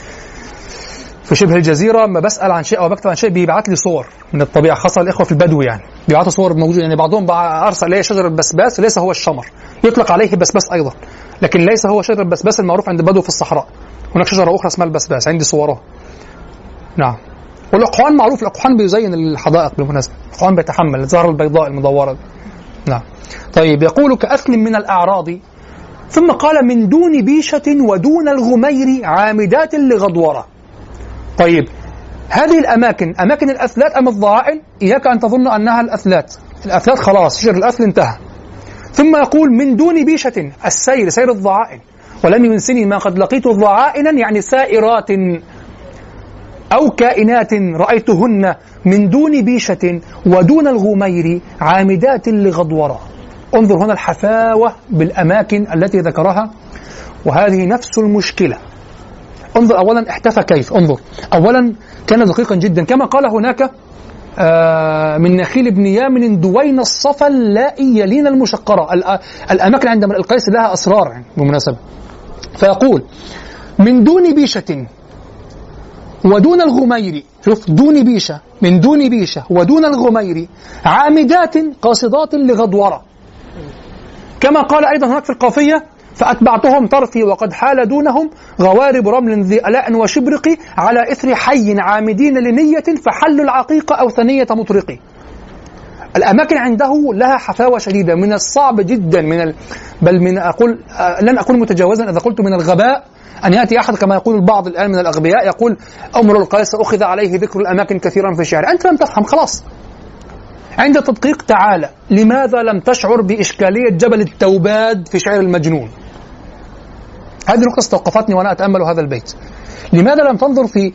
في شبه الجزيرة ما بسأل عن شيء أو بكتب عن شيء بيبعت لي صور من الطبيعة، خاصة الإخوة في البدو يعني بيبعتوا صور موجودة. يعني بعضهم أرسل إليه شجر البسباس، ليس هو الشمر، يطلق عليه بسباس أيضا، لكن ليس هو شجر البسباس المعروف عند البدو في الصحراء. هناك شجرة أخرى اسمها البسباس، عندي صورها. نعم. والأقحوان معروف، الأقحوان بيزين الحدائق بالمناسبة، الأقحوان بيتحمل الزهرة البيضاء المدورة. نعم. طيب، يقول كأثل من الأعراض، ثم قال من دون بيشة ودون الغمير عامدات لغضورة. طيب، هذه الأماكن أماكن الأثلات أم الضعائن؟ إياك أن تظن أنها الأثلات. الأثلات خلاص شجر الأثل انتهى. ثم يقول من دون بيشة، السير سير الضعائن. ولم ينسني ما قد لقيت ضعائنا، يعني سائرات أو كائنات رأيتهن من دون بيشة ودون الغمير عامدات لغضورة. انظر هنا الحفاوة بالأماكن التي ذكرها، وهذه نفس المشكلة. انظر أولا احتفى كيف. انظر أولا كان دقيقا جدا كما قال هناك آه من نخيل بن يامن دوين الصفا اللائي يلين المشقرة. الأماكن عند امرئ القيس لها أسرار يعني بمناسبة. فيقول من دون بيشة ودون الغمير، شوف دون بيشة، من دون بيشة ودون الغمير عامدات قاصدات لغضورة. كما قال أيضا هناك في القافية فأتبعتهم طرفي وقد حال دونهم غوارب رمل ذي ألاء وشبرق على إثر حي عامدين لنية فحلوا العقيق أو ثنية مطرق. الأماكن عنده لها حفاوة شديدة، من الصعب جدا من ال... بل من أقول لن أكون متجاوزا إذا قلت من الغباء أن يأتي أحد كما يقول البعض الآن من الأغبياء يقول امرؤ القيس أخذ عليه ذكر الأماكن كثيرا في الشعر. أنت لم تفهم خلاص. عند التدقيق تعالى، لماذا لم تشعر بإشكالية جبل التوباد في شعر المجنون؟ هذه نقطة استوقفتني وأنا أتأمل هذا البيت. لماذا لم تنظر في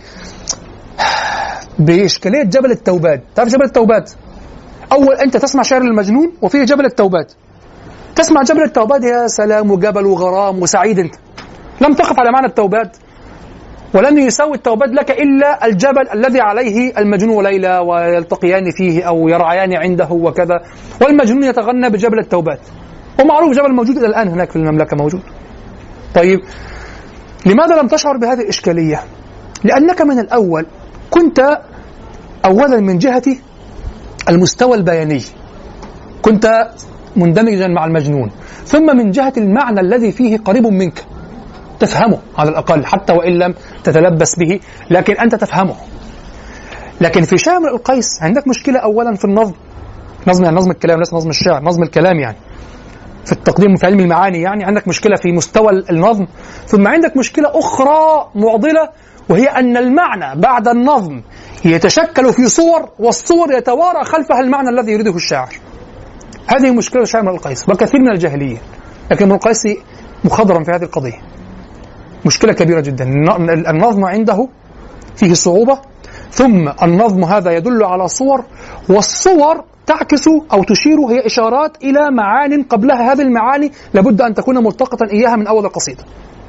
بإشكالية جبل التوباد؟ تعرف جبل التوباد؟ أول أنت تسمع شعر المجنون وفيه جبل التوباد، تسمع جبل التوباد يا سلام وجبل وغرام وسعيد، أنت لم تقف على معنى التوباد، ولن يساوي التوباد لك إلا الجبل الذي عليه المجنون وليلى ويلتقيان فيه أو يرعيان عنده وكذا، والمجنون يتغنى بجبل التوباد، ومعروف جبل موجود إلى الآن هناك في المملكة موجود. طيب لماذا لم تشعر بهذه الإشكالية؟ لأنك من الأول كنت أولا من جهة المستوى البياني كنت مندمجا مع المجنون، ثم من جهة المعنى الذي فيه قريب منك تفهمه على الأقل حتى وإن لم تتلبس به، لكن أنت تفهمه. لكن في شعر امرؤ القيس عندك مشكلة أولا في النظم، نظم يعني نظم الكلام ليس نظم الشعر، نظم الكلام يعني في التقديم في علم المعاني، يعني عندك مشكلة في مستوى النظم، ثم عندك مشكلة أخرى معضلة وهي أن المعنى بعد النظم يتشكل في صور، والصور يتوارى خلفها المعنى الذي يريده الشاعر. هذه مشكلة شعر امرؤ القيس وكثير من الجاهلية، لكن امرؤ القيس مخضرا في هذه القضية، مشكلة كبيرة جدا. النظم عنده فيه صعوبة، ثم النظم هذا يدل على صور، والصور تعكس أو تشير هي إشارات إلى معان قبلها، هذه المعاني لابد أن تكون ملتقطا إياها من أول القصيدة.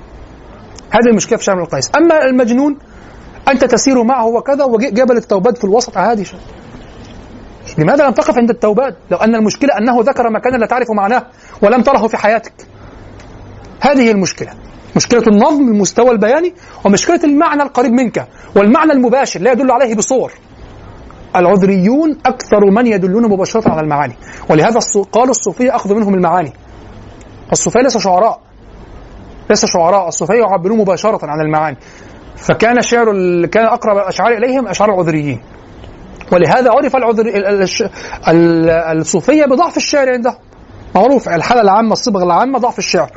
هذه المشكلة في شعر امرؤ القيس. أما المجنون أنت تسير معه وكذا وجبل التوباد في الوسط عادي. لماذا لم تقف عند التوباد لو أن المشكلة أنه ذكر مكانا لا تعرف معناه ولم تره في حياتك؟ هذه المشكلة، مشكلة النظم المستوى البياني، ومشكلة المعنى القريب منك والمعنى المباشر لا يدل عليه بصور. العذريون أكثر من يدلون مباشرة على المعاني، ولهذا قالوا الصوفية أخذ منهم المعاني. الصوفية ليس شعراء، ليس شعراء، الصوفية يعبرون مباشرة عن المعاني، فكان الشعر اللي كان أقرب الأشعار إليهم أشعار العذريين، ولهذا عرف العذري الصوفية بضعف الشعر عندهم، معروف الحالة العامة الصبغة العامة ضعف الشعر.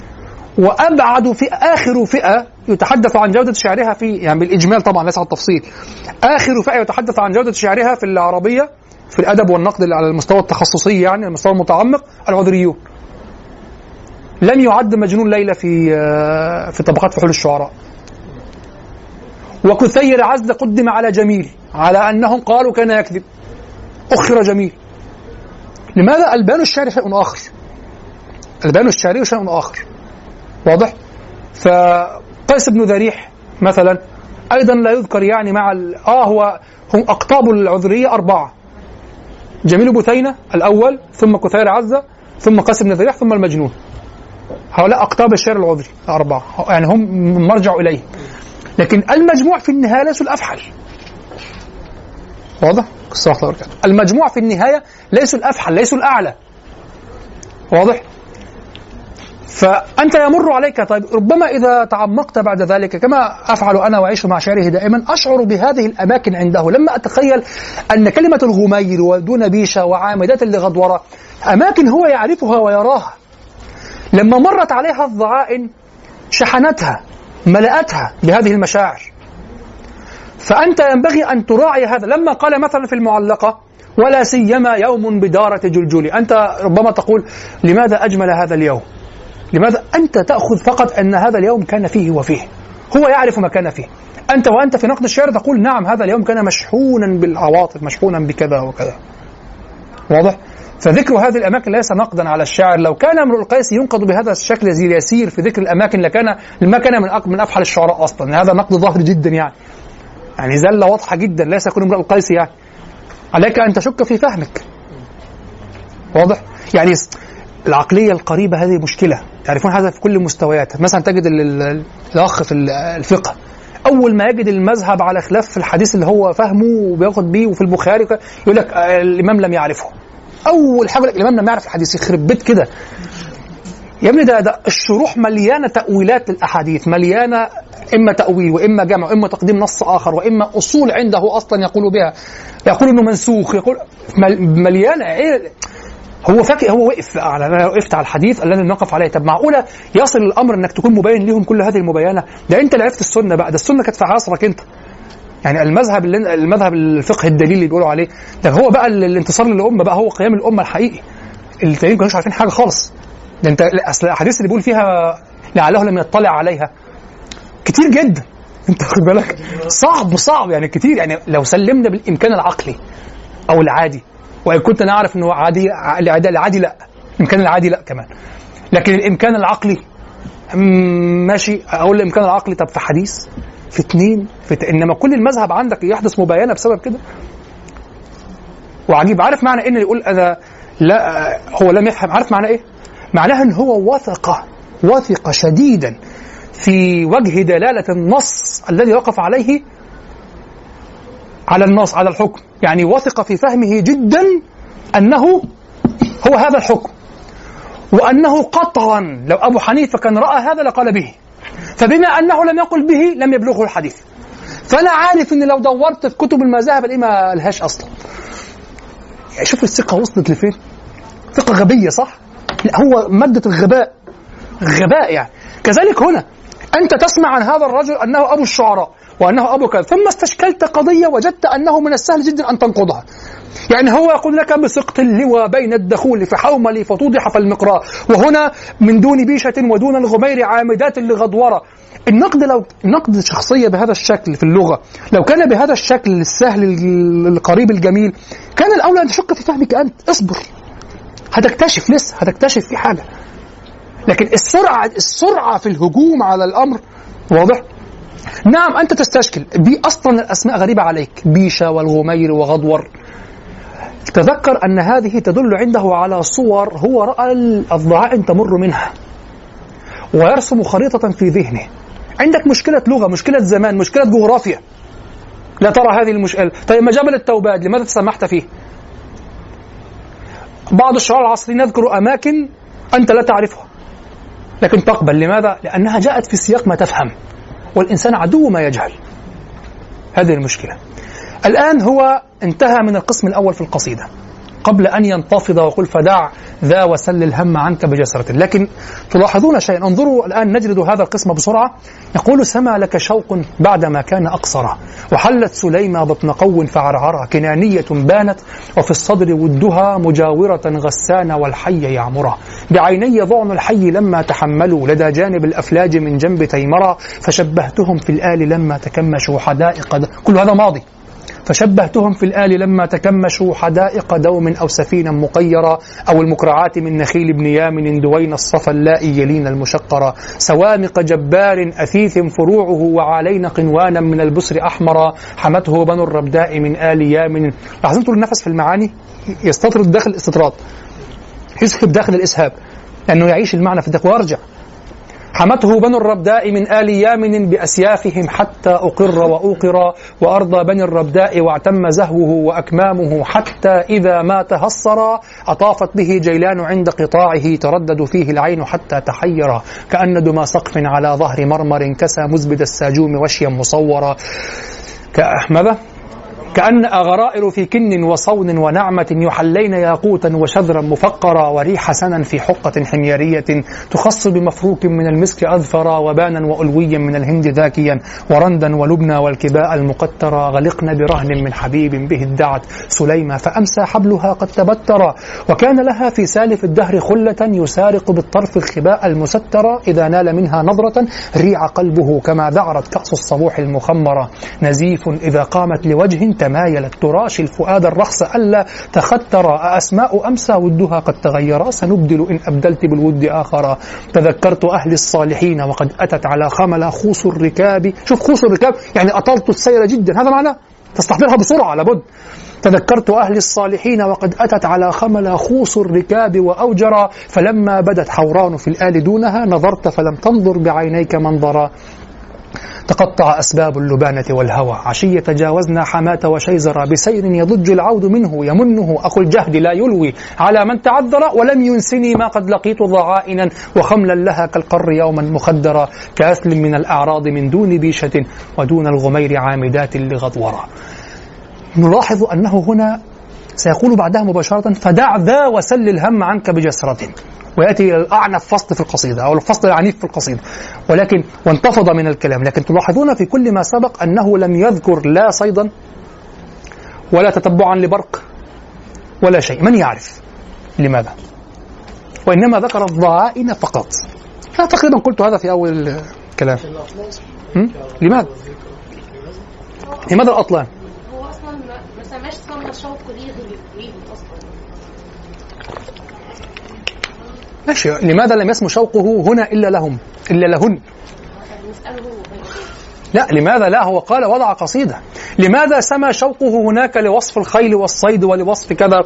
وأبعد في آخر فئة يتحدث عن جودة شعرها في يعني بالإجمال طبعا ليس على التفصيل، آخر فئة يتحدث عن جودة شعرها في العربية في الأدب والنقد على المستوى التخصصي يعني المستوى المتعمق العذريون. لم يعد مجنون ليلى في في طبقات فحول الشعراء. وكثير عزل قدم على جميل على أنهم قالوا كان يكذب، أخر جميل. لماذا؟ البيان الشعري شيء آخر، البيان الشعري شيء آخر، واضح؟ فقيس بن ذريح مثلا أيضا لا يذكر يعني مع ال... آه هو هم أقطاب العذرية أربعة: جميل بثينة الأول، ثم كثير عزة، ثم قيس بن ذريح، ثم المجنون. هؤلاء أقطاب الشعر العذري أربعة، يعني هم مرجع إليه. لكن المجموع في النهاية ليسوا الأفحل، واضح؟ المجموع في النهاية ليسوا الأفحل، ليسوا الأعلى، واضح؟ فأنت يمر عليك طيب ربما إذا تعمقت بعد ذلك كما أفعل أنا وأعيش مع شعره دائما، أشعر بهذه الأماكن عنده لما أتخيل أن كلمة الغمير ودون بيشة وعامدات لغدورة أماكن هو يعرفها ويراها، لما مرت عليها الضعائن شحنتها ملأتها بهذه المشاعر. فأنت ينبغي أن تراعي هذا. لما قال مثلا في المعلقة ولا سيما يوم بدارة جلجول، أنت ربما تقول لماذا أجمل هذا اليوم؟ لماذا أنت تأخذ فقط أن هذا اليوم كان فيه وفيه، هو يعرف ما كان فيه. أنت وأنت في نقد الشعر تقول نعم هذا اليوم كان مشحونا بالعواطف، مشحونا بكذا وكذا، واضح؟ فذكر هذه الأماكن ليس نقدا على الشاعر. لو كان امرؤ القيس ينقد بهذا الشكل اليسير في ذكر الأماكن لكان ما كان من من أفحل الشعراء أصلا. هذا نقد ظاهر جدا يعني يعني زلة واضحة جدا، ليس يكون امرؤ القيس يعني. عليك أن تشك في فهمك، واضح؟ يعني العقلية القريبة هذه مشكلة، تعرفون هذا في كل المستويات. مثلا تجد الأخ في الفقه أول ما يجد المذهب على خلاف في الحديث اللي هو فهمه وبياخد بيه، وفي البخاري يقول لك الإمام لم يعرفه. أول حاجة الإمام لم يعرف الحديث، يخرب بيت كده يا ابني، ده, ده الشروح مليانة تأويلات الأحاديث، مليانة إما تأويل وإما جمع وإما تقديم نص آخر وإما أصول عنده أصلا يقول بها، يقول إنه منسوخ، يقول مليان إيه. هو فاكر هو وقف على أنا وقفت على الحديث الذي نقف عليه. طب معقولة يصل الأمر إنك تكون مبين لهم كل هذه المبينة؟ ده أنت اللي عرفت السنة بقى، ده السنة كانت في عصرك أنت. يعني المذهب اللي المذهب الفقه الدليل اللي بيقولوا عليه ده هو بقى الانتصار للأمة بقى، هو قيام الأمة الحقيقي. التانيين كانوش عارفين حاجة خالص. ده أنت أصل الأحاديث اللي بيقول فيها لعله لم يطلع عليها كتير جدا، أنت واخد بالك؟ صعب صعب يعني كتير. يعني لو سلمنا بالإمكان العقلي أو العادي، وإن كنت نعرف إنه عادي العادي, العادي لا، الإمكان العادي لا كمان، لكن الإمكان العقلي ماشي. أقول الإمكان العقلي طب في حديث في اتنين في ت... إنما كل المذهب عندك يحدث مباينة بسبب كده. وعجيب. عارف معنى إن يقول أذا لا هو لم يفهم؟ عارف معنى إيه؟ معناها إن هو وثق وثق شديدا في وجه دلالة النص الذي وقف عليه على النص على الحكم. يعني وثق في فهمه جدا أنه هو هذا الحكم، وأنه قطعا لو أبو حنيفة كان رأى هذا لقال به، فبما أنه لم يقل به لم يبلغه الحديث. فأنا عارف أن لو دورت في كتب المذاهب اللي ما لهاش أصلا. يعني شوف الثقة وصلت لفين. ثقة غبية صح؟ لا هو مادة الغباء، غباء يعني. كذلك هنا أنت تسمع عن هذا الرجل أنه أبو الشعراء وأنه أبو كذا، ثم استشكلت قضية وجدت أنه من السهل جدا أن تنقضها. يعني هو يقول لك بسقط اللواء بين الدخول فحوملي فتوضح فالمقراء، وهنا من دون بيشة ودون الغمير عامدات لغضورة. النقد لو نقد شخصية بهذا الشكل في اللغة لو كان بهذا الشكل السهل القريب الجميل كان الأولى أن تشك في فهمك أنت. اصبر هتكتشف، لسه هتكتشف في حاجة. لكن السرعة السرعة في الهجوم على الأمر واضح. نعم أنت تستشكل بي أصلا الأسماء غريبة عليك، بيشة والغمير وغضور. تذكر أن هذه تدل عنده على صور هو رأى الضعائن تمر منها ويرسم خريطة في ذهنه. عندك مشكلة لغة، مشكلة زمان، مشكلة جغرافيا. لا ترى هذه المشكلة. طيب ما جبل التوباد لماذا تسمحت فيه؟ بعض الشعراء العصريين يذكر أماكن أنت لا تعرفها لكن تقبل. لماذا؟ لأنها جاءت في سياق ما تفهم، والإنسان عدو ما يجهل. هذه المشكلة. الآن هو انتهى من القسم الأول في القصيدة قبل أن ينتفض ويقول فدع ذا وسل الهم عنك بجسرة. لكن تلاحظون شيئا، انظروا الآن نجرد هذا القسم بسرعة. يقول سما لك شوق بعدما كان أقصرا، وحلت سليمة بطن قو فعرعرا، كنانية بانت وفي الصدر ودها مجاورة غسان والحي يعمرا، بعيني ضعن الحي لما تحملوا لدى جانب الأفلاج من جنب تيمرا، فشبهتهم في الآل لما تكمشوا حدائق. كل هذا ماضي. فشبهتهم في الآل لما تكمشوا حدائق دوم أو سفينا مقيرة، أو المكرعات من نخيل بن يامن دوين الصفا اللائي يلين المشقرة، سوامق جبار أثيث فروعه وعلين قنوانا من البسر أحمر، حمته بنو الربداء من آل يامن. لاحظتوا النفس في المعاني يستطرد داخل الاستطراد، يسحب داخل الإسهاب لأنه يعيش المعنى في الداخل ويرجع. حمته بنو الربداء من آل يامن بأسيافهم حتى أقر وأوقر، وأرضى بني الربداء واعتم زهوه وأكمامه، حتى إذا ما تهصر أطافت به جيلان عند قطاعه، تردد فيه العين حتى تحير، كأن دما سقف على ظهر مرمر كسى مزبد الساجوم وشيا مصورا، كأحمد كأن أغرائر في كن وصون ونعمة يحلين ياقوتا وشذرا مفقرا، وريح سنا في حقة حميرية تخص بمفروك من المسك أذفرا، وبانا وألويا من الهند ذاكيا، ورندا ولبنى والكباء المقترا، غلقن برهن من حبيب به ادعت سليمة فأمسى حبلها قد تبترا، وكان لها في سالف الدهر خلة يسارق بالطرف الخباء المسترة، إذا نال منها نظرة ريع قلبه كما ذعرت كأس الصبوح المخمرة، نزيف إذا قامت لوجه تمايلت تراشي الفؤاد الرخص ألا تختر، أسماء أمسى ودها قد تغيرا، سنبدل إن أبدلت بالود آخرا، تذكرت أهل الصالحين وقد أتت على خمل خوص الركاب. شوف خوص الركاب يعني أطلت السير جدا، هذا معنى تستحضرها بسرعة لابد. تذكرت أهل الصالحين وقد أتت على خمل خوص الركاب وأوجرا، فلما بدت حوران في الآل دونها نظرت فلم تنظر بعينيك منظرا. تقطع أسباب اللبانة والهوى عشية تجاوزنا حماة وشيزر بسير يضج العود منه يمنه أخو الجهد لا يلوي على من تعذر ولم ينسني ما قد لقيت ضعائنا وخملا لها كالقر يوما مخدرا كأثل من الأعراض من دون بيشة ودون الغمير عامدات لغضورا. نلاحظ أنه هنا سيقول بعدها مباشرة فدع ذا وسل الهم عنك بجسرة، ويأتي الأعنف فصل في القصيدة أو الفصل العنيف في القصيدة، ولكن وانتفض من الكلام. لكن تلاحظون في كل ما سبق أنه لم يذكر لا صيدا ولا تتبعا لبرق ولا شيء، من يعرف لماذا؟ وإنما ذكر الضعائن فقط. أنا تقريبا قلت هذا في أول الكلام. لماذا؟ لماذا الأطلان؟ هو أصلا ما سماش صنع شوق ليه ليه أصلا. ماشي، لماذا لم يسمو شوقه هنا إلا لهم إلا لهن؟ لا، لماذا لا؟ هو قال وضع قصيدة. لماذا سمى شوقه هناك لوصف الخيل والصيد ولوصف كذا؟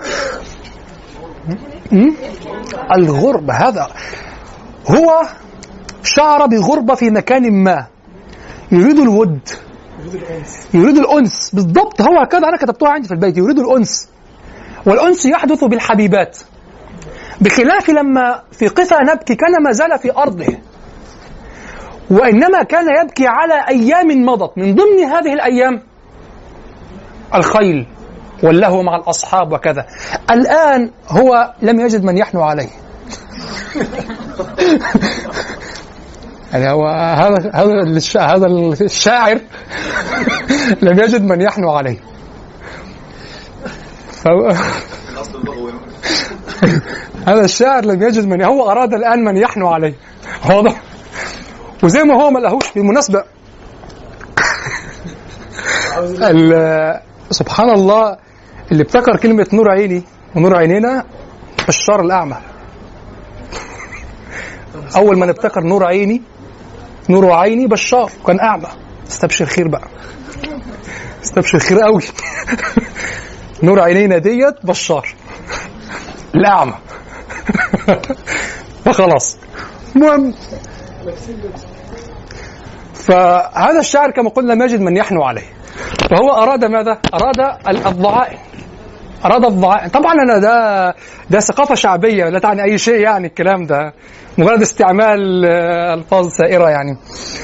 الغربة. هذا هو شعر بغربة في مكان ما، يريد الود، يريد الأنس. بالضبط، هو كذا، أنا كتبتها عندي في البيت، يريد الأنس، والأنس يحدث بالحبيبات، بخلاف لما في قفا نبكي كان ما زال في أرضه، وإنما كان يبكي على أيام مضت، من ضمن هذه الأيام الخيل واللهو مع الأصحاب وكذا. الآن هو لم يجد من يحنو عليه. يعني هو هذا هذا هذا الشاعر لم يجد من يحنو عليه. هذا الشاعر لم يجد من، هو أراد الآن من يحنو عليه، واضح؟ وزي ما هو ما لهوش. بالمناسبة سبحان الله، اللي ابتكر كلمة نور عيني ونور عينينا بشار الأعمى. أول ما نبتكر نور عيني نور عيني بشار كان أعمى، استبشر خير بقى، استبشر خير قوي. نور عينينا ديت بشار الأعمى. فخلاص المهم، فهذا الشاعر كما قلنا لم يجد من يحنو عليه، فهو أراد ماذا؟ أراد الضعائن، أراد الضعائن. طبعا أنا ده ده ثقافة شعبية لا تعني أي شيء، يعني الكلام ده مجرد استعمال ألفاظ سائرة يعني.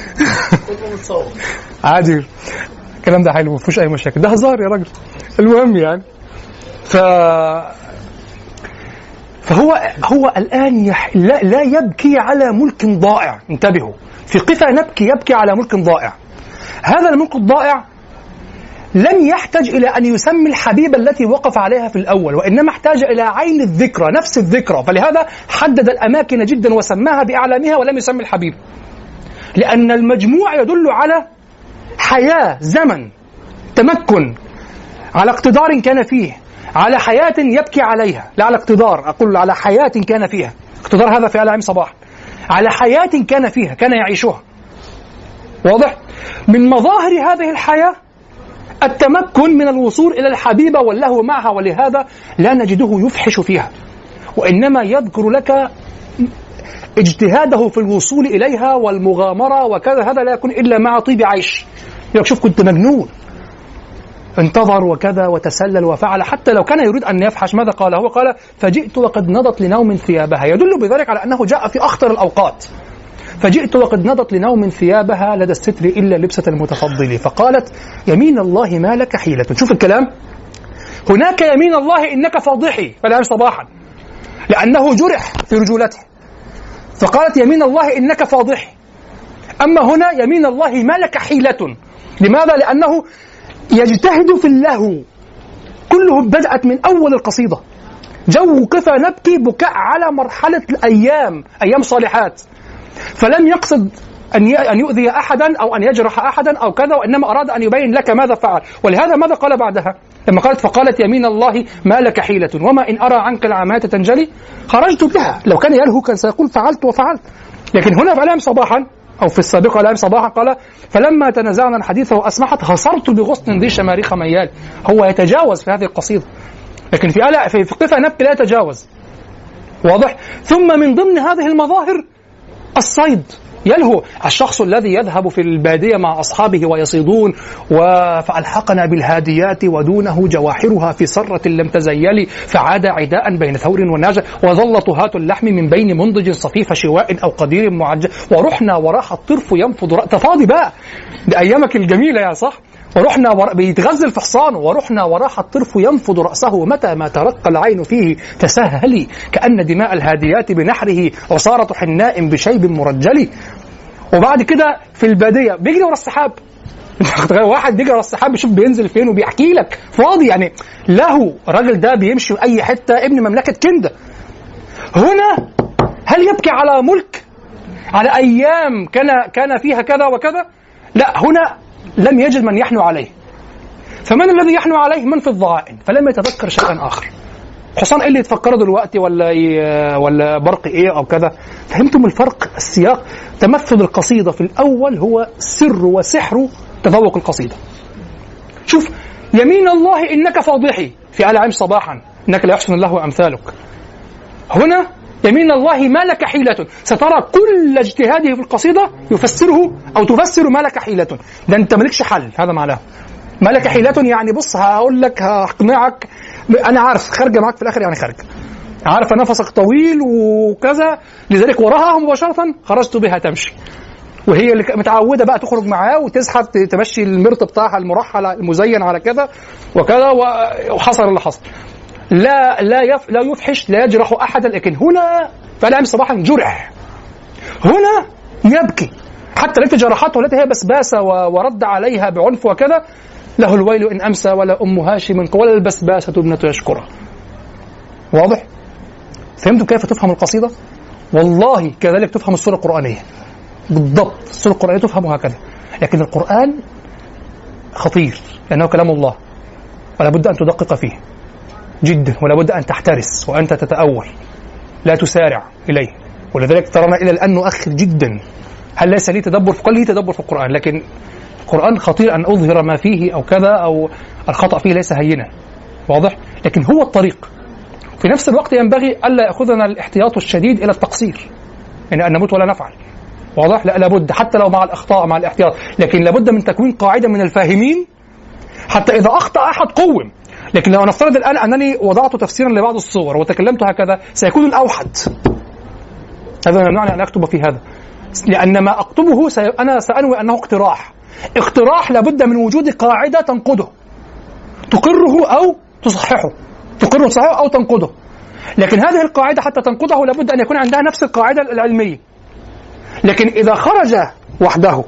عادي، الكلام ده حلو، مفيش أي مشاكل، ده هزار يا راجل. المهم يعني، ف فهو هو الآن يح... لا, لا يبكي على ملك ضائع. انتبهوا، في قفا نبكي يبكي على ملك ضائع. هذا الملك الضائع لم يحتاج إلى أن يسمي الحبيبة التي وقف عليها في الأول، وإنما احتاج إلى عين الذكرى، نفس الذكرى، فلهذا حدد الأماكن جدا وسماها بأعلامها ولم يسمي الحبيب، لأن المجموع يدل على حياة، زمن، تمكن، على اقتدار كان فيه، على حياة يبكي عليها، لا على اقتدار، أقول على حياة كان فيها. اقتدار هذا في آل عم صباح، على حياة كان فيها، كان يعيشها. واضح؟ من مظاهر هذه الحياة التمكن من الوصول إلى الحبيبة واللهو معها، ولهذا لا نجده يفحش فيها، وإنما يذكر لك اجتهاده في الوصول إليها والمغامرة وكذا. هذا لا يكون إلا مع طيب عيش. يقول شوف كنت مجنون، انتظر وكذا وتسلل وفعل، حتى لو كان يريد أن يفحش ماذا قال؟ هو قال فجئت وقد نضت لنوم ثيابها، يدل بذلك على أنه جاء في أخطر الأوقات. فجئت وقد نضت لنوم ثيابها لدى الستر إلا لبسة المتفضل، فقالت يمين الله ما لك حيلة. شوف الكلام، هناك يمين الله إنك فاضحي فلا صباحا، لأنه جرح في رجولته، فقالت يمين الله إنك فاضحي. أما هنا يمين الله ما لك حيلة. لماذا؟ لأنه يجتهد في اللهو، كله بدأت من أول القصيدة، جو قفا نبكي بكاء على مرحلة الأيام، أيام صالحات، فلم يقصد أن يؤذي أحدا أو أن يجرح أحدا أو كذا، وإنما أراد أن يبين لك ماذا فعل. ولهذا ماذا قال بعدها لما قالت فقالت يمين الله ما لك حيلة وما إن أرى عنك العمات تنجلي خرجت بها. لو كان يلهو كان سيقول فعلت وفعلت، لكن هنا في آل عم صباحا أو في السابقة آل عم صباحا قال فلما تنازعنا الحديث وأسمحت هصرت بغصن ذي شماريخ ميال. هو يتجاوز في هذه القصيدة، لكن في آل في قفا نبكي لا يتجاوز. واضح؟ ثم من ضمن هذه المظاهر الصيد يلهو. الشخص الذي يذهب في البادية مع أصحابه ويصيدون فألحقنا بالهاديات ودونه جواحرها في سرة لم تزيل فعاد عداء بين ثور وناجة وظل طهات اللحم من بين منضج صفيف شواء أو قدير معجل ورحنا وراح الطرف ينفض رأ... تفاضي بقى بأيامك الجميلة يا صح. ورحنا ور... بيتغزل في حصانه ورحنا وراح الطرف ينفض رأسه متى ما ترقى العين فيه تسهلي كأن دماء الهاديات بنحره عصارة حناء بشيب مرجل. وبعد كده في البادية بيجري ورا السحاب واحد بيجري ورا السحاب بيشوف بينزل فين وبيحكي لك فاضي يعني له. الراجل ده بيمشي في أي حتة ابن مملكة كندة. هنا هل يبكي على ملك على أيام كان كان فيها كذا وكذا؟ لا، هنا لم يجد من يحنو عليه. فمن الذي يحنو عليه؟ من في الضائن. فلم يتذكر شيئا آخر. حصان إيه اللي يتفكره دلوقتي ولا ولا برق إيه أو كذا؟ فهمتم الفرق؟ السياق تمثل القصيدة في الأول هو سر وسحر تذوق القصيدة. شوف يمين الله إنك فاضحي في آل عم صباحا إنك لا يحسن الله أمثالك. هنا يمين الله ما لك حيلة. سترى كل اجتهاده في القصيدة يفسره أو تفسر ما لك حيلة. ده أنت مالكش حل. هذا معناه ما لك حيلة يعني بص هقول لك هقنعك أنا عارف خارجة معك في الآخر يعني خارج عارف نفسك طويل وكذا لذلك وراها مباشرة خرجت بها تمشي. وهي اللي متعودة بقى تخرج معاه وتسحب تمشي المرط بتاعها المرحل المزين على كذا وكذا وحصل اللي حصل. لا لا يف لا يفحش لا يجرح أحدا. لكن هنا فلا صباحا جرح. هنا يبكي حتى التي جرحته التي هي بسباسة ورد عليها بعنف وكذا. له الويل إن أمسى ولا أم هاشم ولا البسباسة ابنة يشكرها. واضح؟ فهمتوا كيف تفهم القصيدة؟ والله كذلك تفهم السورة القرآنية بالضبط. السورة القرآنية تفهم هكذا. لكن القرآن خطير لأنه كلام الله ولا بد أن تدقق فيه جدا ولا بد أن تحترس وأنت تتأول لا تسارع إليه. ولذلك ترانا إلى الآن نؤخر جدا. هل ليس لي تدبر في قل لي تدبر في القرآن لكن القرآن خطير أن أظهر ما فيه أو كذا أو الخطأ فيه ليس هينا. واضح؟ لكن هو الطريق. في نفس الوقت ينبغي ألا يأخذنا الاحتياط الشديد إلى التقصير يعني أن نموت ولا نفعل. واضح؟ لا لابد حتى لو مع الأخطاء مع الاحتياط لكن لابد من تكوين قاعدة من الفاهمين حتى إذا أخطأ أحد قوم. لكن لو نفترض الآن أنني وضعت تفسيرا لبعض الصور وتكلمت هكذا سيكون الأوحد. هذا يمنعني أن أكتب في هذا لأن ما أكتبه سي... أنا سأنوي أنه اقتراح. اقتراح لابد من وجود قاعدة تنقده تقره أو تصححه تقره تصححه أو تنقده. لكن هذه القاعدة حتى تنقده لابد أن يكون عندها نفس القاعدة العلمية. لكن إذا خرج وحده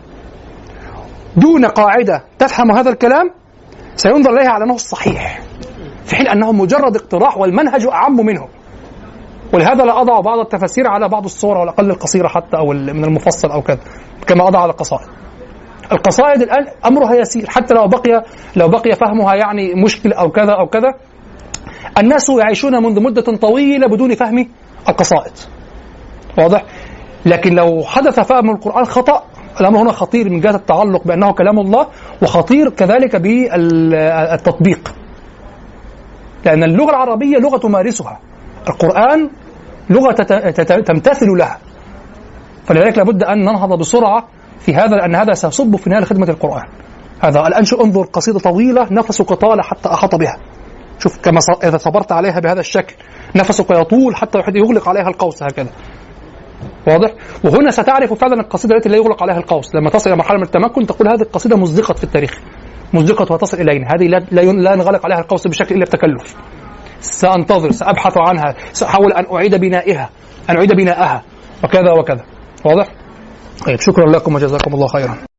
دون قاعدة تفهم هذا الكلام سينظر إليها على أنه الصحيح في حين أنه مجرد اقتراح والمنهج أعم منه. ولهذا لا أضع بعض التفاسير على بعض الصور على الأقل القصيرة حتى أو من المفصل أو كذا كما أضع على القصائد. القصائد الآن أمرها يسير حتى لو بقي لو بقي فهمها يعني مشكل أو كذا أو كذا. الناس يعيشون منذ مدة طويلة بدون فهم القصائد. واضح؟ لكن لو حدث فهم القرآن خطأ الأمر هنا خطير من جهة التعلق بأنه كلام الله وخطير كذلك بالتطبيق لأن اللغة العربية لغة تمارسها. القرآن لغة تمتثل لها. فلذلك لابد أن ننهض بسرعة في هذا لأن هذا سيصب في نهاية خدمة القرآن. هذا الآن شو انظر قصيدة طويلة نفسك طال حتى أحاط بها. شوف كما إذا صبرت عليها بهذا الشكل نفسك يطول حتى يغلق عليها القوس هكذا. واضح؟ وهنا ستعرف فعلا القصيدة التي لا يغلق عليها القوس. لما تصل إلى مرحلة من التمكن تقول هذه القصيدة مزدقت في التاريخ مزدقت وتصل إلينا. هذه لا, لا, لا نغلق عليها القوس بشكل إلا بتكلف. سأنتظر سأبحث عنها سأحاول أن أعيد بنائها أن أعيد بناءها وكذا وكذا. واضح؟ طيب شكرا لكم وجزاكم الله خيرا.